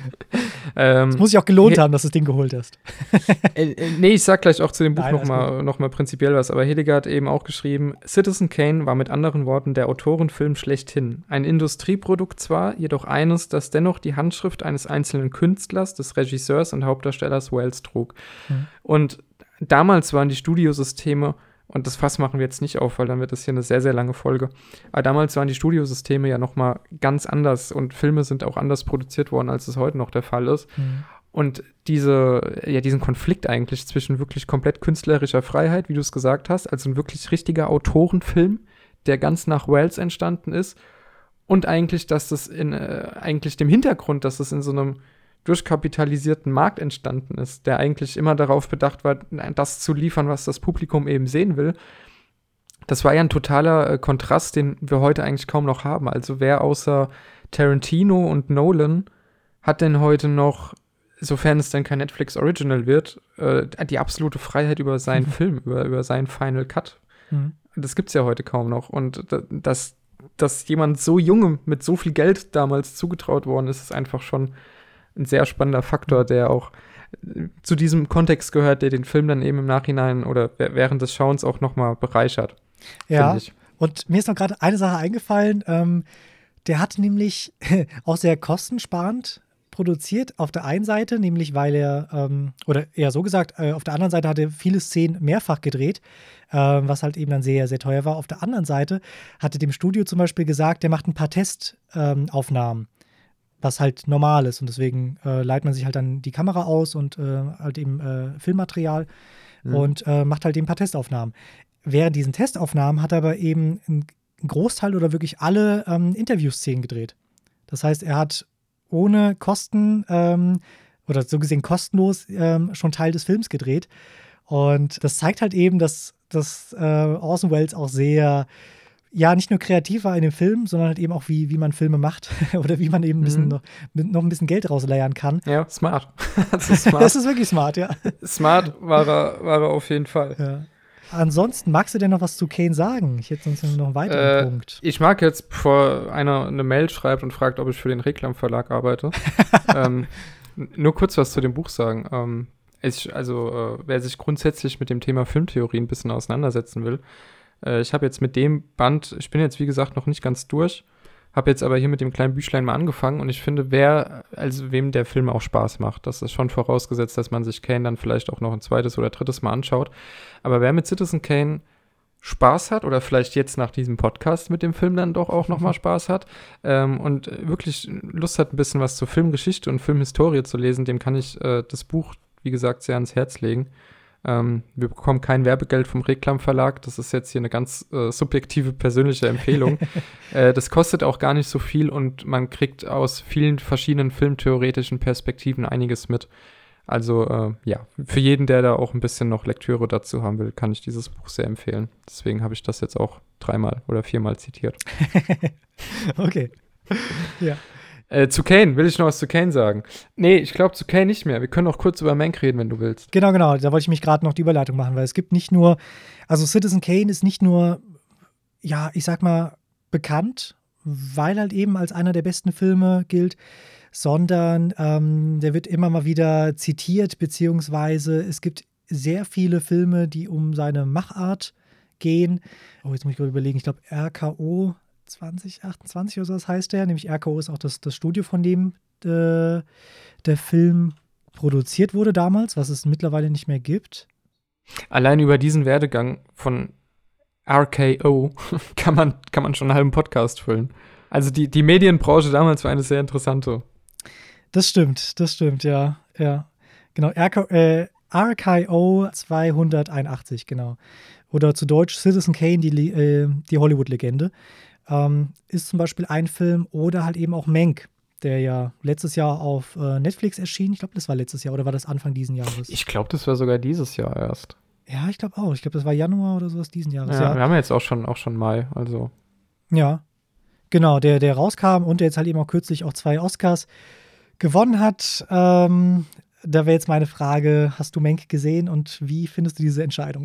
Es muss sich auch gelohnt haben, dass du das Ding geholt hast.
Nee, ich sag gleich auch zu dem Buch noch mal prinzipiell was, aber Heidegger hat eben auch geschrieben, Citizen Kane war mit anderen Worten der Autorenfilm schlechthin. Ein Industrieprodukt zwar, jedoch eines, das dennoch die Handschrift eines einzelnen Künstlers, des Regisseurs und Hauptdarstellers Welles trug. Und damals waren die Studiosysteme, und das Fass machen wir jetzt nicht auf, weil dann wird das hier eine sehr, sehr lange Folge. Aber damals waren die Studiosysteme ja noch mal ganz anders und Filme sind auch anders produziert worden, als es heute noch der Fall ist. Und diesen Konflikt eigentlich zwischen wirklich komplett künstlerischer Freiheit, wie du es gesagt hast, also ein wirklich richtiger Autorenfilm, der ganz nach Welles entstanden ist, und eigentlich, dass das eigentlich dem Hintergrund, dass es in so einem durchkapitalisierten Markt entstanden ist, der eigentlich immer darauf bedacht war, das zu liefern, was das Publikum eben sehen will. Das war ja ein totaler Kontrast, den wir heute eigentlich kaum noch haben. Also wer außer Tarantino und Nolan hat denn heute noch, sofern es denn kein Netflix-Original wird, die absolute Freiheit über seinen Film, über seinen Final Cut. Das gibt's ja heute kaum noch. Und dass jemand so jung mit so viel Geld damals zugetraut worden ist, ist einfach schon ein sehr spannender Faktor, der auch zu diesem Kontext gehört, der den Film dann eben im Nachhinein oder während des Schauens auch nochmal bereichert.
Ja, und mir ist noch gerade eine Sache eingefallen. Der hat nämlich auch sehr kostensparend produziert, auf der einen Seite, nämlich weil er, oder eher so gesagt, auf der anderen Seite hat er viele Szenen mehrfach gedreht, was halt eben dann sehr, sehr teuer war. Auf der anderen Seite hatte dem Studio zum Beispiel gesagt, der macht ein paar Testaufnahmen. Was halt normal ist. Und deswegen leiht man sich halt dann die Kamera aus und halt eben Filmmaterial und macht halt eben ein paar Testaufnahmen. Während diesen Testaufnahmen hat er aber eben einen Großteil oder wirklich alle Interviewszenen gedreht. Das heißt, er hat ohne Kosten oder so gesehen kostenlos schon Teil des Films gedreht. Und das zeigt halt eben, dass Orson Welles auch sehr, ja, nicht nur kreativ war in dem Film, sondern halt eben auch, wie man Filme macht oder wie man eben ein bisschen noch ein bisschen Geld rausleiern kann.
Ja, smart. Das ist smart.
Das ist wirklich smart, ja.
Smart war er auf jeden Fall.
Ja. Ansonsten, magst du denn noch was zu Kane sagen? Ich hätte sonst noch einen weiteren Punkt.
Ich mag jetzt, bevor einer eine Mail schreibt und fragt, ob ich für den Reklam Verlag arbeite, nur kurz was zu dem Buch sagen. Wer sich grundsätzlich mit dem Thema Filmtheorie ein bisschen auseinandersetzen will, ich habe jetzt mit dem Band, ich bin jetzt wie gesagt noch nicht ganz durch, habe jetzt aber hier mit dem kleinen Büchlein mal angefangen und ich finde, wem der Film auch Spaß macht, das ist schon vorausgesetzt, dass man sich Kane dann vielleicht auch noch ein zweites oder drittes Mal anschaut, aber wer mit Citizen Kane Spaß hat oder vielleicht jetzt nach diesem Podcast mit dem Film dann doch auch nochmal Spaß hat und wirklich Lust hat, ein bisschen was zur Filmgeschichte und Filmhistorie zu lesen, dem kann ich das Buch, wie gesagt, sehr ans Herz legen. Wir bekommen kein Werbegeld vom Reklam Verlag. Das ist jetzt hier eine ganz subjektive, persönliche Empfehlung. Das kostet auch gar nicht so viel und man kriegt aus vielen verschiedenen filmtheoretischen Perspektiven einiges mit. Also für jeden, der da auch ein bisschen noch Lektüre dazu haben will, kann ich dieses Buch sehr empfehlen. Deswegen habe ich das jetzt auch 3-mal oder 4-mal zitiert.
Okay. Ja.
Zu Kane, will ich noch was zu Kane sagen? Nee, ich glaube zu Kane nicht mehr. Wir können auch kurz über Mank reden, wenn du willst.
Genau. Da wollte ich mich gerade noch die Überleitung machen, weil es gibt nicht nur, also Citizen Kane ist nicht nur, ja, ich sag mal, bekannt, weil halt eben als einer der besten Filme gilt, sondern der wird immer mal wieder zitiert, beziehungsweise es gibt sehr viele Filme, die um seine Machart gehen. Oh, jetzt muss ich gerade überlegen, ich glaube RKO 2028 oder so, das heißt der. Nämlich RKO ist auch das Studio, von dem der Film produziert wurde damals, was es mittlerweile nicht mehr gibt.
Allein über diesen Werdegang von RKO kann man schon einen halben Podcast füllen. Also die Medienbranche damals war eine sehr interessante.
Das stimmt, ja. Genau, RKO 281, genau. Oder zu Deutsch Citizen Kane, die Hollywood-Legende. Ist zum Beispiel ein Film oder halt eben auch Mank, der ja letztes Jahr auf Netflix erschien. Ich glaube, das war letztes Jahr oder war das Anfang diesen Jahres?
Ich glaube, das war sogar dieses Jahr erst.
Ja, ich glaube auch. Ich glaube, das war Januar oder sowas diesen Jahres.
Ja, wir haben jetzt auch schon Mai, also.
Ja, genau, der rauskam und der jetzt halt eben auch kürzlich auch 2 Oscars gewonnen hat. Da wäre jetzt meine Frage, hast du Mank gesehen und wie findest du diese Entscheidung?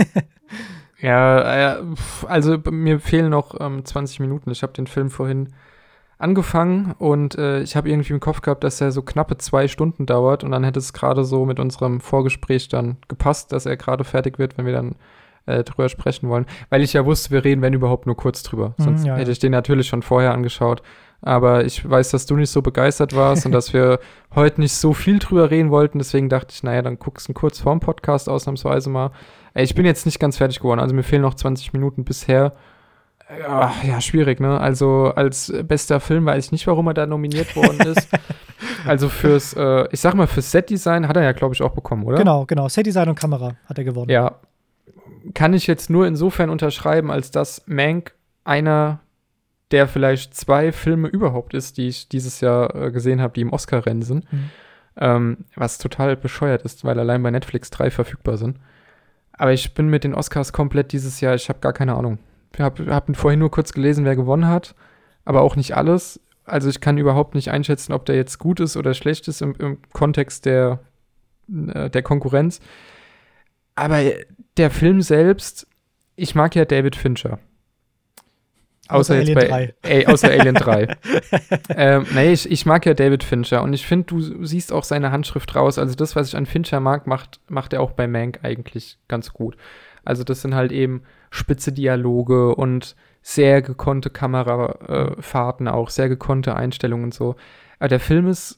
Ja, also mir fehlen noch 20 Minuten. Ich habe den Film vorhin angefangen und ich habe irgendwie im Kopf gehabt, dass er so knappe 2 Stunden dauert und dann hätte es gerade so mit unserem Vorgespräch dann gepasst, dass er gerade fertig wird, wenn wir dann drüber sprechen wollen. Weil ich ja wusste, wir reden, wenn überhaupt, nur kurz drüber. Sonst hätte ich den natürlich schon vorher angeschaut. Aber ich weiß, dass du nicht so begeistert warst und dass wir heute nicht so viel drüber reden wollten. Deswegen dachte ich, naja, dann guckst du kurz vorm Podcast ausnahmsweise mal. Ich bin jetzt nicht ganz fertig geworden. Also mir fehlen noch 20 Minuten bisher. Ja, schwierig, ne? Also als bester Film weiß ich nicht, warum er da nominiert worden ist. Also fürs Setdesign hat er ja, glaube ich, auch bekommen, oder?
Genau. Setdesign und Kamera hat er gewonnen.
Ja. Kann ich jetzt nur insofern unterschreiben, als dass Mank einer der vielleicht 2 Filme überhaupt ist, die ich dieses Jahr gesehen habe, die im Oscar-Rennen sind. Was total bescheuert ist, weil allein bei Netflix 3 verfügbar sind. Aber ich bin mit den Oscars komplett dieses Jahr, ich habe gar keine Ahnung. Ich habe vorhin nur kurz gelesen, wer gewonnen hat, aber auch nicht alles. Also ich kann überhaupt nicht einschätzen, ob der jetzt gut ist oder schlecht ist im Kontext der Konkurrenz. Aber der Film selbst, ich mag ja David Fincher. Außer Alien 3. Außer Alien 3. Ich mag ja David Fincher und ich finde, du siehst auch seine Handschrift raus. Also das, was ich an Fincher mag, macht er auch bei Mank eigentlich ganz gut. Also das sind halt eben spitze Dialoge und sehr gekonnte Kamerafahrten auch, sehr gekonnte Einstellungen und so. Aber der Film ist,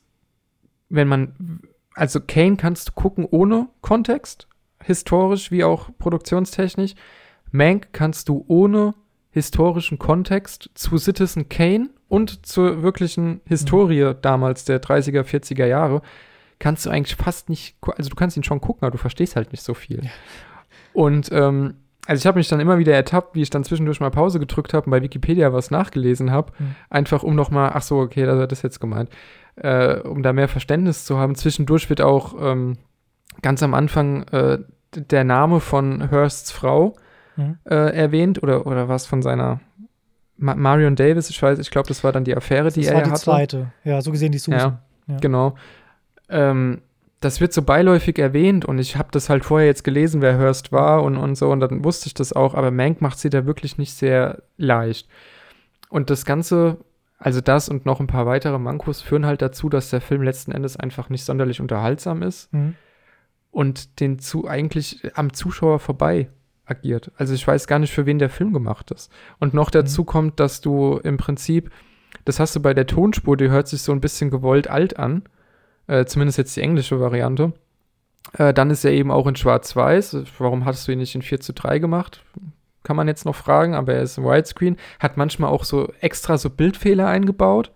also Kane kannst du gucken ohne Kontext, historisch wie auch produktionstechnisch. Mank kannst du ohne historischen Kontext zu Citizen Kane und zur wirklichen Historie damals der 30er, 40er Jahre, kannst du eigentlich fast nicht, also du kannst ihn schon gucken, aber du verstehst halt nicht so viel. Ja. Und Also ich habe mich dann immer wieder ertappt, wie ich dann zwischendurch mal Pause gedrückt habe und bei Wikipedia was nachgelesen habe, einfach um nochmal, ach so, okay, das hat das jetzt gemeint, um da mehr Verständnis zu haben. Zwischendurch wird auch ganz am Anfang der Name von Hearsts Frau erwähnt oder was von seiner Marion Davis, ich glaube, das war dann die Affäre, die er hatte. Das war die
zweite, ja, so gesehen die Susan.
Ja. Genau. Das wird so beiläufig erwähnt und ich habe das halt vorher jetzt gelesen, wer Hearst war und so und dann wusste ich das auch, aber Mank macht sie da wirklich nicht sehr leicht. Und das Ganze, also das und noch ein paar weitere Mankos führen halt dazu, dass der Film letzten Endes einfach nicht sonderlich unterhaltsam ist und eigentlich am Zuschauer vorbei agiert. Also ich weiß gar nicht, für wen der Film gemacht ist. Und noch dazu kommt, dass du im Prinzip, das hast du bei der Tonspur, die hört sich so ein bisschen gewollt alt an, zumindest jetzt die englische Variante. Dann ist er eben auch in Schwarz-Weiß. Warum hattest du ihn nicht in 4:3 gemacht? Kann man jetzt noch fragen, aber er ist im Widescreen. Hat manchmal auch so extra so Bildfehler eingebaut.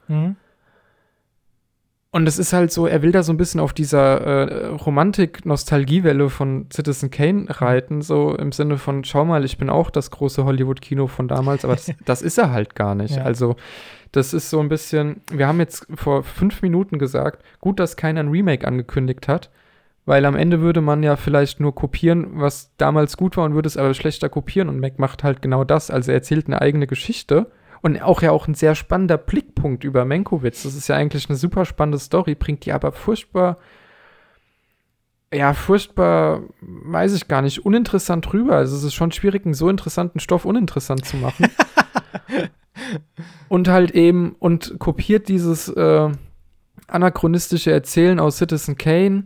Und es ist halt so, er will da so ein bisschen auf dieser Romantik-Nostalgiewelle von Citizen Kane reiten, so im Sinne von, schau mal, ich bin auch das große Hollywood-Kino von damals, aber das ist er halt gar nicht. Ja. Also das ist so ein bisschen, wir haben jetzt vor 5 Minuten gesagt, gut, dass keiner ein Remake angekündigt hat, weil am Ende würde man ja vielleicht nur kopieren, was damals gut war und würde es aber schlechter kopieren und Mac macht halt genau das, also er erzählt eine eigene Geschichte und auch ein sehr spannender Blickpunkt über Mankiewicz, das ist ja eigentlich eine super spannende Story, bringt die aber furchtbar, weiß ich gar nicht, uninteressant rüber, also es ist schon schwierig, einen so interessanten Stoff uninteressant zu machen. Und halt eben, und kopiert dieses anachronistische Erzählen aus Citizen Kane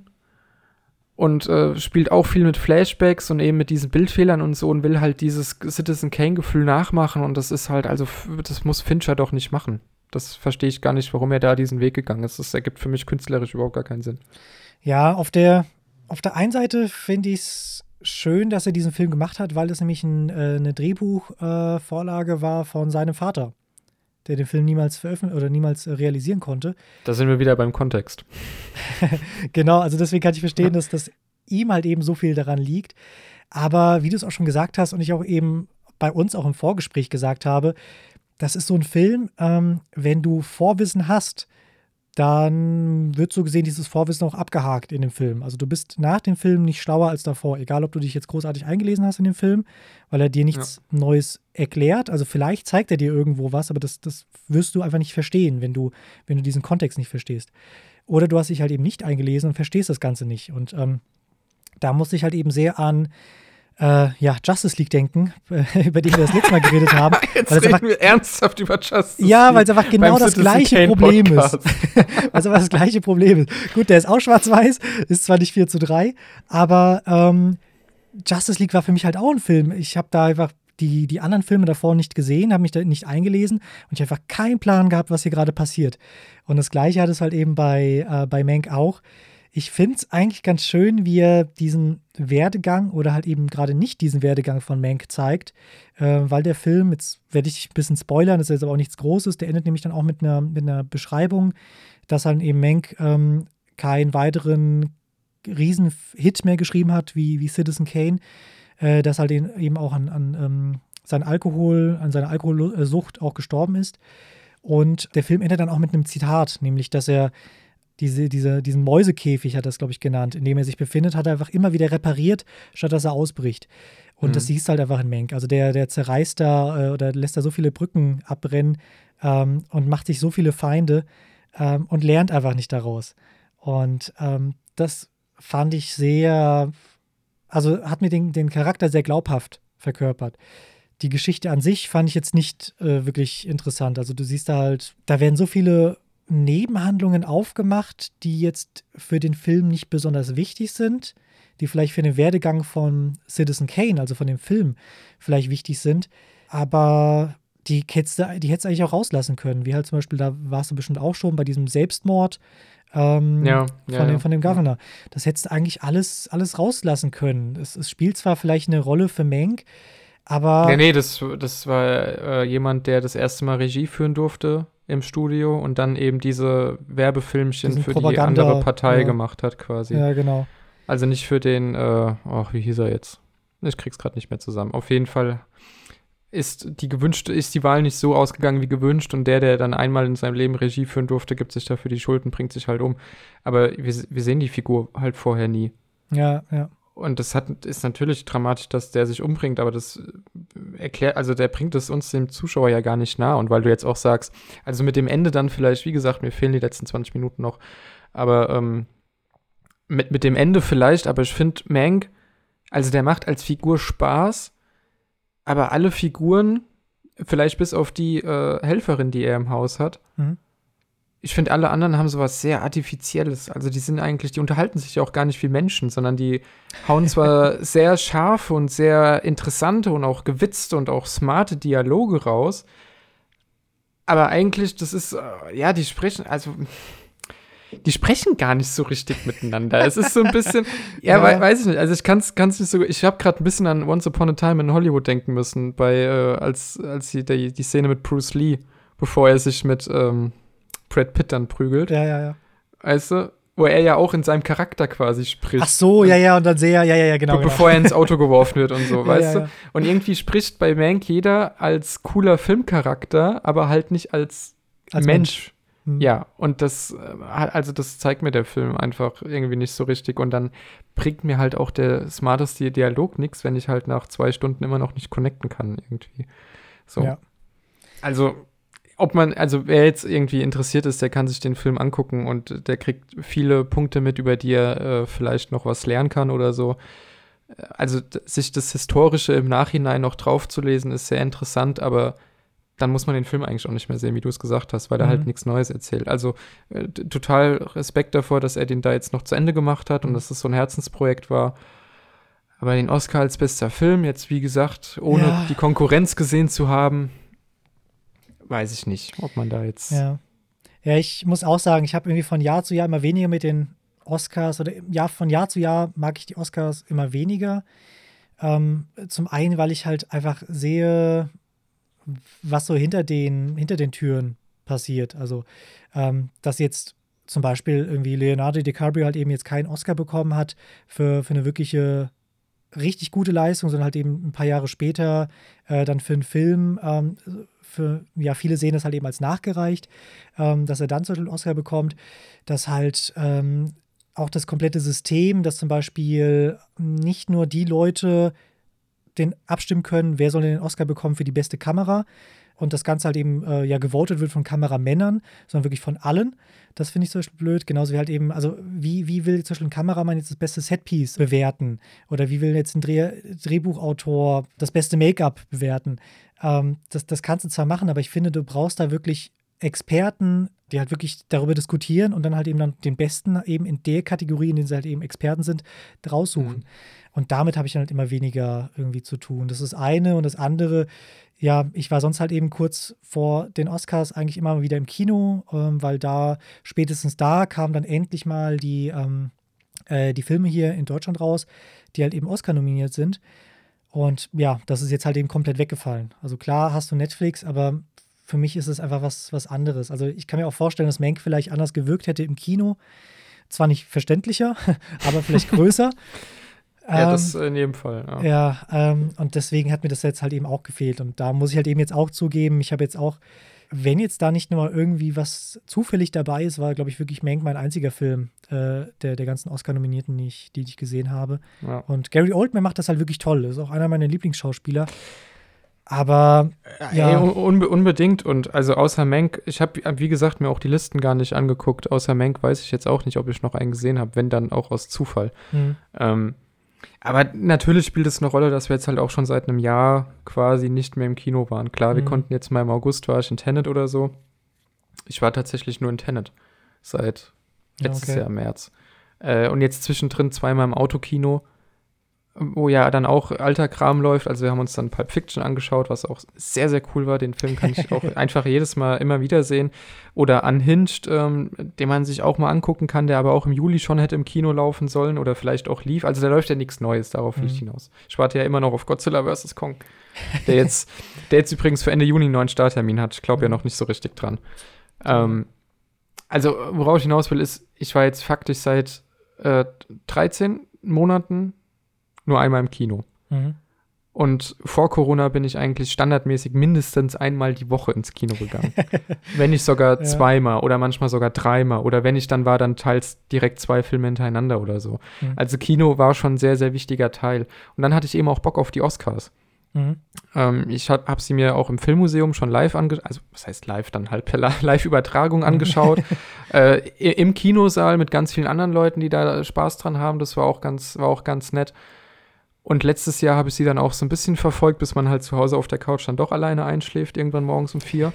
und spielt auch viel mit Flashbacks und eben mit diesen Bildfehlern und so und will halt dieses Citizen Kane-Gefühl nachmachen und das ist halt, also das muss Fincher doch nicht machen. Das verstehe ich gar nicht, warum er da diesen Weg gegangen ist. Das ergibt für mich künstlerisch überhaupt gar keinen Sinn.
Ja, auf der einen Seite finde ich es schön, dass er diesen Film gemacht hat, weil es nämlich eine Drehbuchvorlage war von seinem Vater, der den Film niemals veröffentlicht oder niemals realisieren konnte.
Da sind wir wieder beim Kontext.
Genau, also deswegen kann ich verstehen, dass das ihm halt eben so viel daran liegt. Aber wie du es auch schon gesagt hast und ich auch eben bei uns auch im Vorgespräch gesagt habe, das ist so ein Film, wenn du Vorwissen hast, dann wird so gesehen dieses Vorwissen auch abgehakt in dem Film. Also du bist nach dem Film nicht schlauer als davor, egal ob du dich jetzt großartig eingelesen hast in den Film, weil er dir nichts Neues erklärt. Also vielleicht zeigt er dir irgendwo was, aber das wirst du einfach nicht verstehen, wenn du diesen Kontext nicht verstehst. Oder du hast dich halt eben nicht eingelesen und verstehst das Ganze nicht. Und da musste ich halt eben sehr an Justice League denken, über den wir das letzte Mal geredet haben.
Jetzt reden wir ernsthaft über Justice League.
Ja, weil es einfach genau das gleiche Problem ist. Weil es einfach das gleiche Problem ist. Gut, der ist auch schwarz-weiß, ist zwar nicht 4:3, aber Justice League war für mich halt auch ein Film. Ich habe da einfach die anderen Filme davor nicht gesehen, habe mich da nicht eingelesen und ich habe einfach keinen Plan gehabt, was hier gerade passiert. Und das Gleiche hat es halt eben bei Mank auch. Ich finde es eigentlich ganz schön, wie er diesen Werdegang oder halt eben gerade nicht diesen Werdegang von Mank zeigt, weil der Film, jetzt werde ich ein bisschen spoilern, das ist jetzt aber auch nichts Großes, der endet nämlich dann auch mit einer Beschreibung, dass halt eben Mank keinen weiteren Riesenhit mehr geschrieben hat wie Citizen Kane, dass halt eben auch an seiner Alkoholsucht auch gestorben ist. Und der Film endet dann auch mit einem Zitat, nämlich, dass er diesen Mäusekäfig, hat er das, glaube ich, genannt, in dem er sich befindet, hat er einfach immer wieder repariert, statt dass er ausbricht. Und das siehst halt einfach in Mank. Also der zerreißt da oder lässt da so viele Brücken abbrennen und macht sich so viele Feinde und lernt einfach nicht daraus. Und das fand ich sehr, also hat mir den Charakter sehr glaubhaft verkörpert. Die Geschichte an sich fand ich jetzt nicht wirklich interessant. Also du siehst da halt, da werden so viele Nebenhandlungen aufgemacht, die jetzt für den Film nicht besonders wichtig sind, die vielleicht für den Werdegang von Citizen Kane, also von dem Film, vielleicht wichtig sind, aber die hättest du eigentlich auch rauslassen können. Wie halt zum Beispiel, da warst du bestimmt auch schon bei diesem Selbstmord von dem Governor. Das hättest du eigentlich alles rauslassen können. Es spielt zwar vielleicht eine Rolle für Mank, aber...
Nee, das war jemand, der das erste Mal Regie führen durfte im Studio und dann eben diese Werbefilmchen für die andere Partei gemacht hat quasi.
Ja, genau.
Also nicht für den, wie hieß er jetzt? Ich krieg's gerade nicht mehr zusammen. Auf jeden Fall ist die Wahl nicht so ausgegangen wie gewünscht und der dann einmal in seinem Leben Regie führen durfte, gibt sich dafür die Schuld und bringt sich halt um. Aber wir sehen die Figur halt vorher nie.
Ja, ja.
Und ist natürlich dramatisch, dass der sich umbringt, aber das der bringt es uns dem Zuschauer ja gar nicht nah. Und weil du jetzt auch sagst, also mit dem Ende dann vielleicht, wie gesagt, mir fehlen die letzten 20 Minuten noch, aber mit dem Ende vielleicht, aber ich finde Mank, also der macht als Figur Spaß, aber alle Figuren, vielleicht bis auf die Helferin, die er im Haus hat, ich finde, alle anderen haben sowas sehr Artifizielles. Also die unterhalten sich ja auch gar nicht wie Menschen, sondern die hauen zwar sehr scharfe und sehr interessante und auch gewitzte und auch smarte Dialoge raus, aber eigentlich, das ist, die sprechen gar nicht so richtig miteinander. Es ist so ein bisschen, weiß ich nicht, also ich kann's nicht so, ich habe gerade ein bisschen an Once Upon a Time in Hollywood denken müssen, als die Szene mit Bruce Lee, bevor er sich mit Brad Pitt dann prügelt.
Ja.
Weißt du? Wo er ja auch in seinem Charakter quasi spricht.
Ach so, ja, und dann genau.
Bevor er ins Auto geworfen wird und so, weißt du? Und irgendwie spricht bei Mank jeder als cooler Filmcharakter, aber halt nicht als Mensch. Ja, und das zeigt mir der Film einfach irgendwie nicht so richtig. Und dann bringt mir halt auch der smarteste Dialog nichts, wenn ich halt nach 2 Stunden immer noch nicht connecten kann irgendwie. So. Ja. Also wer jetzt irgendwie interessiert ist, der kann sich den Film angucken und der kriegt viele Punkte mit, über die er vielleicht noch was lernen kann oder so. Also sich das Historische im Nachhinein noch draufzulesen, ist sehr interessant, aber dann muss man den Film eigentlich auch nicht mehr sehen, wie du es gesagt hast, weil er halt nichts Neues erzählt. Also total Respekt davor, dass er den da jetzt noch zu Ende gemacht hat und dass es so ein Herzensprojekt war. Aber den Oscar als bester Film, jetzt wie gesagt, ohne die Konkurrenz gesehen zu haben, weiß ich nicht, ob man da jetzt.
Ja, ich muss auch sagen, ich habe irgendwie von Jahr zu Jahr immer weniger mit den Oscars oder von Jahr zu Jahr mag ich die Oscars immer weniger. Zum einen, weil ich halt einfach sehe, was so hinter den Türen passiert. Also, dass jetzt zum Beispiel irgendwie Leonardo DiCaprio halt eben jetzt keinen Oscar bekommen hat für eine wirkliche richtig gute Leistung, sondern halt eben ein paar Jahre später dann für einen Film viele sehen das halt eben als nachgereicht, dass er dann zum Beispiel einen Oscar bekommt, dass halt auch das komplette System, dass zum Beispiel nicht nur die Leute den abstimmen können, wer soll den Oscar bekommen für die beste Kamera und das Ganze halt eben gewotet wird von Kameramännern, sondern wirklich von allen. Das finde ich zum Beispiel blöd. Genauso wie halt eben, also wie will zum Beispiel ein Kameramann jetzt das beste Setpiece bewerten? Oder wie will jetzt ein Drehbuchautor das beste Make-up bewerten? Das kannst du zwar machen, aber ich finde, du brauchst da wirklich Experten, die halt wirklich darüber diskutieren und dann halt eben dann den Besten eben in der Kategorie, in denen sie halt eben Experten sind, raussuchen. Und damit habe ich dann halt immer weniger irgendwie zu tun. Das ist das eine. Und das andere, ich war sonst halt eben kurz vor den Oscars eigentlich immer wieder im Kino, weil spätestens da kamen dann endlich mal die Filme hier in Deutschland raus, die halt eben Oscar nominiert sind. Und das ist jetzt halt eben komplett weggefallen. Also klar hast du Netflix, aber für mich ist es einfach was anderes. Also ich kann mir auch vorstellen, dass Mank vielleicht anders gewirkt hätte im Kino. Zwar nicht verständlicher, aber vielleicht größer.
Das in jedem Fall.
Und deswegen hat mir das jetzt halt eben auch gefehlt. Und da muss ich halt eben jetzt auch zugeben, ich habe jetzt auch, wenn jetzt da nicht nur irgendwie was zufällig dabei ist, war, glaube ich, wirklich Mank mein einziger Film der ganzen Oscar-Nominierten, die ich gesehen habe. Ja. Und Gary Oldman macht das halt wirklich toll. Das ist auch einer meiner Lieblingsschauspieler. Aber
unbedingt. Und also außer Mank, ich habe, wie gesagt, mir auch die Listen gar nicht angeguckt. Außer Mank weiß ich jetzt auch nicht, ob ich noch einen gesehen habe, wenn dann auch aus Zufall. Aber natürlich spielt es eine Rolle, dass wir jetzt halt auch schon seit einem Jahr quasi nicht mehr im Kino waren. Klar, wir konnten jetzt mal im August, war ich in Tenet oder so. Ich war tatsächlich nur in Tenet seit letztes Jahr im März. Und jetzt zwischendrin zweimal im Autokino, wo ja dann auch alter Kram läuft. Also wir haben uns dann Pulp Fiction angeschaut, was auch sehr, sehr cool war. Den Film kann ich auch einfach jedes Mal immer wieder sehen. Oder Unhinged, den man sich auch mal angucken kann, der aber auch im Juli schon hätte im Kino laufen sollen oder vielleicht auch lief. Also da läuft ja nichts Neues, darauf will ich hinaus. Ich warte ja immer noch auf Godzilla vs. Kong, der jetzt übrigens für Ende Juni einen neuen Starttermin hat. Ich glaube ja noch nicht so richtig dran. Also worauf ich hinaus will, ist, ich war jetzt faktisch seit 13 Monaten nur einmal im Kino. Mhm. Und vor Corona bin ich eigentlich standardmäßig mindestens einmal die Woche ins Kino gegangen. Wenn nicht sogar zweimal oder manchmal sogar dreimal. Oder wenn ich dann war, dann teils direkt 2 Filme hintereinander oder so. Mhm. Also Kino war schon ein sehr, sehr wichtiger Teil. Und dann hatte ich eben auch Bock auf die Oscars. Mhm. Ich hab sie mir auch im Filmmuseum schon live angeschaut, also was heißt live, dann halt per Live-Übertragung angeschaut. Im Kinosaal mit ganz vielen anderen Leuten, die da Spaß dran haben. Das war auch ganz nett. Und letztes Jahr habe ich sie dann auch so ein bisschen verfolgt, bis man halt zu Hause auf der Couch dann doch alleine einschläft, irgendwann morgens um 4.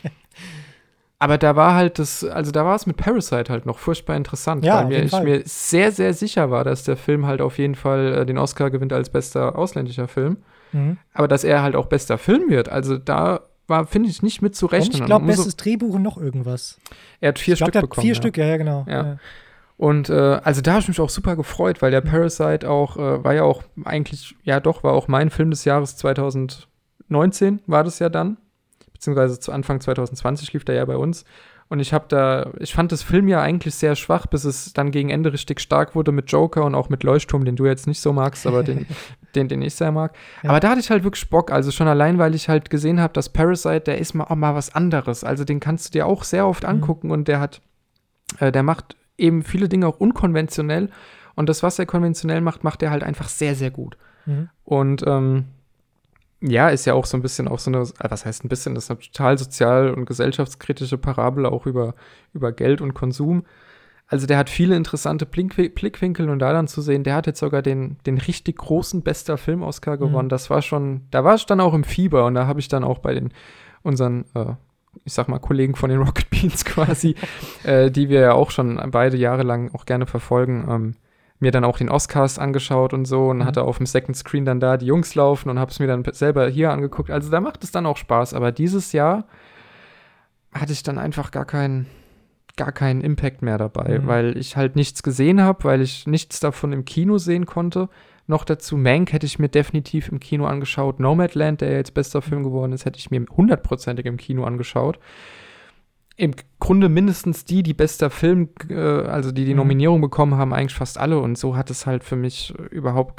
Aber da war halt da war es mit Parasite halt noch furchtbar interessant, weil ich mir sehr, sehr sicher war, dass der Film halt auf jeden Fall den Oscar gewinnt als bester ausländischer Film. Mhm. Aber dass er halt auch bester Film wird, also da war, finde ich, nicht mit zu rechnen.
Und ich glaube, bestes Drehbuch und noch irgendwas.
Er hat 4 Stück bekommen.
4 Stück, ja, genau.
Ja. Und also da habe ich mich auch super gefreut, weil der Parasite auch, war ja auch eigentlich, war auch mein Film des Jahres 2019, war das ja dann. Beziehungsweise zu Anfang 2020 lief der ja bei uns. Und ich fand das Film ja eigentlich sehr schwach, bis es dann gegen Ende richtig stark wurde mit Joker und auch mit Leuchtturm, den du jetzt nicht so magst, aber den ich sehr mag. Ja. Aber da hatte ich halt wirklich Bock, also schon allein, weil ich halt gesehen habe, dass Parasite, der ist mal was anderes. Also den kannst du dir auch sehr oft angucken und der macht eben viele Dinge auch unkonventionell. Und das, was er konventionell macht, macht er halt einfach sehr, sehr gut. Mhm. Und ist ja auch so ein bisschen auch so eine, was heißt ein bisschen, das ist eine total sozial- und gesellschaftskritische Parabel auch über Geld und Konsum. Also der hat viele interessante Blickwinkel und da dann zu sehen, der hat jetzt sogar den richtig großen bester Film-Oscar gewonnen. Da war ich dann auch im Fieber und da habe ich dann auch bei unseren ich sag mal, Kollegen von den Rocket Beans quasi, die wir ja auch schon beide Jahre lang auch gerne verfolgen, mir dann auch den Oscars angeschaut und so und hatte auf dem Second Screen dann da die Jungs laufen und habe es mir dann selber hier angeguckt. Also da macht es dann auch Spaß. Aber dieses Jahr hatte ich dann einfach gar keinen Impact mehr dabei, weil ich halt nichts gesehen habe, weil ich nichts davon im Kino sehen konnte. Noch dazu, Mank hätte ich mir definitiv im Kino angeschaut. Nomadland, der ja jetzt bester Film geworden ist, hätte ich mir 100%ig im Kino angeschaut. Im Grunde mindestens die bester Film, also die Nominierung bekommen haben, eigentlich fast alle. Und so hat es halt für mich überhaupt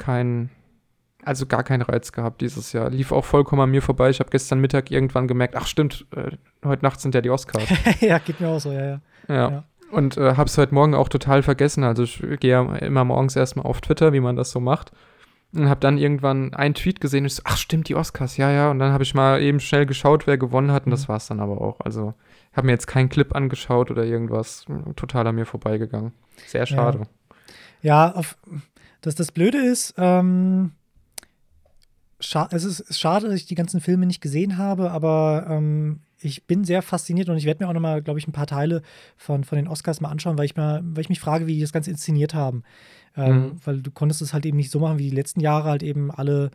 gar keinen Reiz gehabt dieses Jahr. Lief auch vollkommen an mir vorbei. Ich habe gestern Mittag irgendwann gemerkt, ach stimmt, heute Nacht sind ja die Oscars.
Ja, geht mir auch so, ja.
Und habe es heute Morgen auch total vergessen. Also ich gehe ja immer morgens erstmal auf Twitter, wie man das so macht. Und habe dann irgendwann einen Tweet gesehen und ich so, ach stimmt, die Oscars, ja. Und dann habe ich mal eben schnell geschaut, wer gewonnen hat und das war es dann aber auch. Also ich habe mir jetzt keinen Clip angeschaut oder irgendwas. Total an mir vorbeigegangen. Sehr schade.
Ja, das Blöde ist, es ist schade, dass ich die ganzen Filme nicht gesehen habe, aber ich bin sehr fasziniert und ich werde mir auch nochmal, glaube ich, ein paar Teile von den Oscars mal anschauen, weil ich mich frage, wie die das Ganze inszeniert haben. Weil du konntest es halt eben nicht so machen, wie die letzten Jahre halt eben alle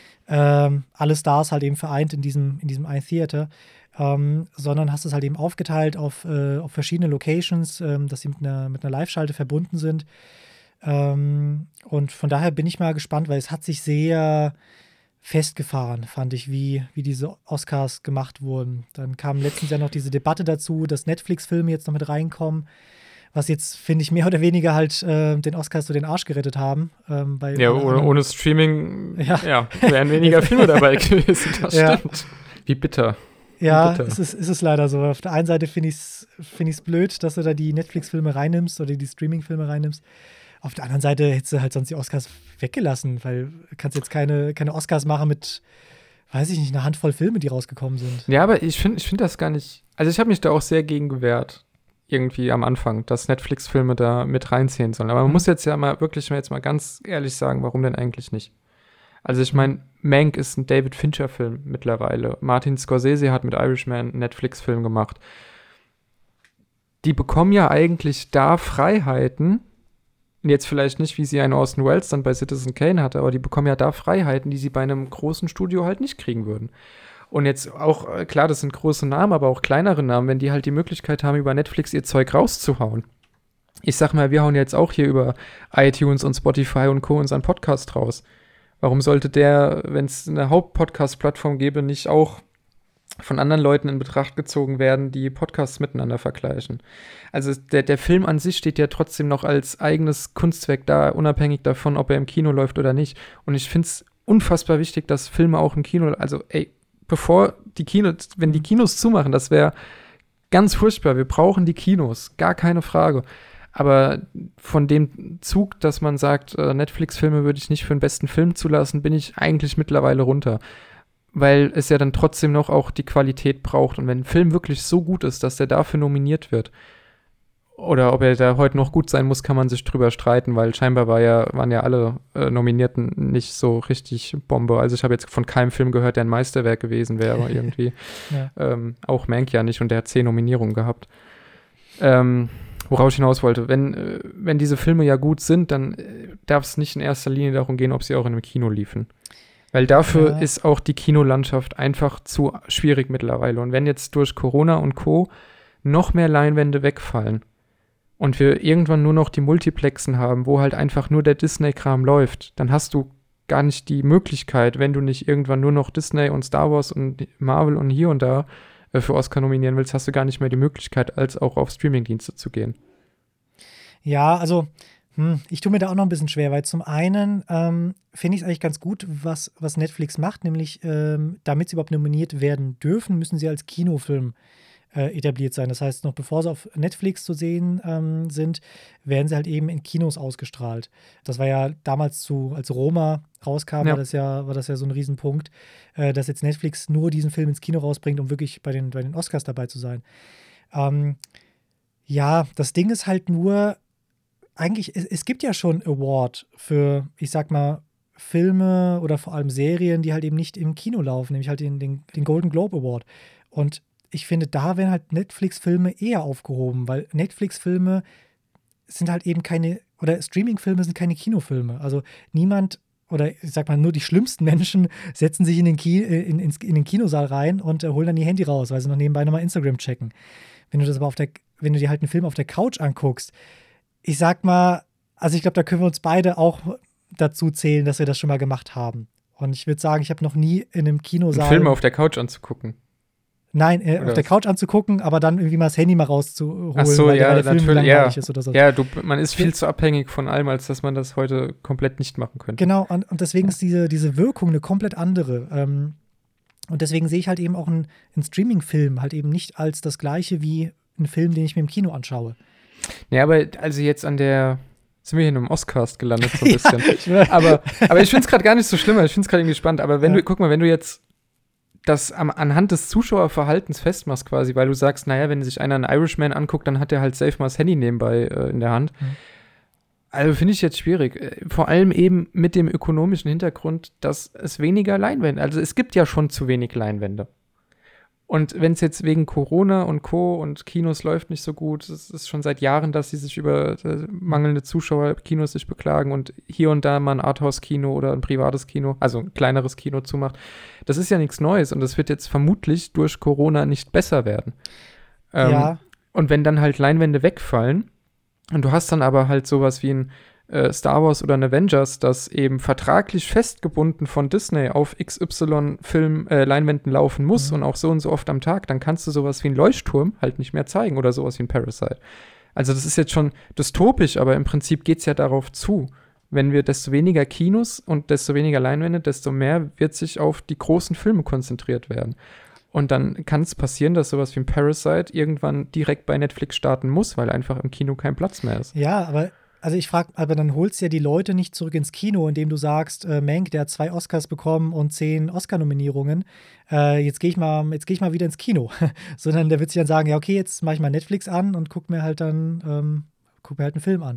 Stars halt eben vereint in diesem iTheater, sondern hast es halt eben aufgeteilt auf verschiedene Locations, dass sie mit einer Live-Schalte verbunden sind. Und von daher bin ich mal gespannt, weil es hat sich sehr festgefahren, fand ich, wie diese Oscars gemacht wurden. Dann kam letztens ja noch diese Debatte dazu, dass Netflix-Filme jetzt noch mit reinkommen, was jetzt, finde ich, mehr oder weniger halt den Oscars so den Arsch gerettet haben.
Ohne Streaming wären weniger Filme dabei gewesen, das stimmt. Wie bitter.
Ja, es ist leider so. Auf der einen Seite finde ich es blöd, dass du da die Netflix-Filme reinnimmst oder die Streaming-Filme reinnimmst. Auf der anderen Seite hättest du halt sonst die Oscars weggelassen, weil du kannst jetzt keine Oscars machen mit, weiß ich nicht, einer Handvoll Filme, die rausgekommen sind.
Ja, aber ich finde das gar nicht, also ich habe mich da auch sehr gegen gewehrt, irgendwie am Anfang, dass Netflix-Filme da mit reinziehen sollen. Aber man muss jetzt mal ganz ehrlich sagen, warum denn eigentlich nicht? Also ich meine, Mank ist ein David Fincher-Film mittlerweile. Martin Scorsese hat mit Irishman einen Netflix-Film gemacht. Die bekommen ja eigentlich da Freiheiten, jetzt vielleicht nicht, wie sie einen Orson Welles dann bei Citizen Kane hatte, aber die bekommen ja da Freiheiten, die sie bei einem großen Studio halt nicht kriegen würden. Und jetzt auch, klar, das sind große Namen, aber auch kleinere Namen, wenn die halt die Möglichkeit haben, über Netflix ihr Zeug rauszuhauen. Ich sag mal, wir hauen jetzt auch hier über iTunes und Spotify und Co. unseren Podcast raus. Warum sollte der, wenn es eine Hauptpodcast-Plattform gäbe, nicht auch von anderen Leuten in Betracht gezogen werden, die Podcasts miteinander vergleichen? Also der Film an sich steht ja trotzdem noch als eigenes Kunstwerk da, unabhängig davon, ob er im Kino läuft oder nicht. Und ich finde es unfassbar wichtig, dass Filme auch im Kino, also wenn die Kinos zumachen, das wäre ganz furchtbar. Wir brauchen die Kinos, gar keine Frage. Aber von dem Zug, dass man sagt, Netflix-Filme würde ich nicht für den besten Film zulassen, bin ich eigentlich mittlerweile runter. Weil es ja dann trotzdem noch auch die Qualität braucht. Und wenn ein Film wirklich so gut ist, dass der dafür nominiert wird, oder ob er da heute noch gut sein muss, kann man sich drüber streiten, weil scheinbar waren ja alle Nominierten nicht so richtig Bombe. Also ich habe jetzt von keinem Film gehört, der ein Meisterwerk gewesen wäre irgendwie. Ja. Auch Mank ja nicht und der hat 10 Nominierungen gehabt. Worauf ich hinaus wollte, wenn diese Filme ja gut sind, dann darf es nicht in erster Linie darum gehen, ob sie auch in einem Kino liefen. Weil dafür ist auch die Kinolandschaft einfach zu schwierig mittlerweile. Und wenn jetzt durch Corona und Co. noch mehr Leinwände wegfallen und wir irgendwann nur noch die Multiplexen haben, wo halt einfach nur der Disney-Kram läuft, dann hast du gar nicht die Möglichkeit, wenn du nicht irgendwann nur noch Disney und Star Wars und Marvel und hier und da für Oscar nominieren willst, hast du gar nicht mehr die Möglichkeit, als auch auf Streamingdienste zu gehen.
Ja, also ich tue mir da auch noch ein bisschen schwer, weil zum einen finde ich es eigentlich ganz gut, was Netflix macht, nämlich damit sie überhaupt nominiert werden dürfen, müssen sie als Kinofilm etabliert sein. Das heißt, noch bevor sie auf Netflix zu sehen sind, werden sie halt eben in Kinos ausgestrahlt. Das war ja damals als Roma rauskam, war das ja so ein Riesenpunkt, dass jetzt Netflix nur diesen Film ins Kino rausbringt, um wirklich bei den Oscars dabei zu sein. Ja, das Ding ist halt nur, eigentlich, es gibt ja schon Award für, ich sag mal, Filme oder vor allem Serien, die halt eben nicht im Kino laufen, nämlich halt den Golden Globe Award. Und ich finde, da werden halt Netflix-Filme eher aufgehoben, weil Netflix-Filme sind halt eben keine, oder Streaming-Filme sind keine Kinofilme. Also niemand, oder ich sag mal, nur die schlimmsten Menschen setzen sich in den den Kinosaal rein und holen dann ihr Handy raus, weil sie noch nebenbei nochmal Instagram checken. Wenn du dir halt einen Film auf der Couch anguckst, ich sag mal, also ich glaube, da können wir uns beide auch dazu zählen, dass wir das schon mal gemacht haben. Und ich würde sagen, ich habe noch nie in einem Kinosaal
Filme auf der Couch anzugucken.
Nein, auf der Couch anzugucken, aber dann irgendwie mal das Handy mal rauszuholen,
ach so,
weil
ja,
der Film langweilig ist oder so.
Ja, man ist viel zu abhängig von allem, als dass man das heute komplett nicht machen könnte.
Genau, und deswegen ist diese Wirkung eine komplett andere. Und deswegen sehe ich halt eben auch einen Streaming-Film halt eben nicht als das Gleiche wie einen Film, den ich mir im Kino anschaue.
Ja, aber also jetzt sind wir hier in einem Oscast gelandet so ein bisschen. Aber ich finde es gerade gar nicht so schlimm, ich finde es gerade irgendwie spannend. Aber wenn du jetzt das anhand des Zuschauerverhaltens festmachst quasi, weil du sagst, naja, wenn sich einer einen Irishman anguckt, dann hat er halt safe mal das Handy nebenbei in der Hand. Mhm. Also finde ich jetzt schwierig. Vor allem eben mit dem ökonomischen Hintergrund, dass es weniger Leinwände, also es gibt ja schon zu wenig Leinwände. Und wenn es jetzt wegen Corona und Co. und Kinos läuft nicht so gut, es ist schon seit Jahren, dass sie sich über mangelnde Zuschauer Kinos sich beklagen und hier und da mal ein Arthouse-Kino oder ein privates Kino, also ein kleineres Kino zumacht. Das ist ja nichts Neues und das wird jetzt vermutlich durch Corona nicht besser werden.
Ja.
Und wenn dann halt Leinwände wegfallen und du hast dann aber halt sowas wie ein Star Wars oder ein Avengers, das eben vertraglich festgebunden von Disney auf XY-Film Leinwänden laufen muss und auch so und so oft am Tag, dann kannst du sowas wie einen Leuchtturm halt nicht mehr zeigen oder sowas wie ein Parasite. Also das ist jetzt schon dystopisch, aber im Prinzip geht es ja darauf zu. Wenn wir desto weniger Kinos und desto weniger Leinwände, desto mehr wird sich auf die großen Filme konzentriert werden. Und dann kann es passieren, dass sowas wie ein Parasite irgendwann direkt bei Netflix starten muss, weil einfach im Kino kein Platz mehr ist.
Ja, aber ich frage, aber dann holst du ja die Leute nicht zurück ins Kino, indem du sagst, Mank, der hat 2 Oscars bekommen und 10 Oscar-Nominierungen. Jetzt gehe ich mal wieder ins Kino. Sondern der wird sich dann sagen, ja, okay, jetzt mache ich mal Netflix an und guck mir halt einen Film an.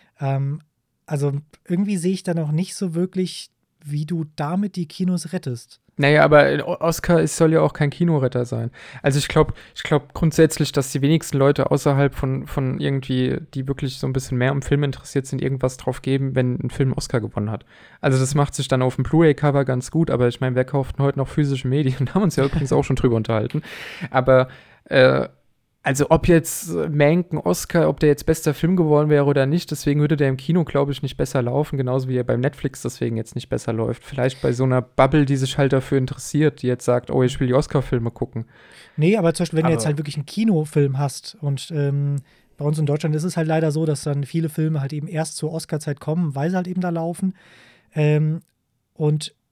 Also irgendwie sehe ich da noch nicht so wirklich, wie du damit die Kinos rettest.
Naja, aber Oscar soll ja auch kein Kinoretter sein. Also ich glaube grundsätzlich, dass die wenigsten Leute außerhalb von irgendwie, die wirklich so ein bisschen mehr am Film interessiert sind, irgendwas drauf geben, wenn ein Film Oscar gewonnen hat. Also das macht sich dann auf dem Blu-ray-Cover ganz gut, aber ich meine, wer kauft denn heute noch physische Medien? Da haben wir uns ja übrigens auch schon drüber unterhalten. Aber also ob jetzt Mank ein Oscar, ob der jetzt bester Film geworden wäre oder nicht, deswegen würde der im Kino, glaube ich, nicht besser laufen, genauso wie er beim Netflix deswegen jetzt nicht besser läuft. Vielleicht bei so einer Bubble, die sich halt dafür interessiert, die jetzt sagt, oh, ich will die Oscar-Filme gucken.
Nee, aber zum Beispiel, wenn du jetzt halt wirklich einen Kinofilm hast und bei uns in Deutschland ist es halt leider so, dass dann viele Filme halt eben erst zur Oscar-Zeit kommen, weil sie halt eben da laufen. Und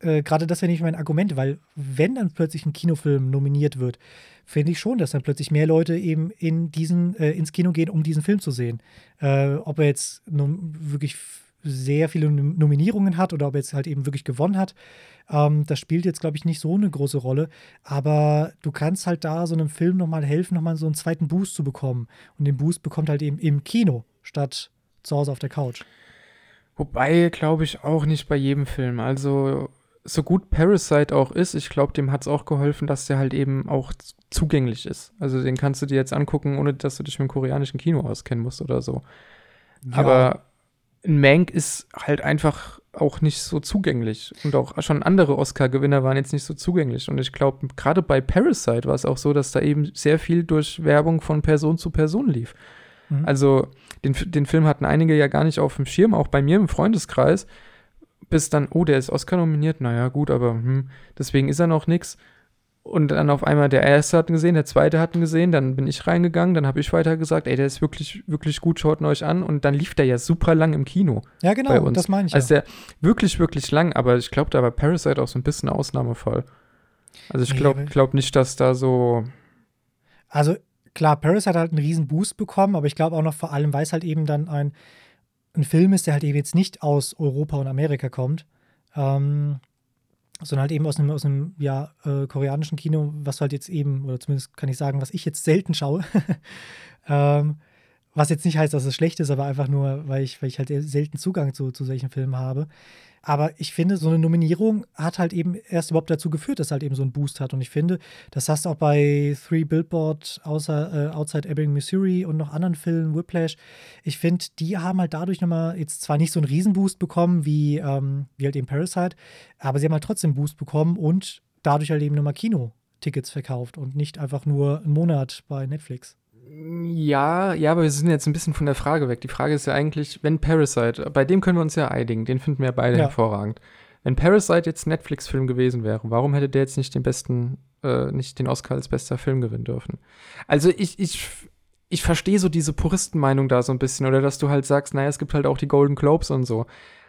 gerade das wäre nicht mein Argument, weil wenn dann plötzlich ein Kinofilm nominiert wird, finde ich schon, dass dann plötzlich mehr Leute eben ins Kino gehen, um diesen Film zu sehen. Ob er jetzt wirklich sehr viele Nominierungen hat oder ob er jetzt halt eben wirklich gewonnen hat, das spielt jetzt, glaube ich, nicht so eine große Rolle. Aber du kannst halt da so einem Film nochmal helfen, nochmal so einen zweiten Boost zu bekommen. Und den Boost bekommt halt eben im Kino statt zu Hause auf der Couch.
Wobei, glaube ich, auch nicht bei jedem Film. Also, so gut Parasite auch ist, ich glaube, dem hat es auch geholfen, dass der halt eben auch zugänglich ist. Also, den kannst du dir jetzt angucken, ohne dass du dich mit dem koreanischen Kino auskennen musst oder so. Ja. Aber ein Mank ist halt einfach auch nicht so zugänglich. Und auch schon andere Oscar-Gewinner waren jetzt nicht so zugänglich. Und ich glaube, gerade bei Parasite war es auch so, dass da eben sehr viel durch Werbung von Person zu Person lief. Mhm. Also den Film hatten einige ja gar nicht auf dem Schirm, auch bei mir im Freundeskreis, bis dann, oh, der ist Oscar nominiert, naja, gut, aber deswegen ist er noch nix. Und dann auf einmal der erste hat ihn gesehen, der zweite hat ihn gesehen, dann bin ich reingegangen, dann habe ich weiter gesagt, ey, der ist wirklich, wirklich gut, schaut ihn euch an. Und dann lief der ja super lang im Kino.
Ja, genau,
bei uns.
Das meine ich.
Also der wirklich, wirklich lang, aber ich glaube, da war Parasite auch so ein bisschen Ausnahmefall. Also ich glaub nicht, dass da so.
Also klar, Parasite hat halt einen riesen Boost bekommen, aber ich glaube auch noch vor allem, weil es halt eben dann ein Film ist, der halt eben jetzt nicht aus Europa und Amerika kommt, sondern halt eben aus einem koreanischen Kino, was halt jetzt eben, oder zumindest kann ich sagen, was ich jetzt selten schaue. Was jetzt nicht heißt, dass es schlecht ist, aber einfach nur, weil ich halt selten Zugang zu solchen Filmen habe. Aber ich finde, so eine Nominierung hat halt eben erst überhaupt dazu geführt, dass halt eben so einen Boost hat. Und ich finde, das hast du auch bei Three Billboards Outside Ebbing, Missouri und noch anderen Filmen, Whiplash. Ich finde, die haben halt dadurch nochmal jetzt zwar nicht so einen Riesenboost bekommen wie halt eben Parasite, aber sie haben halt trotzdem einen Boost bekommen und dadurch halt eben nochmal Kinotickets verkauft und nicht einfach nur einen Monat bei Netflix.
Ja, aber wir sind jetzt ein bisschen von der Frage weg. Die Frage ist ja eigentlich, wenn Parasite, bei dem können wir uns ja einigen, den finden wir beide hervorragend. Wenn Parasite jetzt ein Netflix-Film gewesen wäre, warum hätte der jetzt nicht nicht den Oscar als bester Film gewinnen dürfen? Also ich verstehe so diese Puristenmeinung da so ein bisschen, oder dass du halt sagst, naja, es gibt halt auch die Golden Globes und so.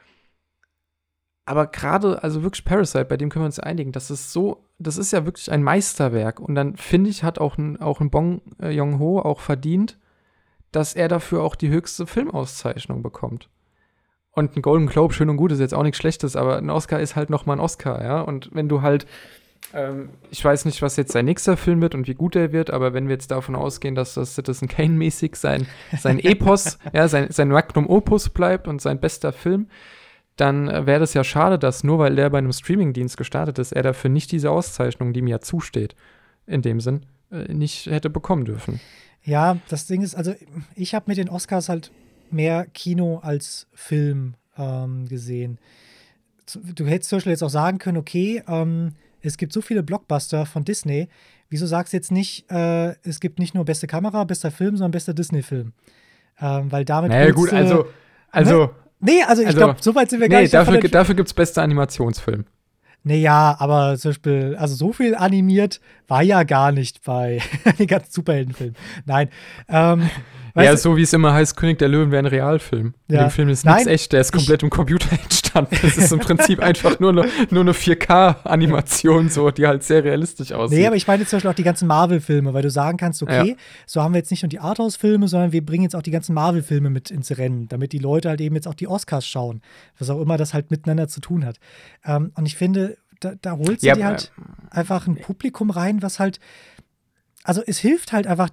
Aber gerade, also wirklich Parasite, bei dem können wir uns einigen, das ist ja wirklich ein Meisterwerk. Und dann finde ich, hat auch ein Bong Joon-ho auch verdient, dass er dafür auch die höchste Filmauszeichnung bekommt. Und ein Golden Globe, schön und gut, ist jetzt auch nichts Schlechtes, aber ein Oscar ist halt nochmal ein Oscar, ja. Und wenn du halt, ich weiß nicht, was jetzt sein nächster Film wird und wie gut er wird, aber wenn wir jetzt davon ausgehen, dass das Citizen Kane-mäßig sein Epos, ja, sein Magnum Opus bleibt und sein bester Film, dann wäre das ja schade, dass nur weil der bei einem Streamingdienst gestartet ist, er dafür nicht diese Auszeichnung, die ihm ja zusteht, in dem Sinn, nicht hätte bekommen dürfen.
Ja, das Ding ist, also ich habe mit den Oscars halt mehr Kino als Film gesehen. Du hättest zum Beispiel jetzt auch sagen können, okay, es gibt so viele Blockbuster von Disney, wieso sagst du jetzt nicht, es gibt nicht nur beste Kamera, bester Film, sondern bester Disney-Film? Weil damit
naja, gut, also
ne? Nee, also ich glaube, so weit sind wir gar nicht.
Dafür gibt es beste Animationsfilm.
Naja, aber zum Beispiel, also so viel animiert war ja gar nicht bei den ganzen Superheldenfilmen. Nein.
Ja, so wie es immer heißt, König der Löwen wäre ein Realfilm. Ja. In dem Film ist nichts echt, der ist komplett im Computer entstanden. Das ist im Prinzip einfach nur eine 4K-Animation, so, die halt sehr realistisch aussieht.
Nee, aber ich meine jetzt zum Beispiel auch die ganzen Marvel-Filme, weil du sagen kannst, okay, so haben wir jetzt nicht nur die Arthouse-Filme, sondern wir bringen jetzt auch die ganzen Marvel-Filme mit ins Rennen, damit die Leute halt eben jetzt auch die Oscars schauen, was auch immer das halt miteinander zu tun hat. Und ich finde, da holst du dir halt einfach ein Publikum rein, was halt, also es hilft halt einfach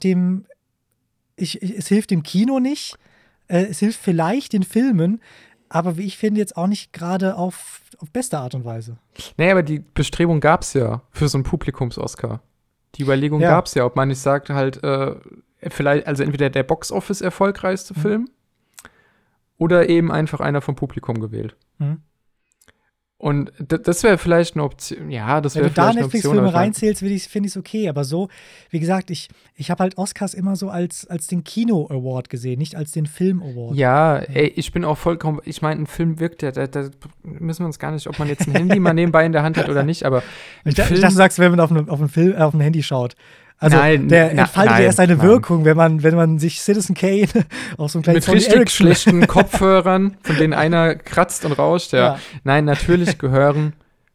es hilft dem Kino nicht, es hilft vielleicht den Filmen, aber wie ich finde, jetzt auch nicht gerade auf beste Art und Weise.
Naja, aber die Bestrebung gab es ja für so einen Publikums-Oscar. Die Überlegung gab es ja, ob man nicht sagt, halt, vielleicht, also entweder der Box-Office erfolgreichste Film oder eben einfach einer vom Publikum gewählt. Mhm. Und das wäre vielleicht eine Option. Ja, das wäre vielleicht eine Option. Wenn du da
Netflix-Filme reinzählst, finde ich es okay. Aber so, wie gesagt, ich habe halt Oscars immer so als den Kino-Award gesehen, nicht als den Film-Award.
Ja, ey, ich bin auch vollkommen, ich meine, ein Film wirkt ja, da müssen wir uns gar nicht, ob man jetzt ein Handy mal nebenbei in der Hand hat oder nicht, aber
ich dachte, du sagst, wenn man auf ein Handy schaut. Also der entfaltet ja erst seine Wirkung, wenn man sich Citizen Kane auf so einem kleinen
mit richtig schlechten Kopfhörern, von denen einer kratzt und rauscht, ja. Nein, natürlich gehören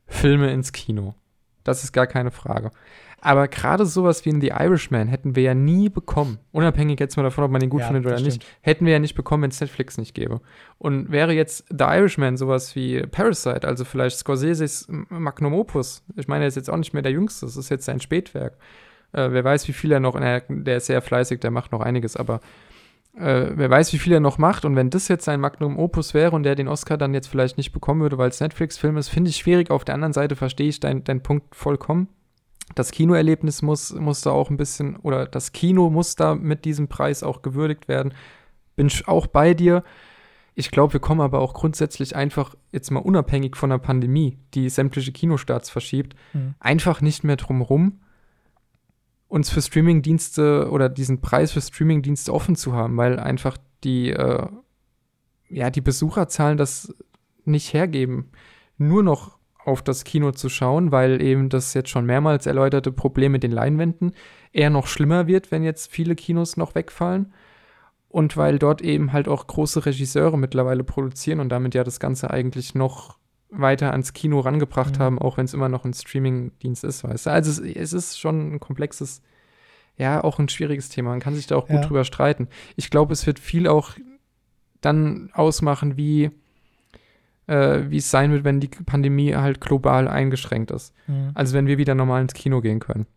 Filme ins Kino. Das ist gar keine Frage. Aber gerade sowas wie in The Irishman hätten wir ja nie bekommen. Unabhängig jetzt mal davon, ob man den gut findet oder nicht. Hätten wir ja nicht bekommen, wenn es Netflix nicht gäbe. Und wäre jetzt The Irishman sowas wie Parasite, also vielleicht Scorseses Magnum Opus. Ich meine, er ist jetzt auch nicht mehr der Jüngste. Das ist jetzt sein Spätwerk. Wer weiß, wie viel er noch, der ist sehr fleißig, der macht noch einiges, aber wer weiß, wie viel er noch macht. Und wenn das jetzt sein Magnum Opus wäre und der den Oscar dann jetzt vielleicht nicht bekommen würde, weil es Netflix-Film ist, finde ich schwierig. Auf der anderen Seite verstehe ich deinen Punkt vollkommen. Das Kinoerlebnis muss da auch ein bisschen, oder das Kino muss da mit diesem Preis auch gewürdigt werden. Bin ich auch bei dir. Ich glaube, wir kommen aber auch grundsätzlich einfach, jetzt mal unabhängig von der Pandemie, die sämtliche Kinostarts verschiebt, einfach nicht mehr drum rum, uns für Streamingdienste oder diesen Preis für Streamingdienste offen zu haben, weil einfach die Besucherzahlen das nicht hergeben, nur noch auf das Kino zu schauen, weil eben das jetzt schon mehrmals erläuterte Problem mit den Leinwänden eher noch schlimmer wird, wenn jetzt viele Kinos noch wegfallen und weil dort eben halt auch große Regisseure mittlerweile produzieren und damit ja das Ganze eigentlich noch weiter ans Kino rangebracht haben, auch wenn es immer noch ein Streamingdienst ist, weißt du. Also es ist schon ein komplexes, ja, auch ein schwieriges Thema. Man kann sich da auch gut drüber streiten. Ich glaube, es wird viel auch dann ausmachen, wie es sein wird, wenn die Pandemie halt global eingeschränkt ist. Also wenn wir wieder normal ins Kino gehen können.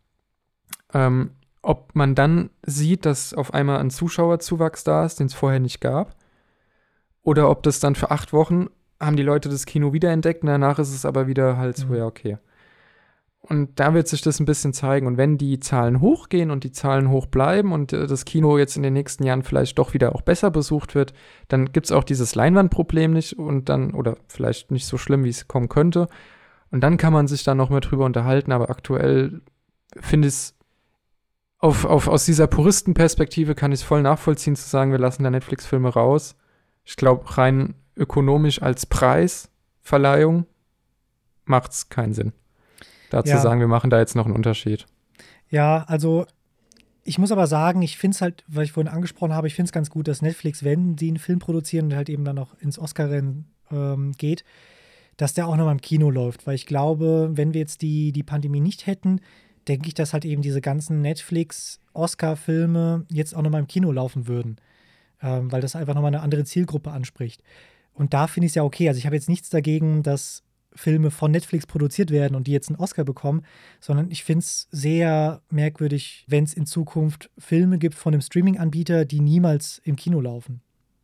Ob man dann sieht, dass auf einmal ein Zuschauerzuwachs da ist, den es vorher nicht gab, oder ob das dann für 8 Wochen haben die Leute das Kino wiederentdeckt und danach ist es aber wieder halt so, ja, okay. Und da wird sich das ein bisschen zeigen. Und wenn die Zahlen hochgehen und die Zahlen hoch bleiben und das Kino jetzt in den nächsten Jahren vielleicht doch wieder auch besser besucht wird, dann gibt es auch dieses Leinwandproblem nicht und dann, oder vielleicht nicht so schlimm, wie es kommen könnte. Und dann kann man sich da noch mehr drüber unterhalten. Aber aktuell finde ich es aus dieser Puristenperspektive kann ich es voll nachvollziehen, zu sagen, wir lassen da Netflix-Filme raus. Ich glaube, rein ökonomisch als Preisverleihung macht es keinen Sinn. Dazu sagen, wir machen da jetzt noch einen Unterschied.
Ja, also ich muss aber sagen, ich finde es halt, weil ich vorhin angesprochen habe, ich finde es ganz gut, dass Netflix, wenn sie einen Film produzieren und halt eben dann auch ins Oscar-Rennen geht, dass der auch nochmal im Kino läuft. Weil ich glaube, wenn wir jetzt die Pandemie nicht hätten, denke ich, dass halt eben diese ganzen Netflix-Oscar-Filme jetzt auch nochmal im Kino laufen würden. Weil das einfach nochmal eine andere Zielgruppe anspricht. Und da finde ich es ja okay. Also ich habe jetzt nichts dagegen, dass Filme von Netflix produziert werden und die jetzt einen Oscar bekommen, sondern ich finde es sehr merkwürdig, wenn es in Zukunft Filme gibt von einem Streaming-Anbieter, die niemals im Kino laufen.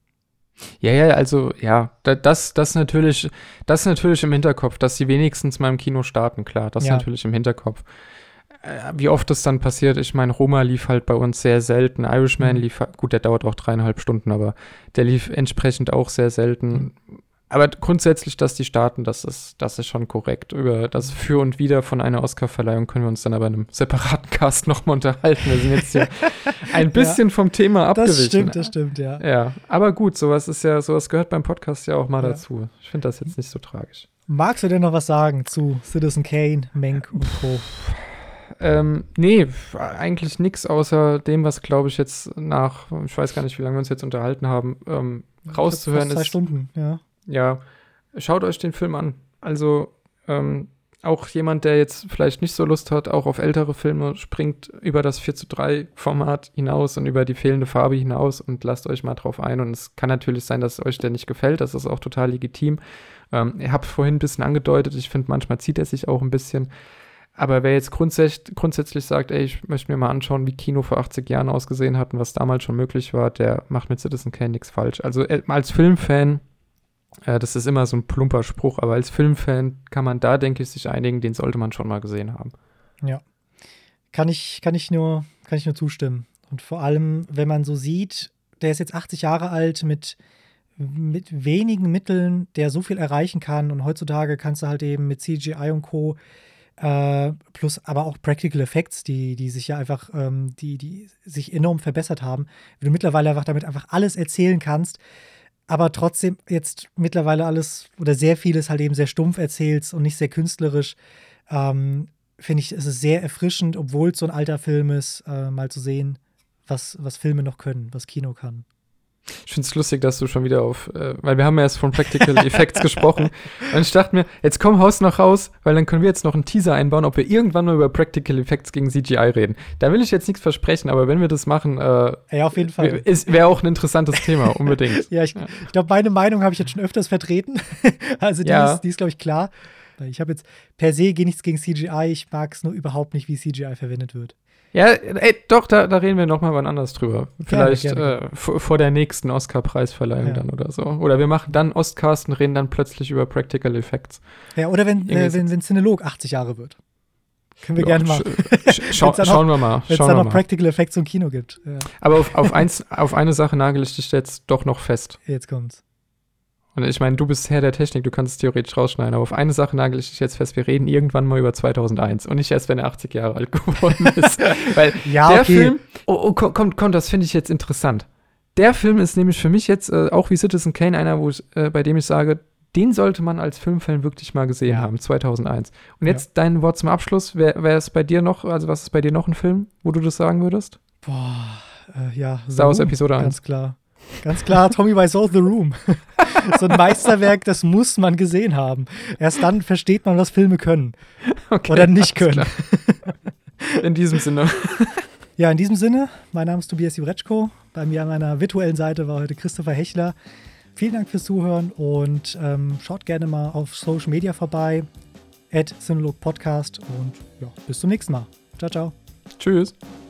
Das natürlich im Hinterkopf, dass sie wenigstens mal im Kino starten, klar, das natürlich im Hinterkopf. Wie oft das dann passiert, ich meine, Roma lief halt bei uns sehr selten, Irishman lief, gut, der dauert auch 3,5 Stunden, aber der lief entsprechend auch sehr selten. Aber grundsätzlich, dass die starten, das ist schon korrekt. Über das Für und Wider von einer Oscarverleihung können wir uns dann aber in einem separaten Cast nochmal unterhalten. Wir sind jetzt hier ein bisschen vom Thema abgewichen.
Das stimmt, ja.
Ja, aber gut, sowas gehört beim Podcast ja auch mal dazu. Ich finde das jetzt nicht so tragisch.
Magst du denn noch was sagen zu Citizen Kane, Mank und Co.?
Nee, eigentlich nichts außer dem, was, glaube ich, jetzt ich weiß gar nicht, wie lange wir uns jetzt unterhalten haben, rauszuhören ist.
2 Stunden, ja.
Ja, schaut euch den Film an. Also auch jemand, der jetzt vielleicht nicht so Lust hat, auch auf ältere Filme, springt über das 4:3-Format hinaus und über die fehlende Farbe hinaus und lasst euch mal drauf ein. Und es kann natürlich sein, dass euch der nicht gefällt. Das ist auch total legitim. Ihr habt vorhin ein bisschen angedeutet, ich finde, manchmal zieht er sich auch ein bisschen. Aber wer jetzt grundsätzlich sagt, ey, ich möchte mir mal anschauen, wie Kino vor 80 Jahren ausgesehen hat und was damals schon möglich war, der macht mit Citizen Kane nichts falsch. Also als Filmfan, das ist immer so ein plumper Spruch, aber als Filmfan kann man da, denke ich, sich einigen, den sollte man schon mal gesehen haben.
Ja, kann ich nur zustimmen. Und vor allem, wenn man so sieht, der ist jetzt 80 Jahre alt, mit wenigen Mitteln, der so viel erreichen kann. Und heutzutage kannst du halt eben mit CGI und Co. Plus aber auch Practical Effects, die sich ja einfach, die sich enorm verbessert haben, wie du mittlerweile damit einfach alles erzählen kannst, aber trotzdem jetzt mittlerweile alles oder sehr vieles halt eben sehr stumpf erzählst und nicht sehr künstlerisch, finde ich, es ist sehr erfrischend, obwohl es so ein alter Film ist, mal zu sehen, was Filme noch können, was Kino kann.
Ich finde es lustig, dass du schon wieder weil wir haben ja erst von Practical Effects gesprochen. Und ich dachte mir, jetzt komm, haust noch raus, weil dann können wir jetzt noch einen Teaser einbauen, ob wir irgendwann mal über Practical Effects gegen CGI reden. Da will ich jetzt nichts versprechen, aber wenn wir das machen,
ja, auf jeden Fall.
Wäre auch ein interessantes Thema, unbedingt.
Ich glaube, meine Meinung habe ich jetzt schon öfters vertreten. Also die ist glaube ich, klar. Ich habe jetzt per se nichts gegen CGI. Ich mag es nur überhaupt nicht, wie CGI verwendet wird.
Ja, doch, da reden wir noch mal wann anders drüber. Vielleicht gerne. Vor der nächsten Oscar-Preisverleihung dann oder so. Oder wir machen dann Oscars und reden dann plötzlich über Practical Effects.
Ja, oder wenn Cinelog 80 Jahre wird. Können wir gerne machen.
Schauen wir mal.
Wenn es dann noch Practical Effects im Kino gibt. Ja.
Aber auf eine Sache nagel ich dich jetzt doch noch fest.
Jetzt kommt's.
Und ich meine, du bist Herr der Technik, du kannst es theoretisch rausschneiden, aber auf eine Sache nagel ich dich jetzt fest, wir reden irgendwann mal über 2001 und nicht erst, wenn er 80 Jahre alt geworden ist. Weil Film, komm, das finde ich jetzt interessant. Der Film ist nämlich für mich jetzt, auch wie Citizen Kane, einer, bei dem ich sage, den sollte man als Filmfan wirklich mal gesehen haben, 2001. Und jetzt dein Wort zum Abschluss, wer ist bei dir noch, also was ist bei dir noch ein Film, wo du das sagen würdest?
Star Wars Episode 1. Ganz klar, Tommy Wiseau, The Room. So ein Meisterwerk, das muss man gesehen haben. Erst dann versteht man, was Filme können. Okay, oder nicht können.
In diesem Sinne.
Ja, in diesem Sinne, mein Name ist Tobias Jureczko. Bei mir an meiner virtuellen Seite war heute Christopher Hechler. Vielen Dank fürs Zuhören und schaut gerne mal auf Social Media vorbei, @Cinelog Podcast und bis zum nächsten Mal. Ciao, ciao.
Tschüss.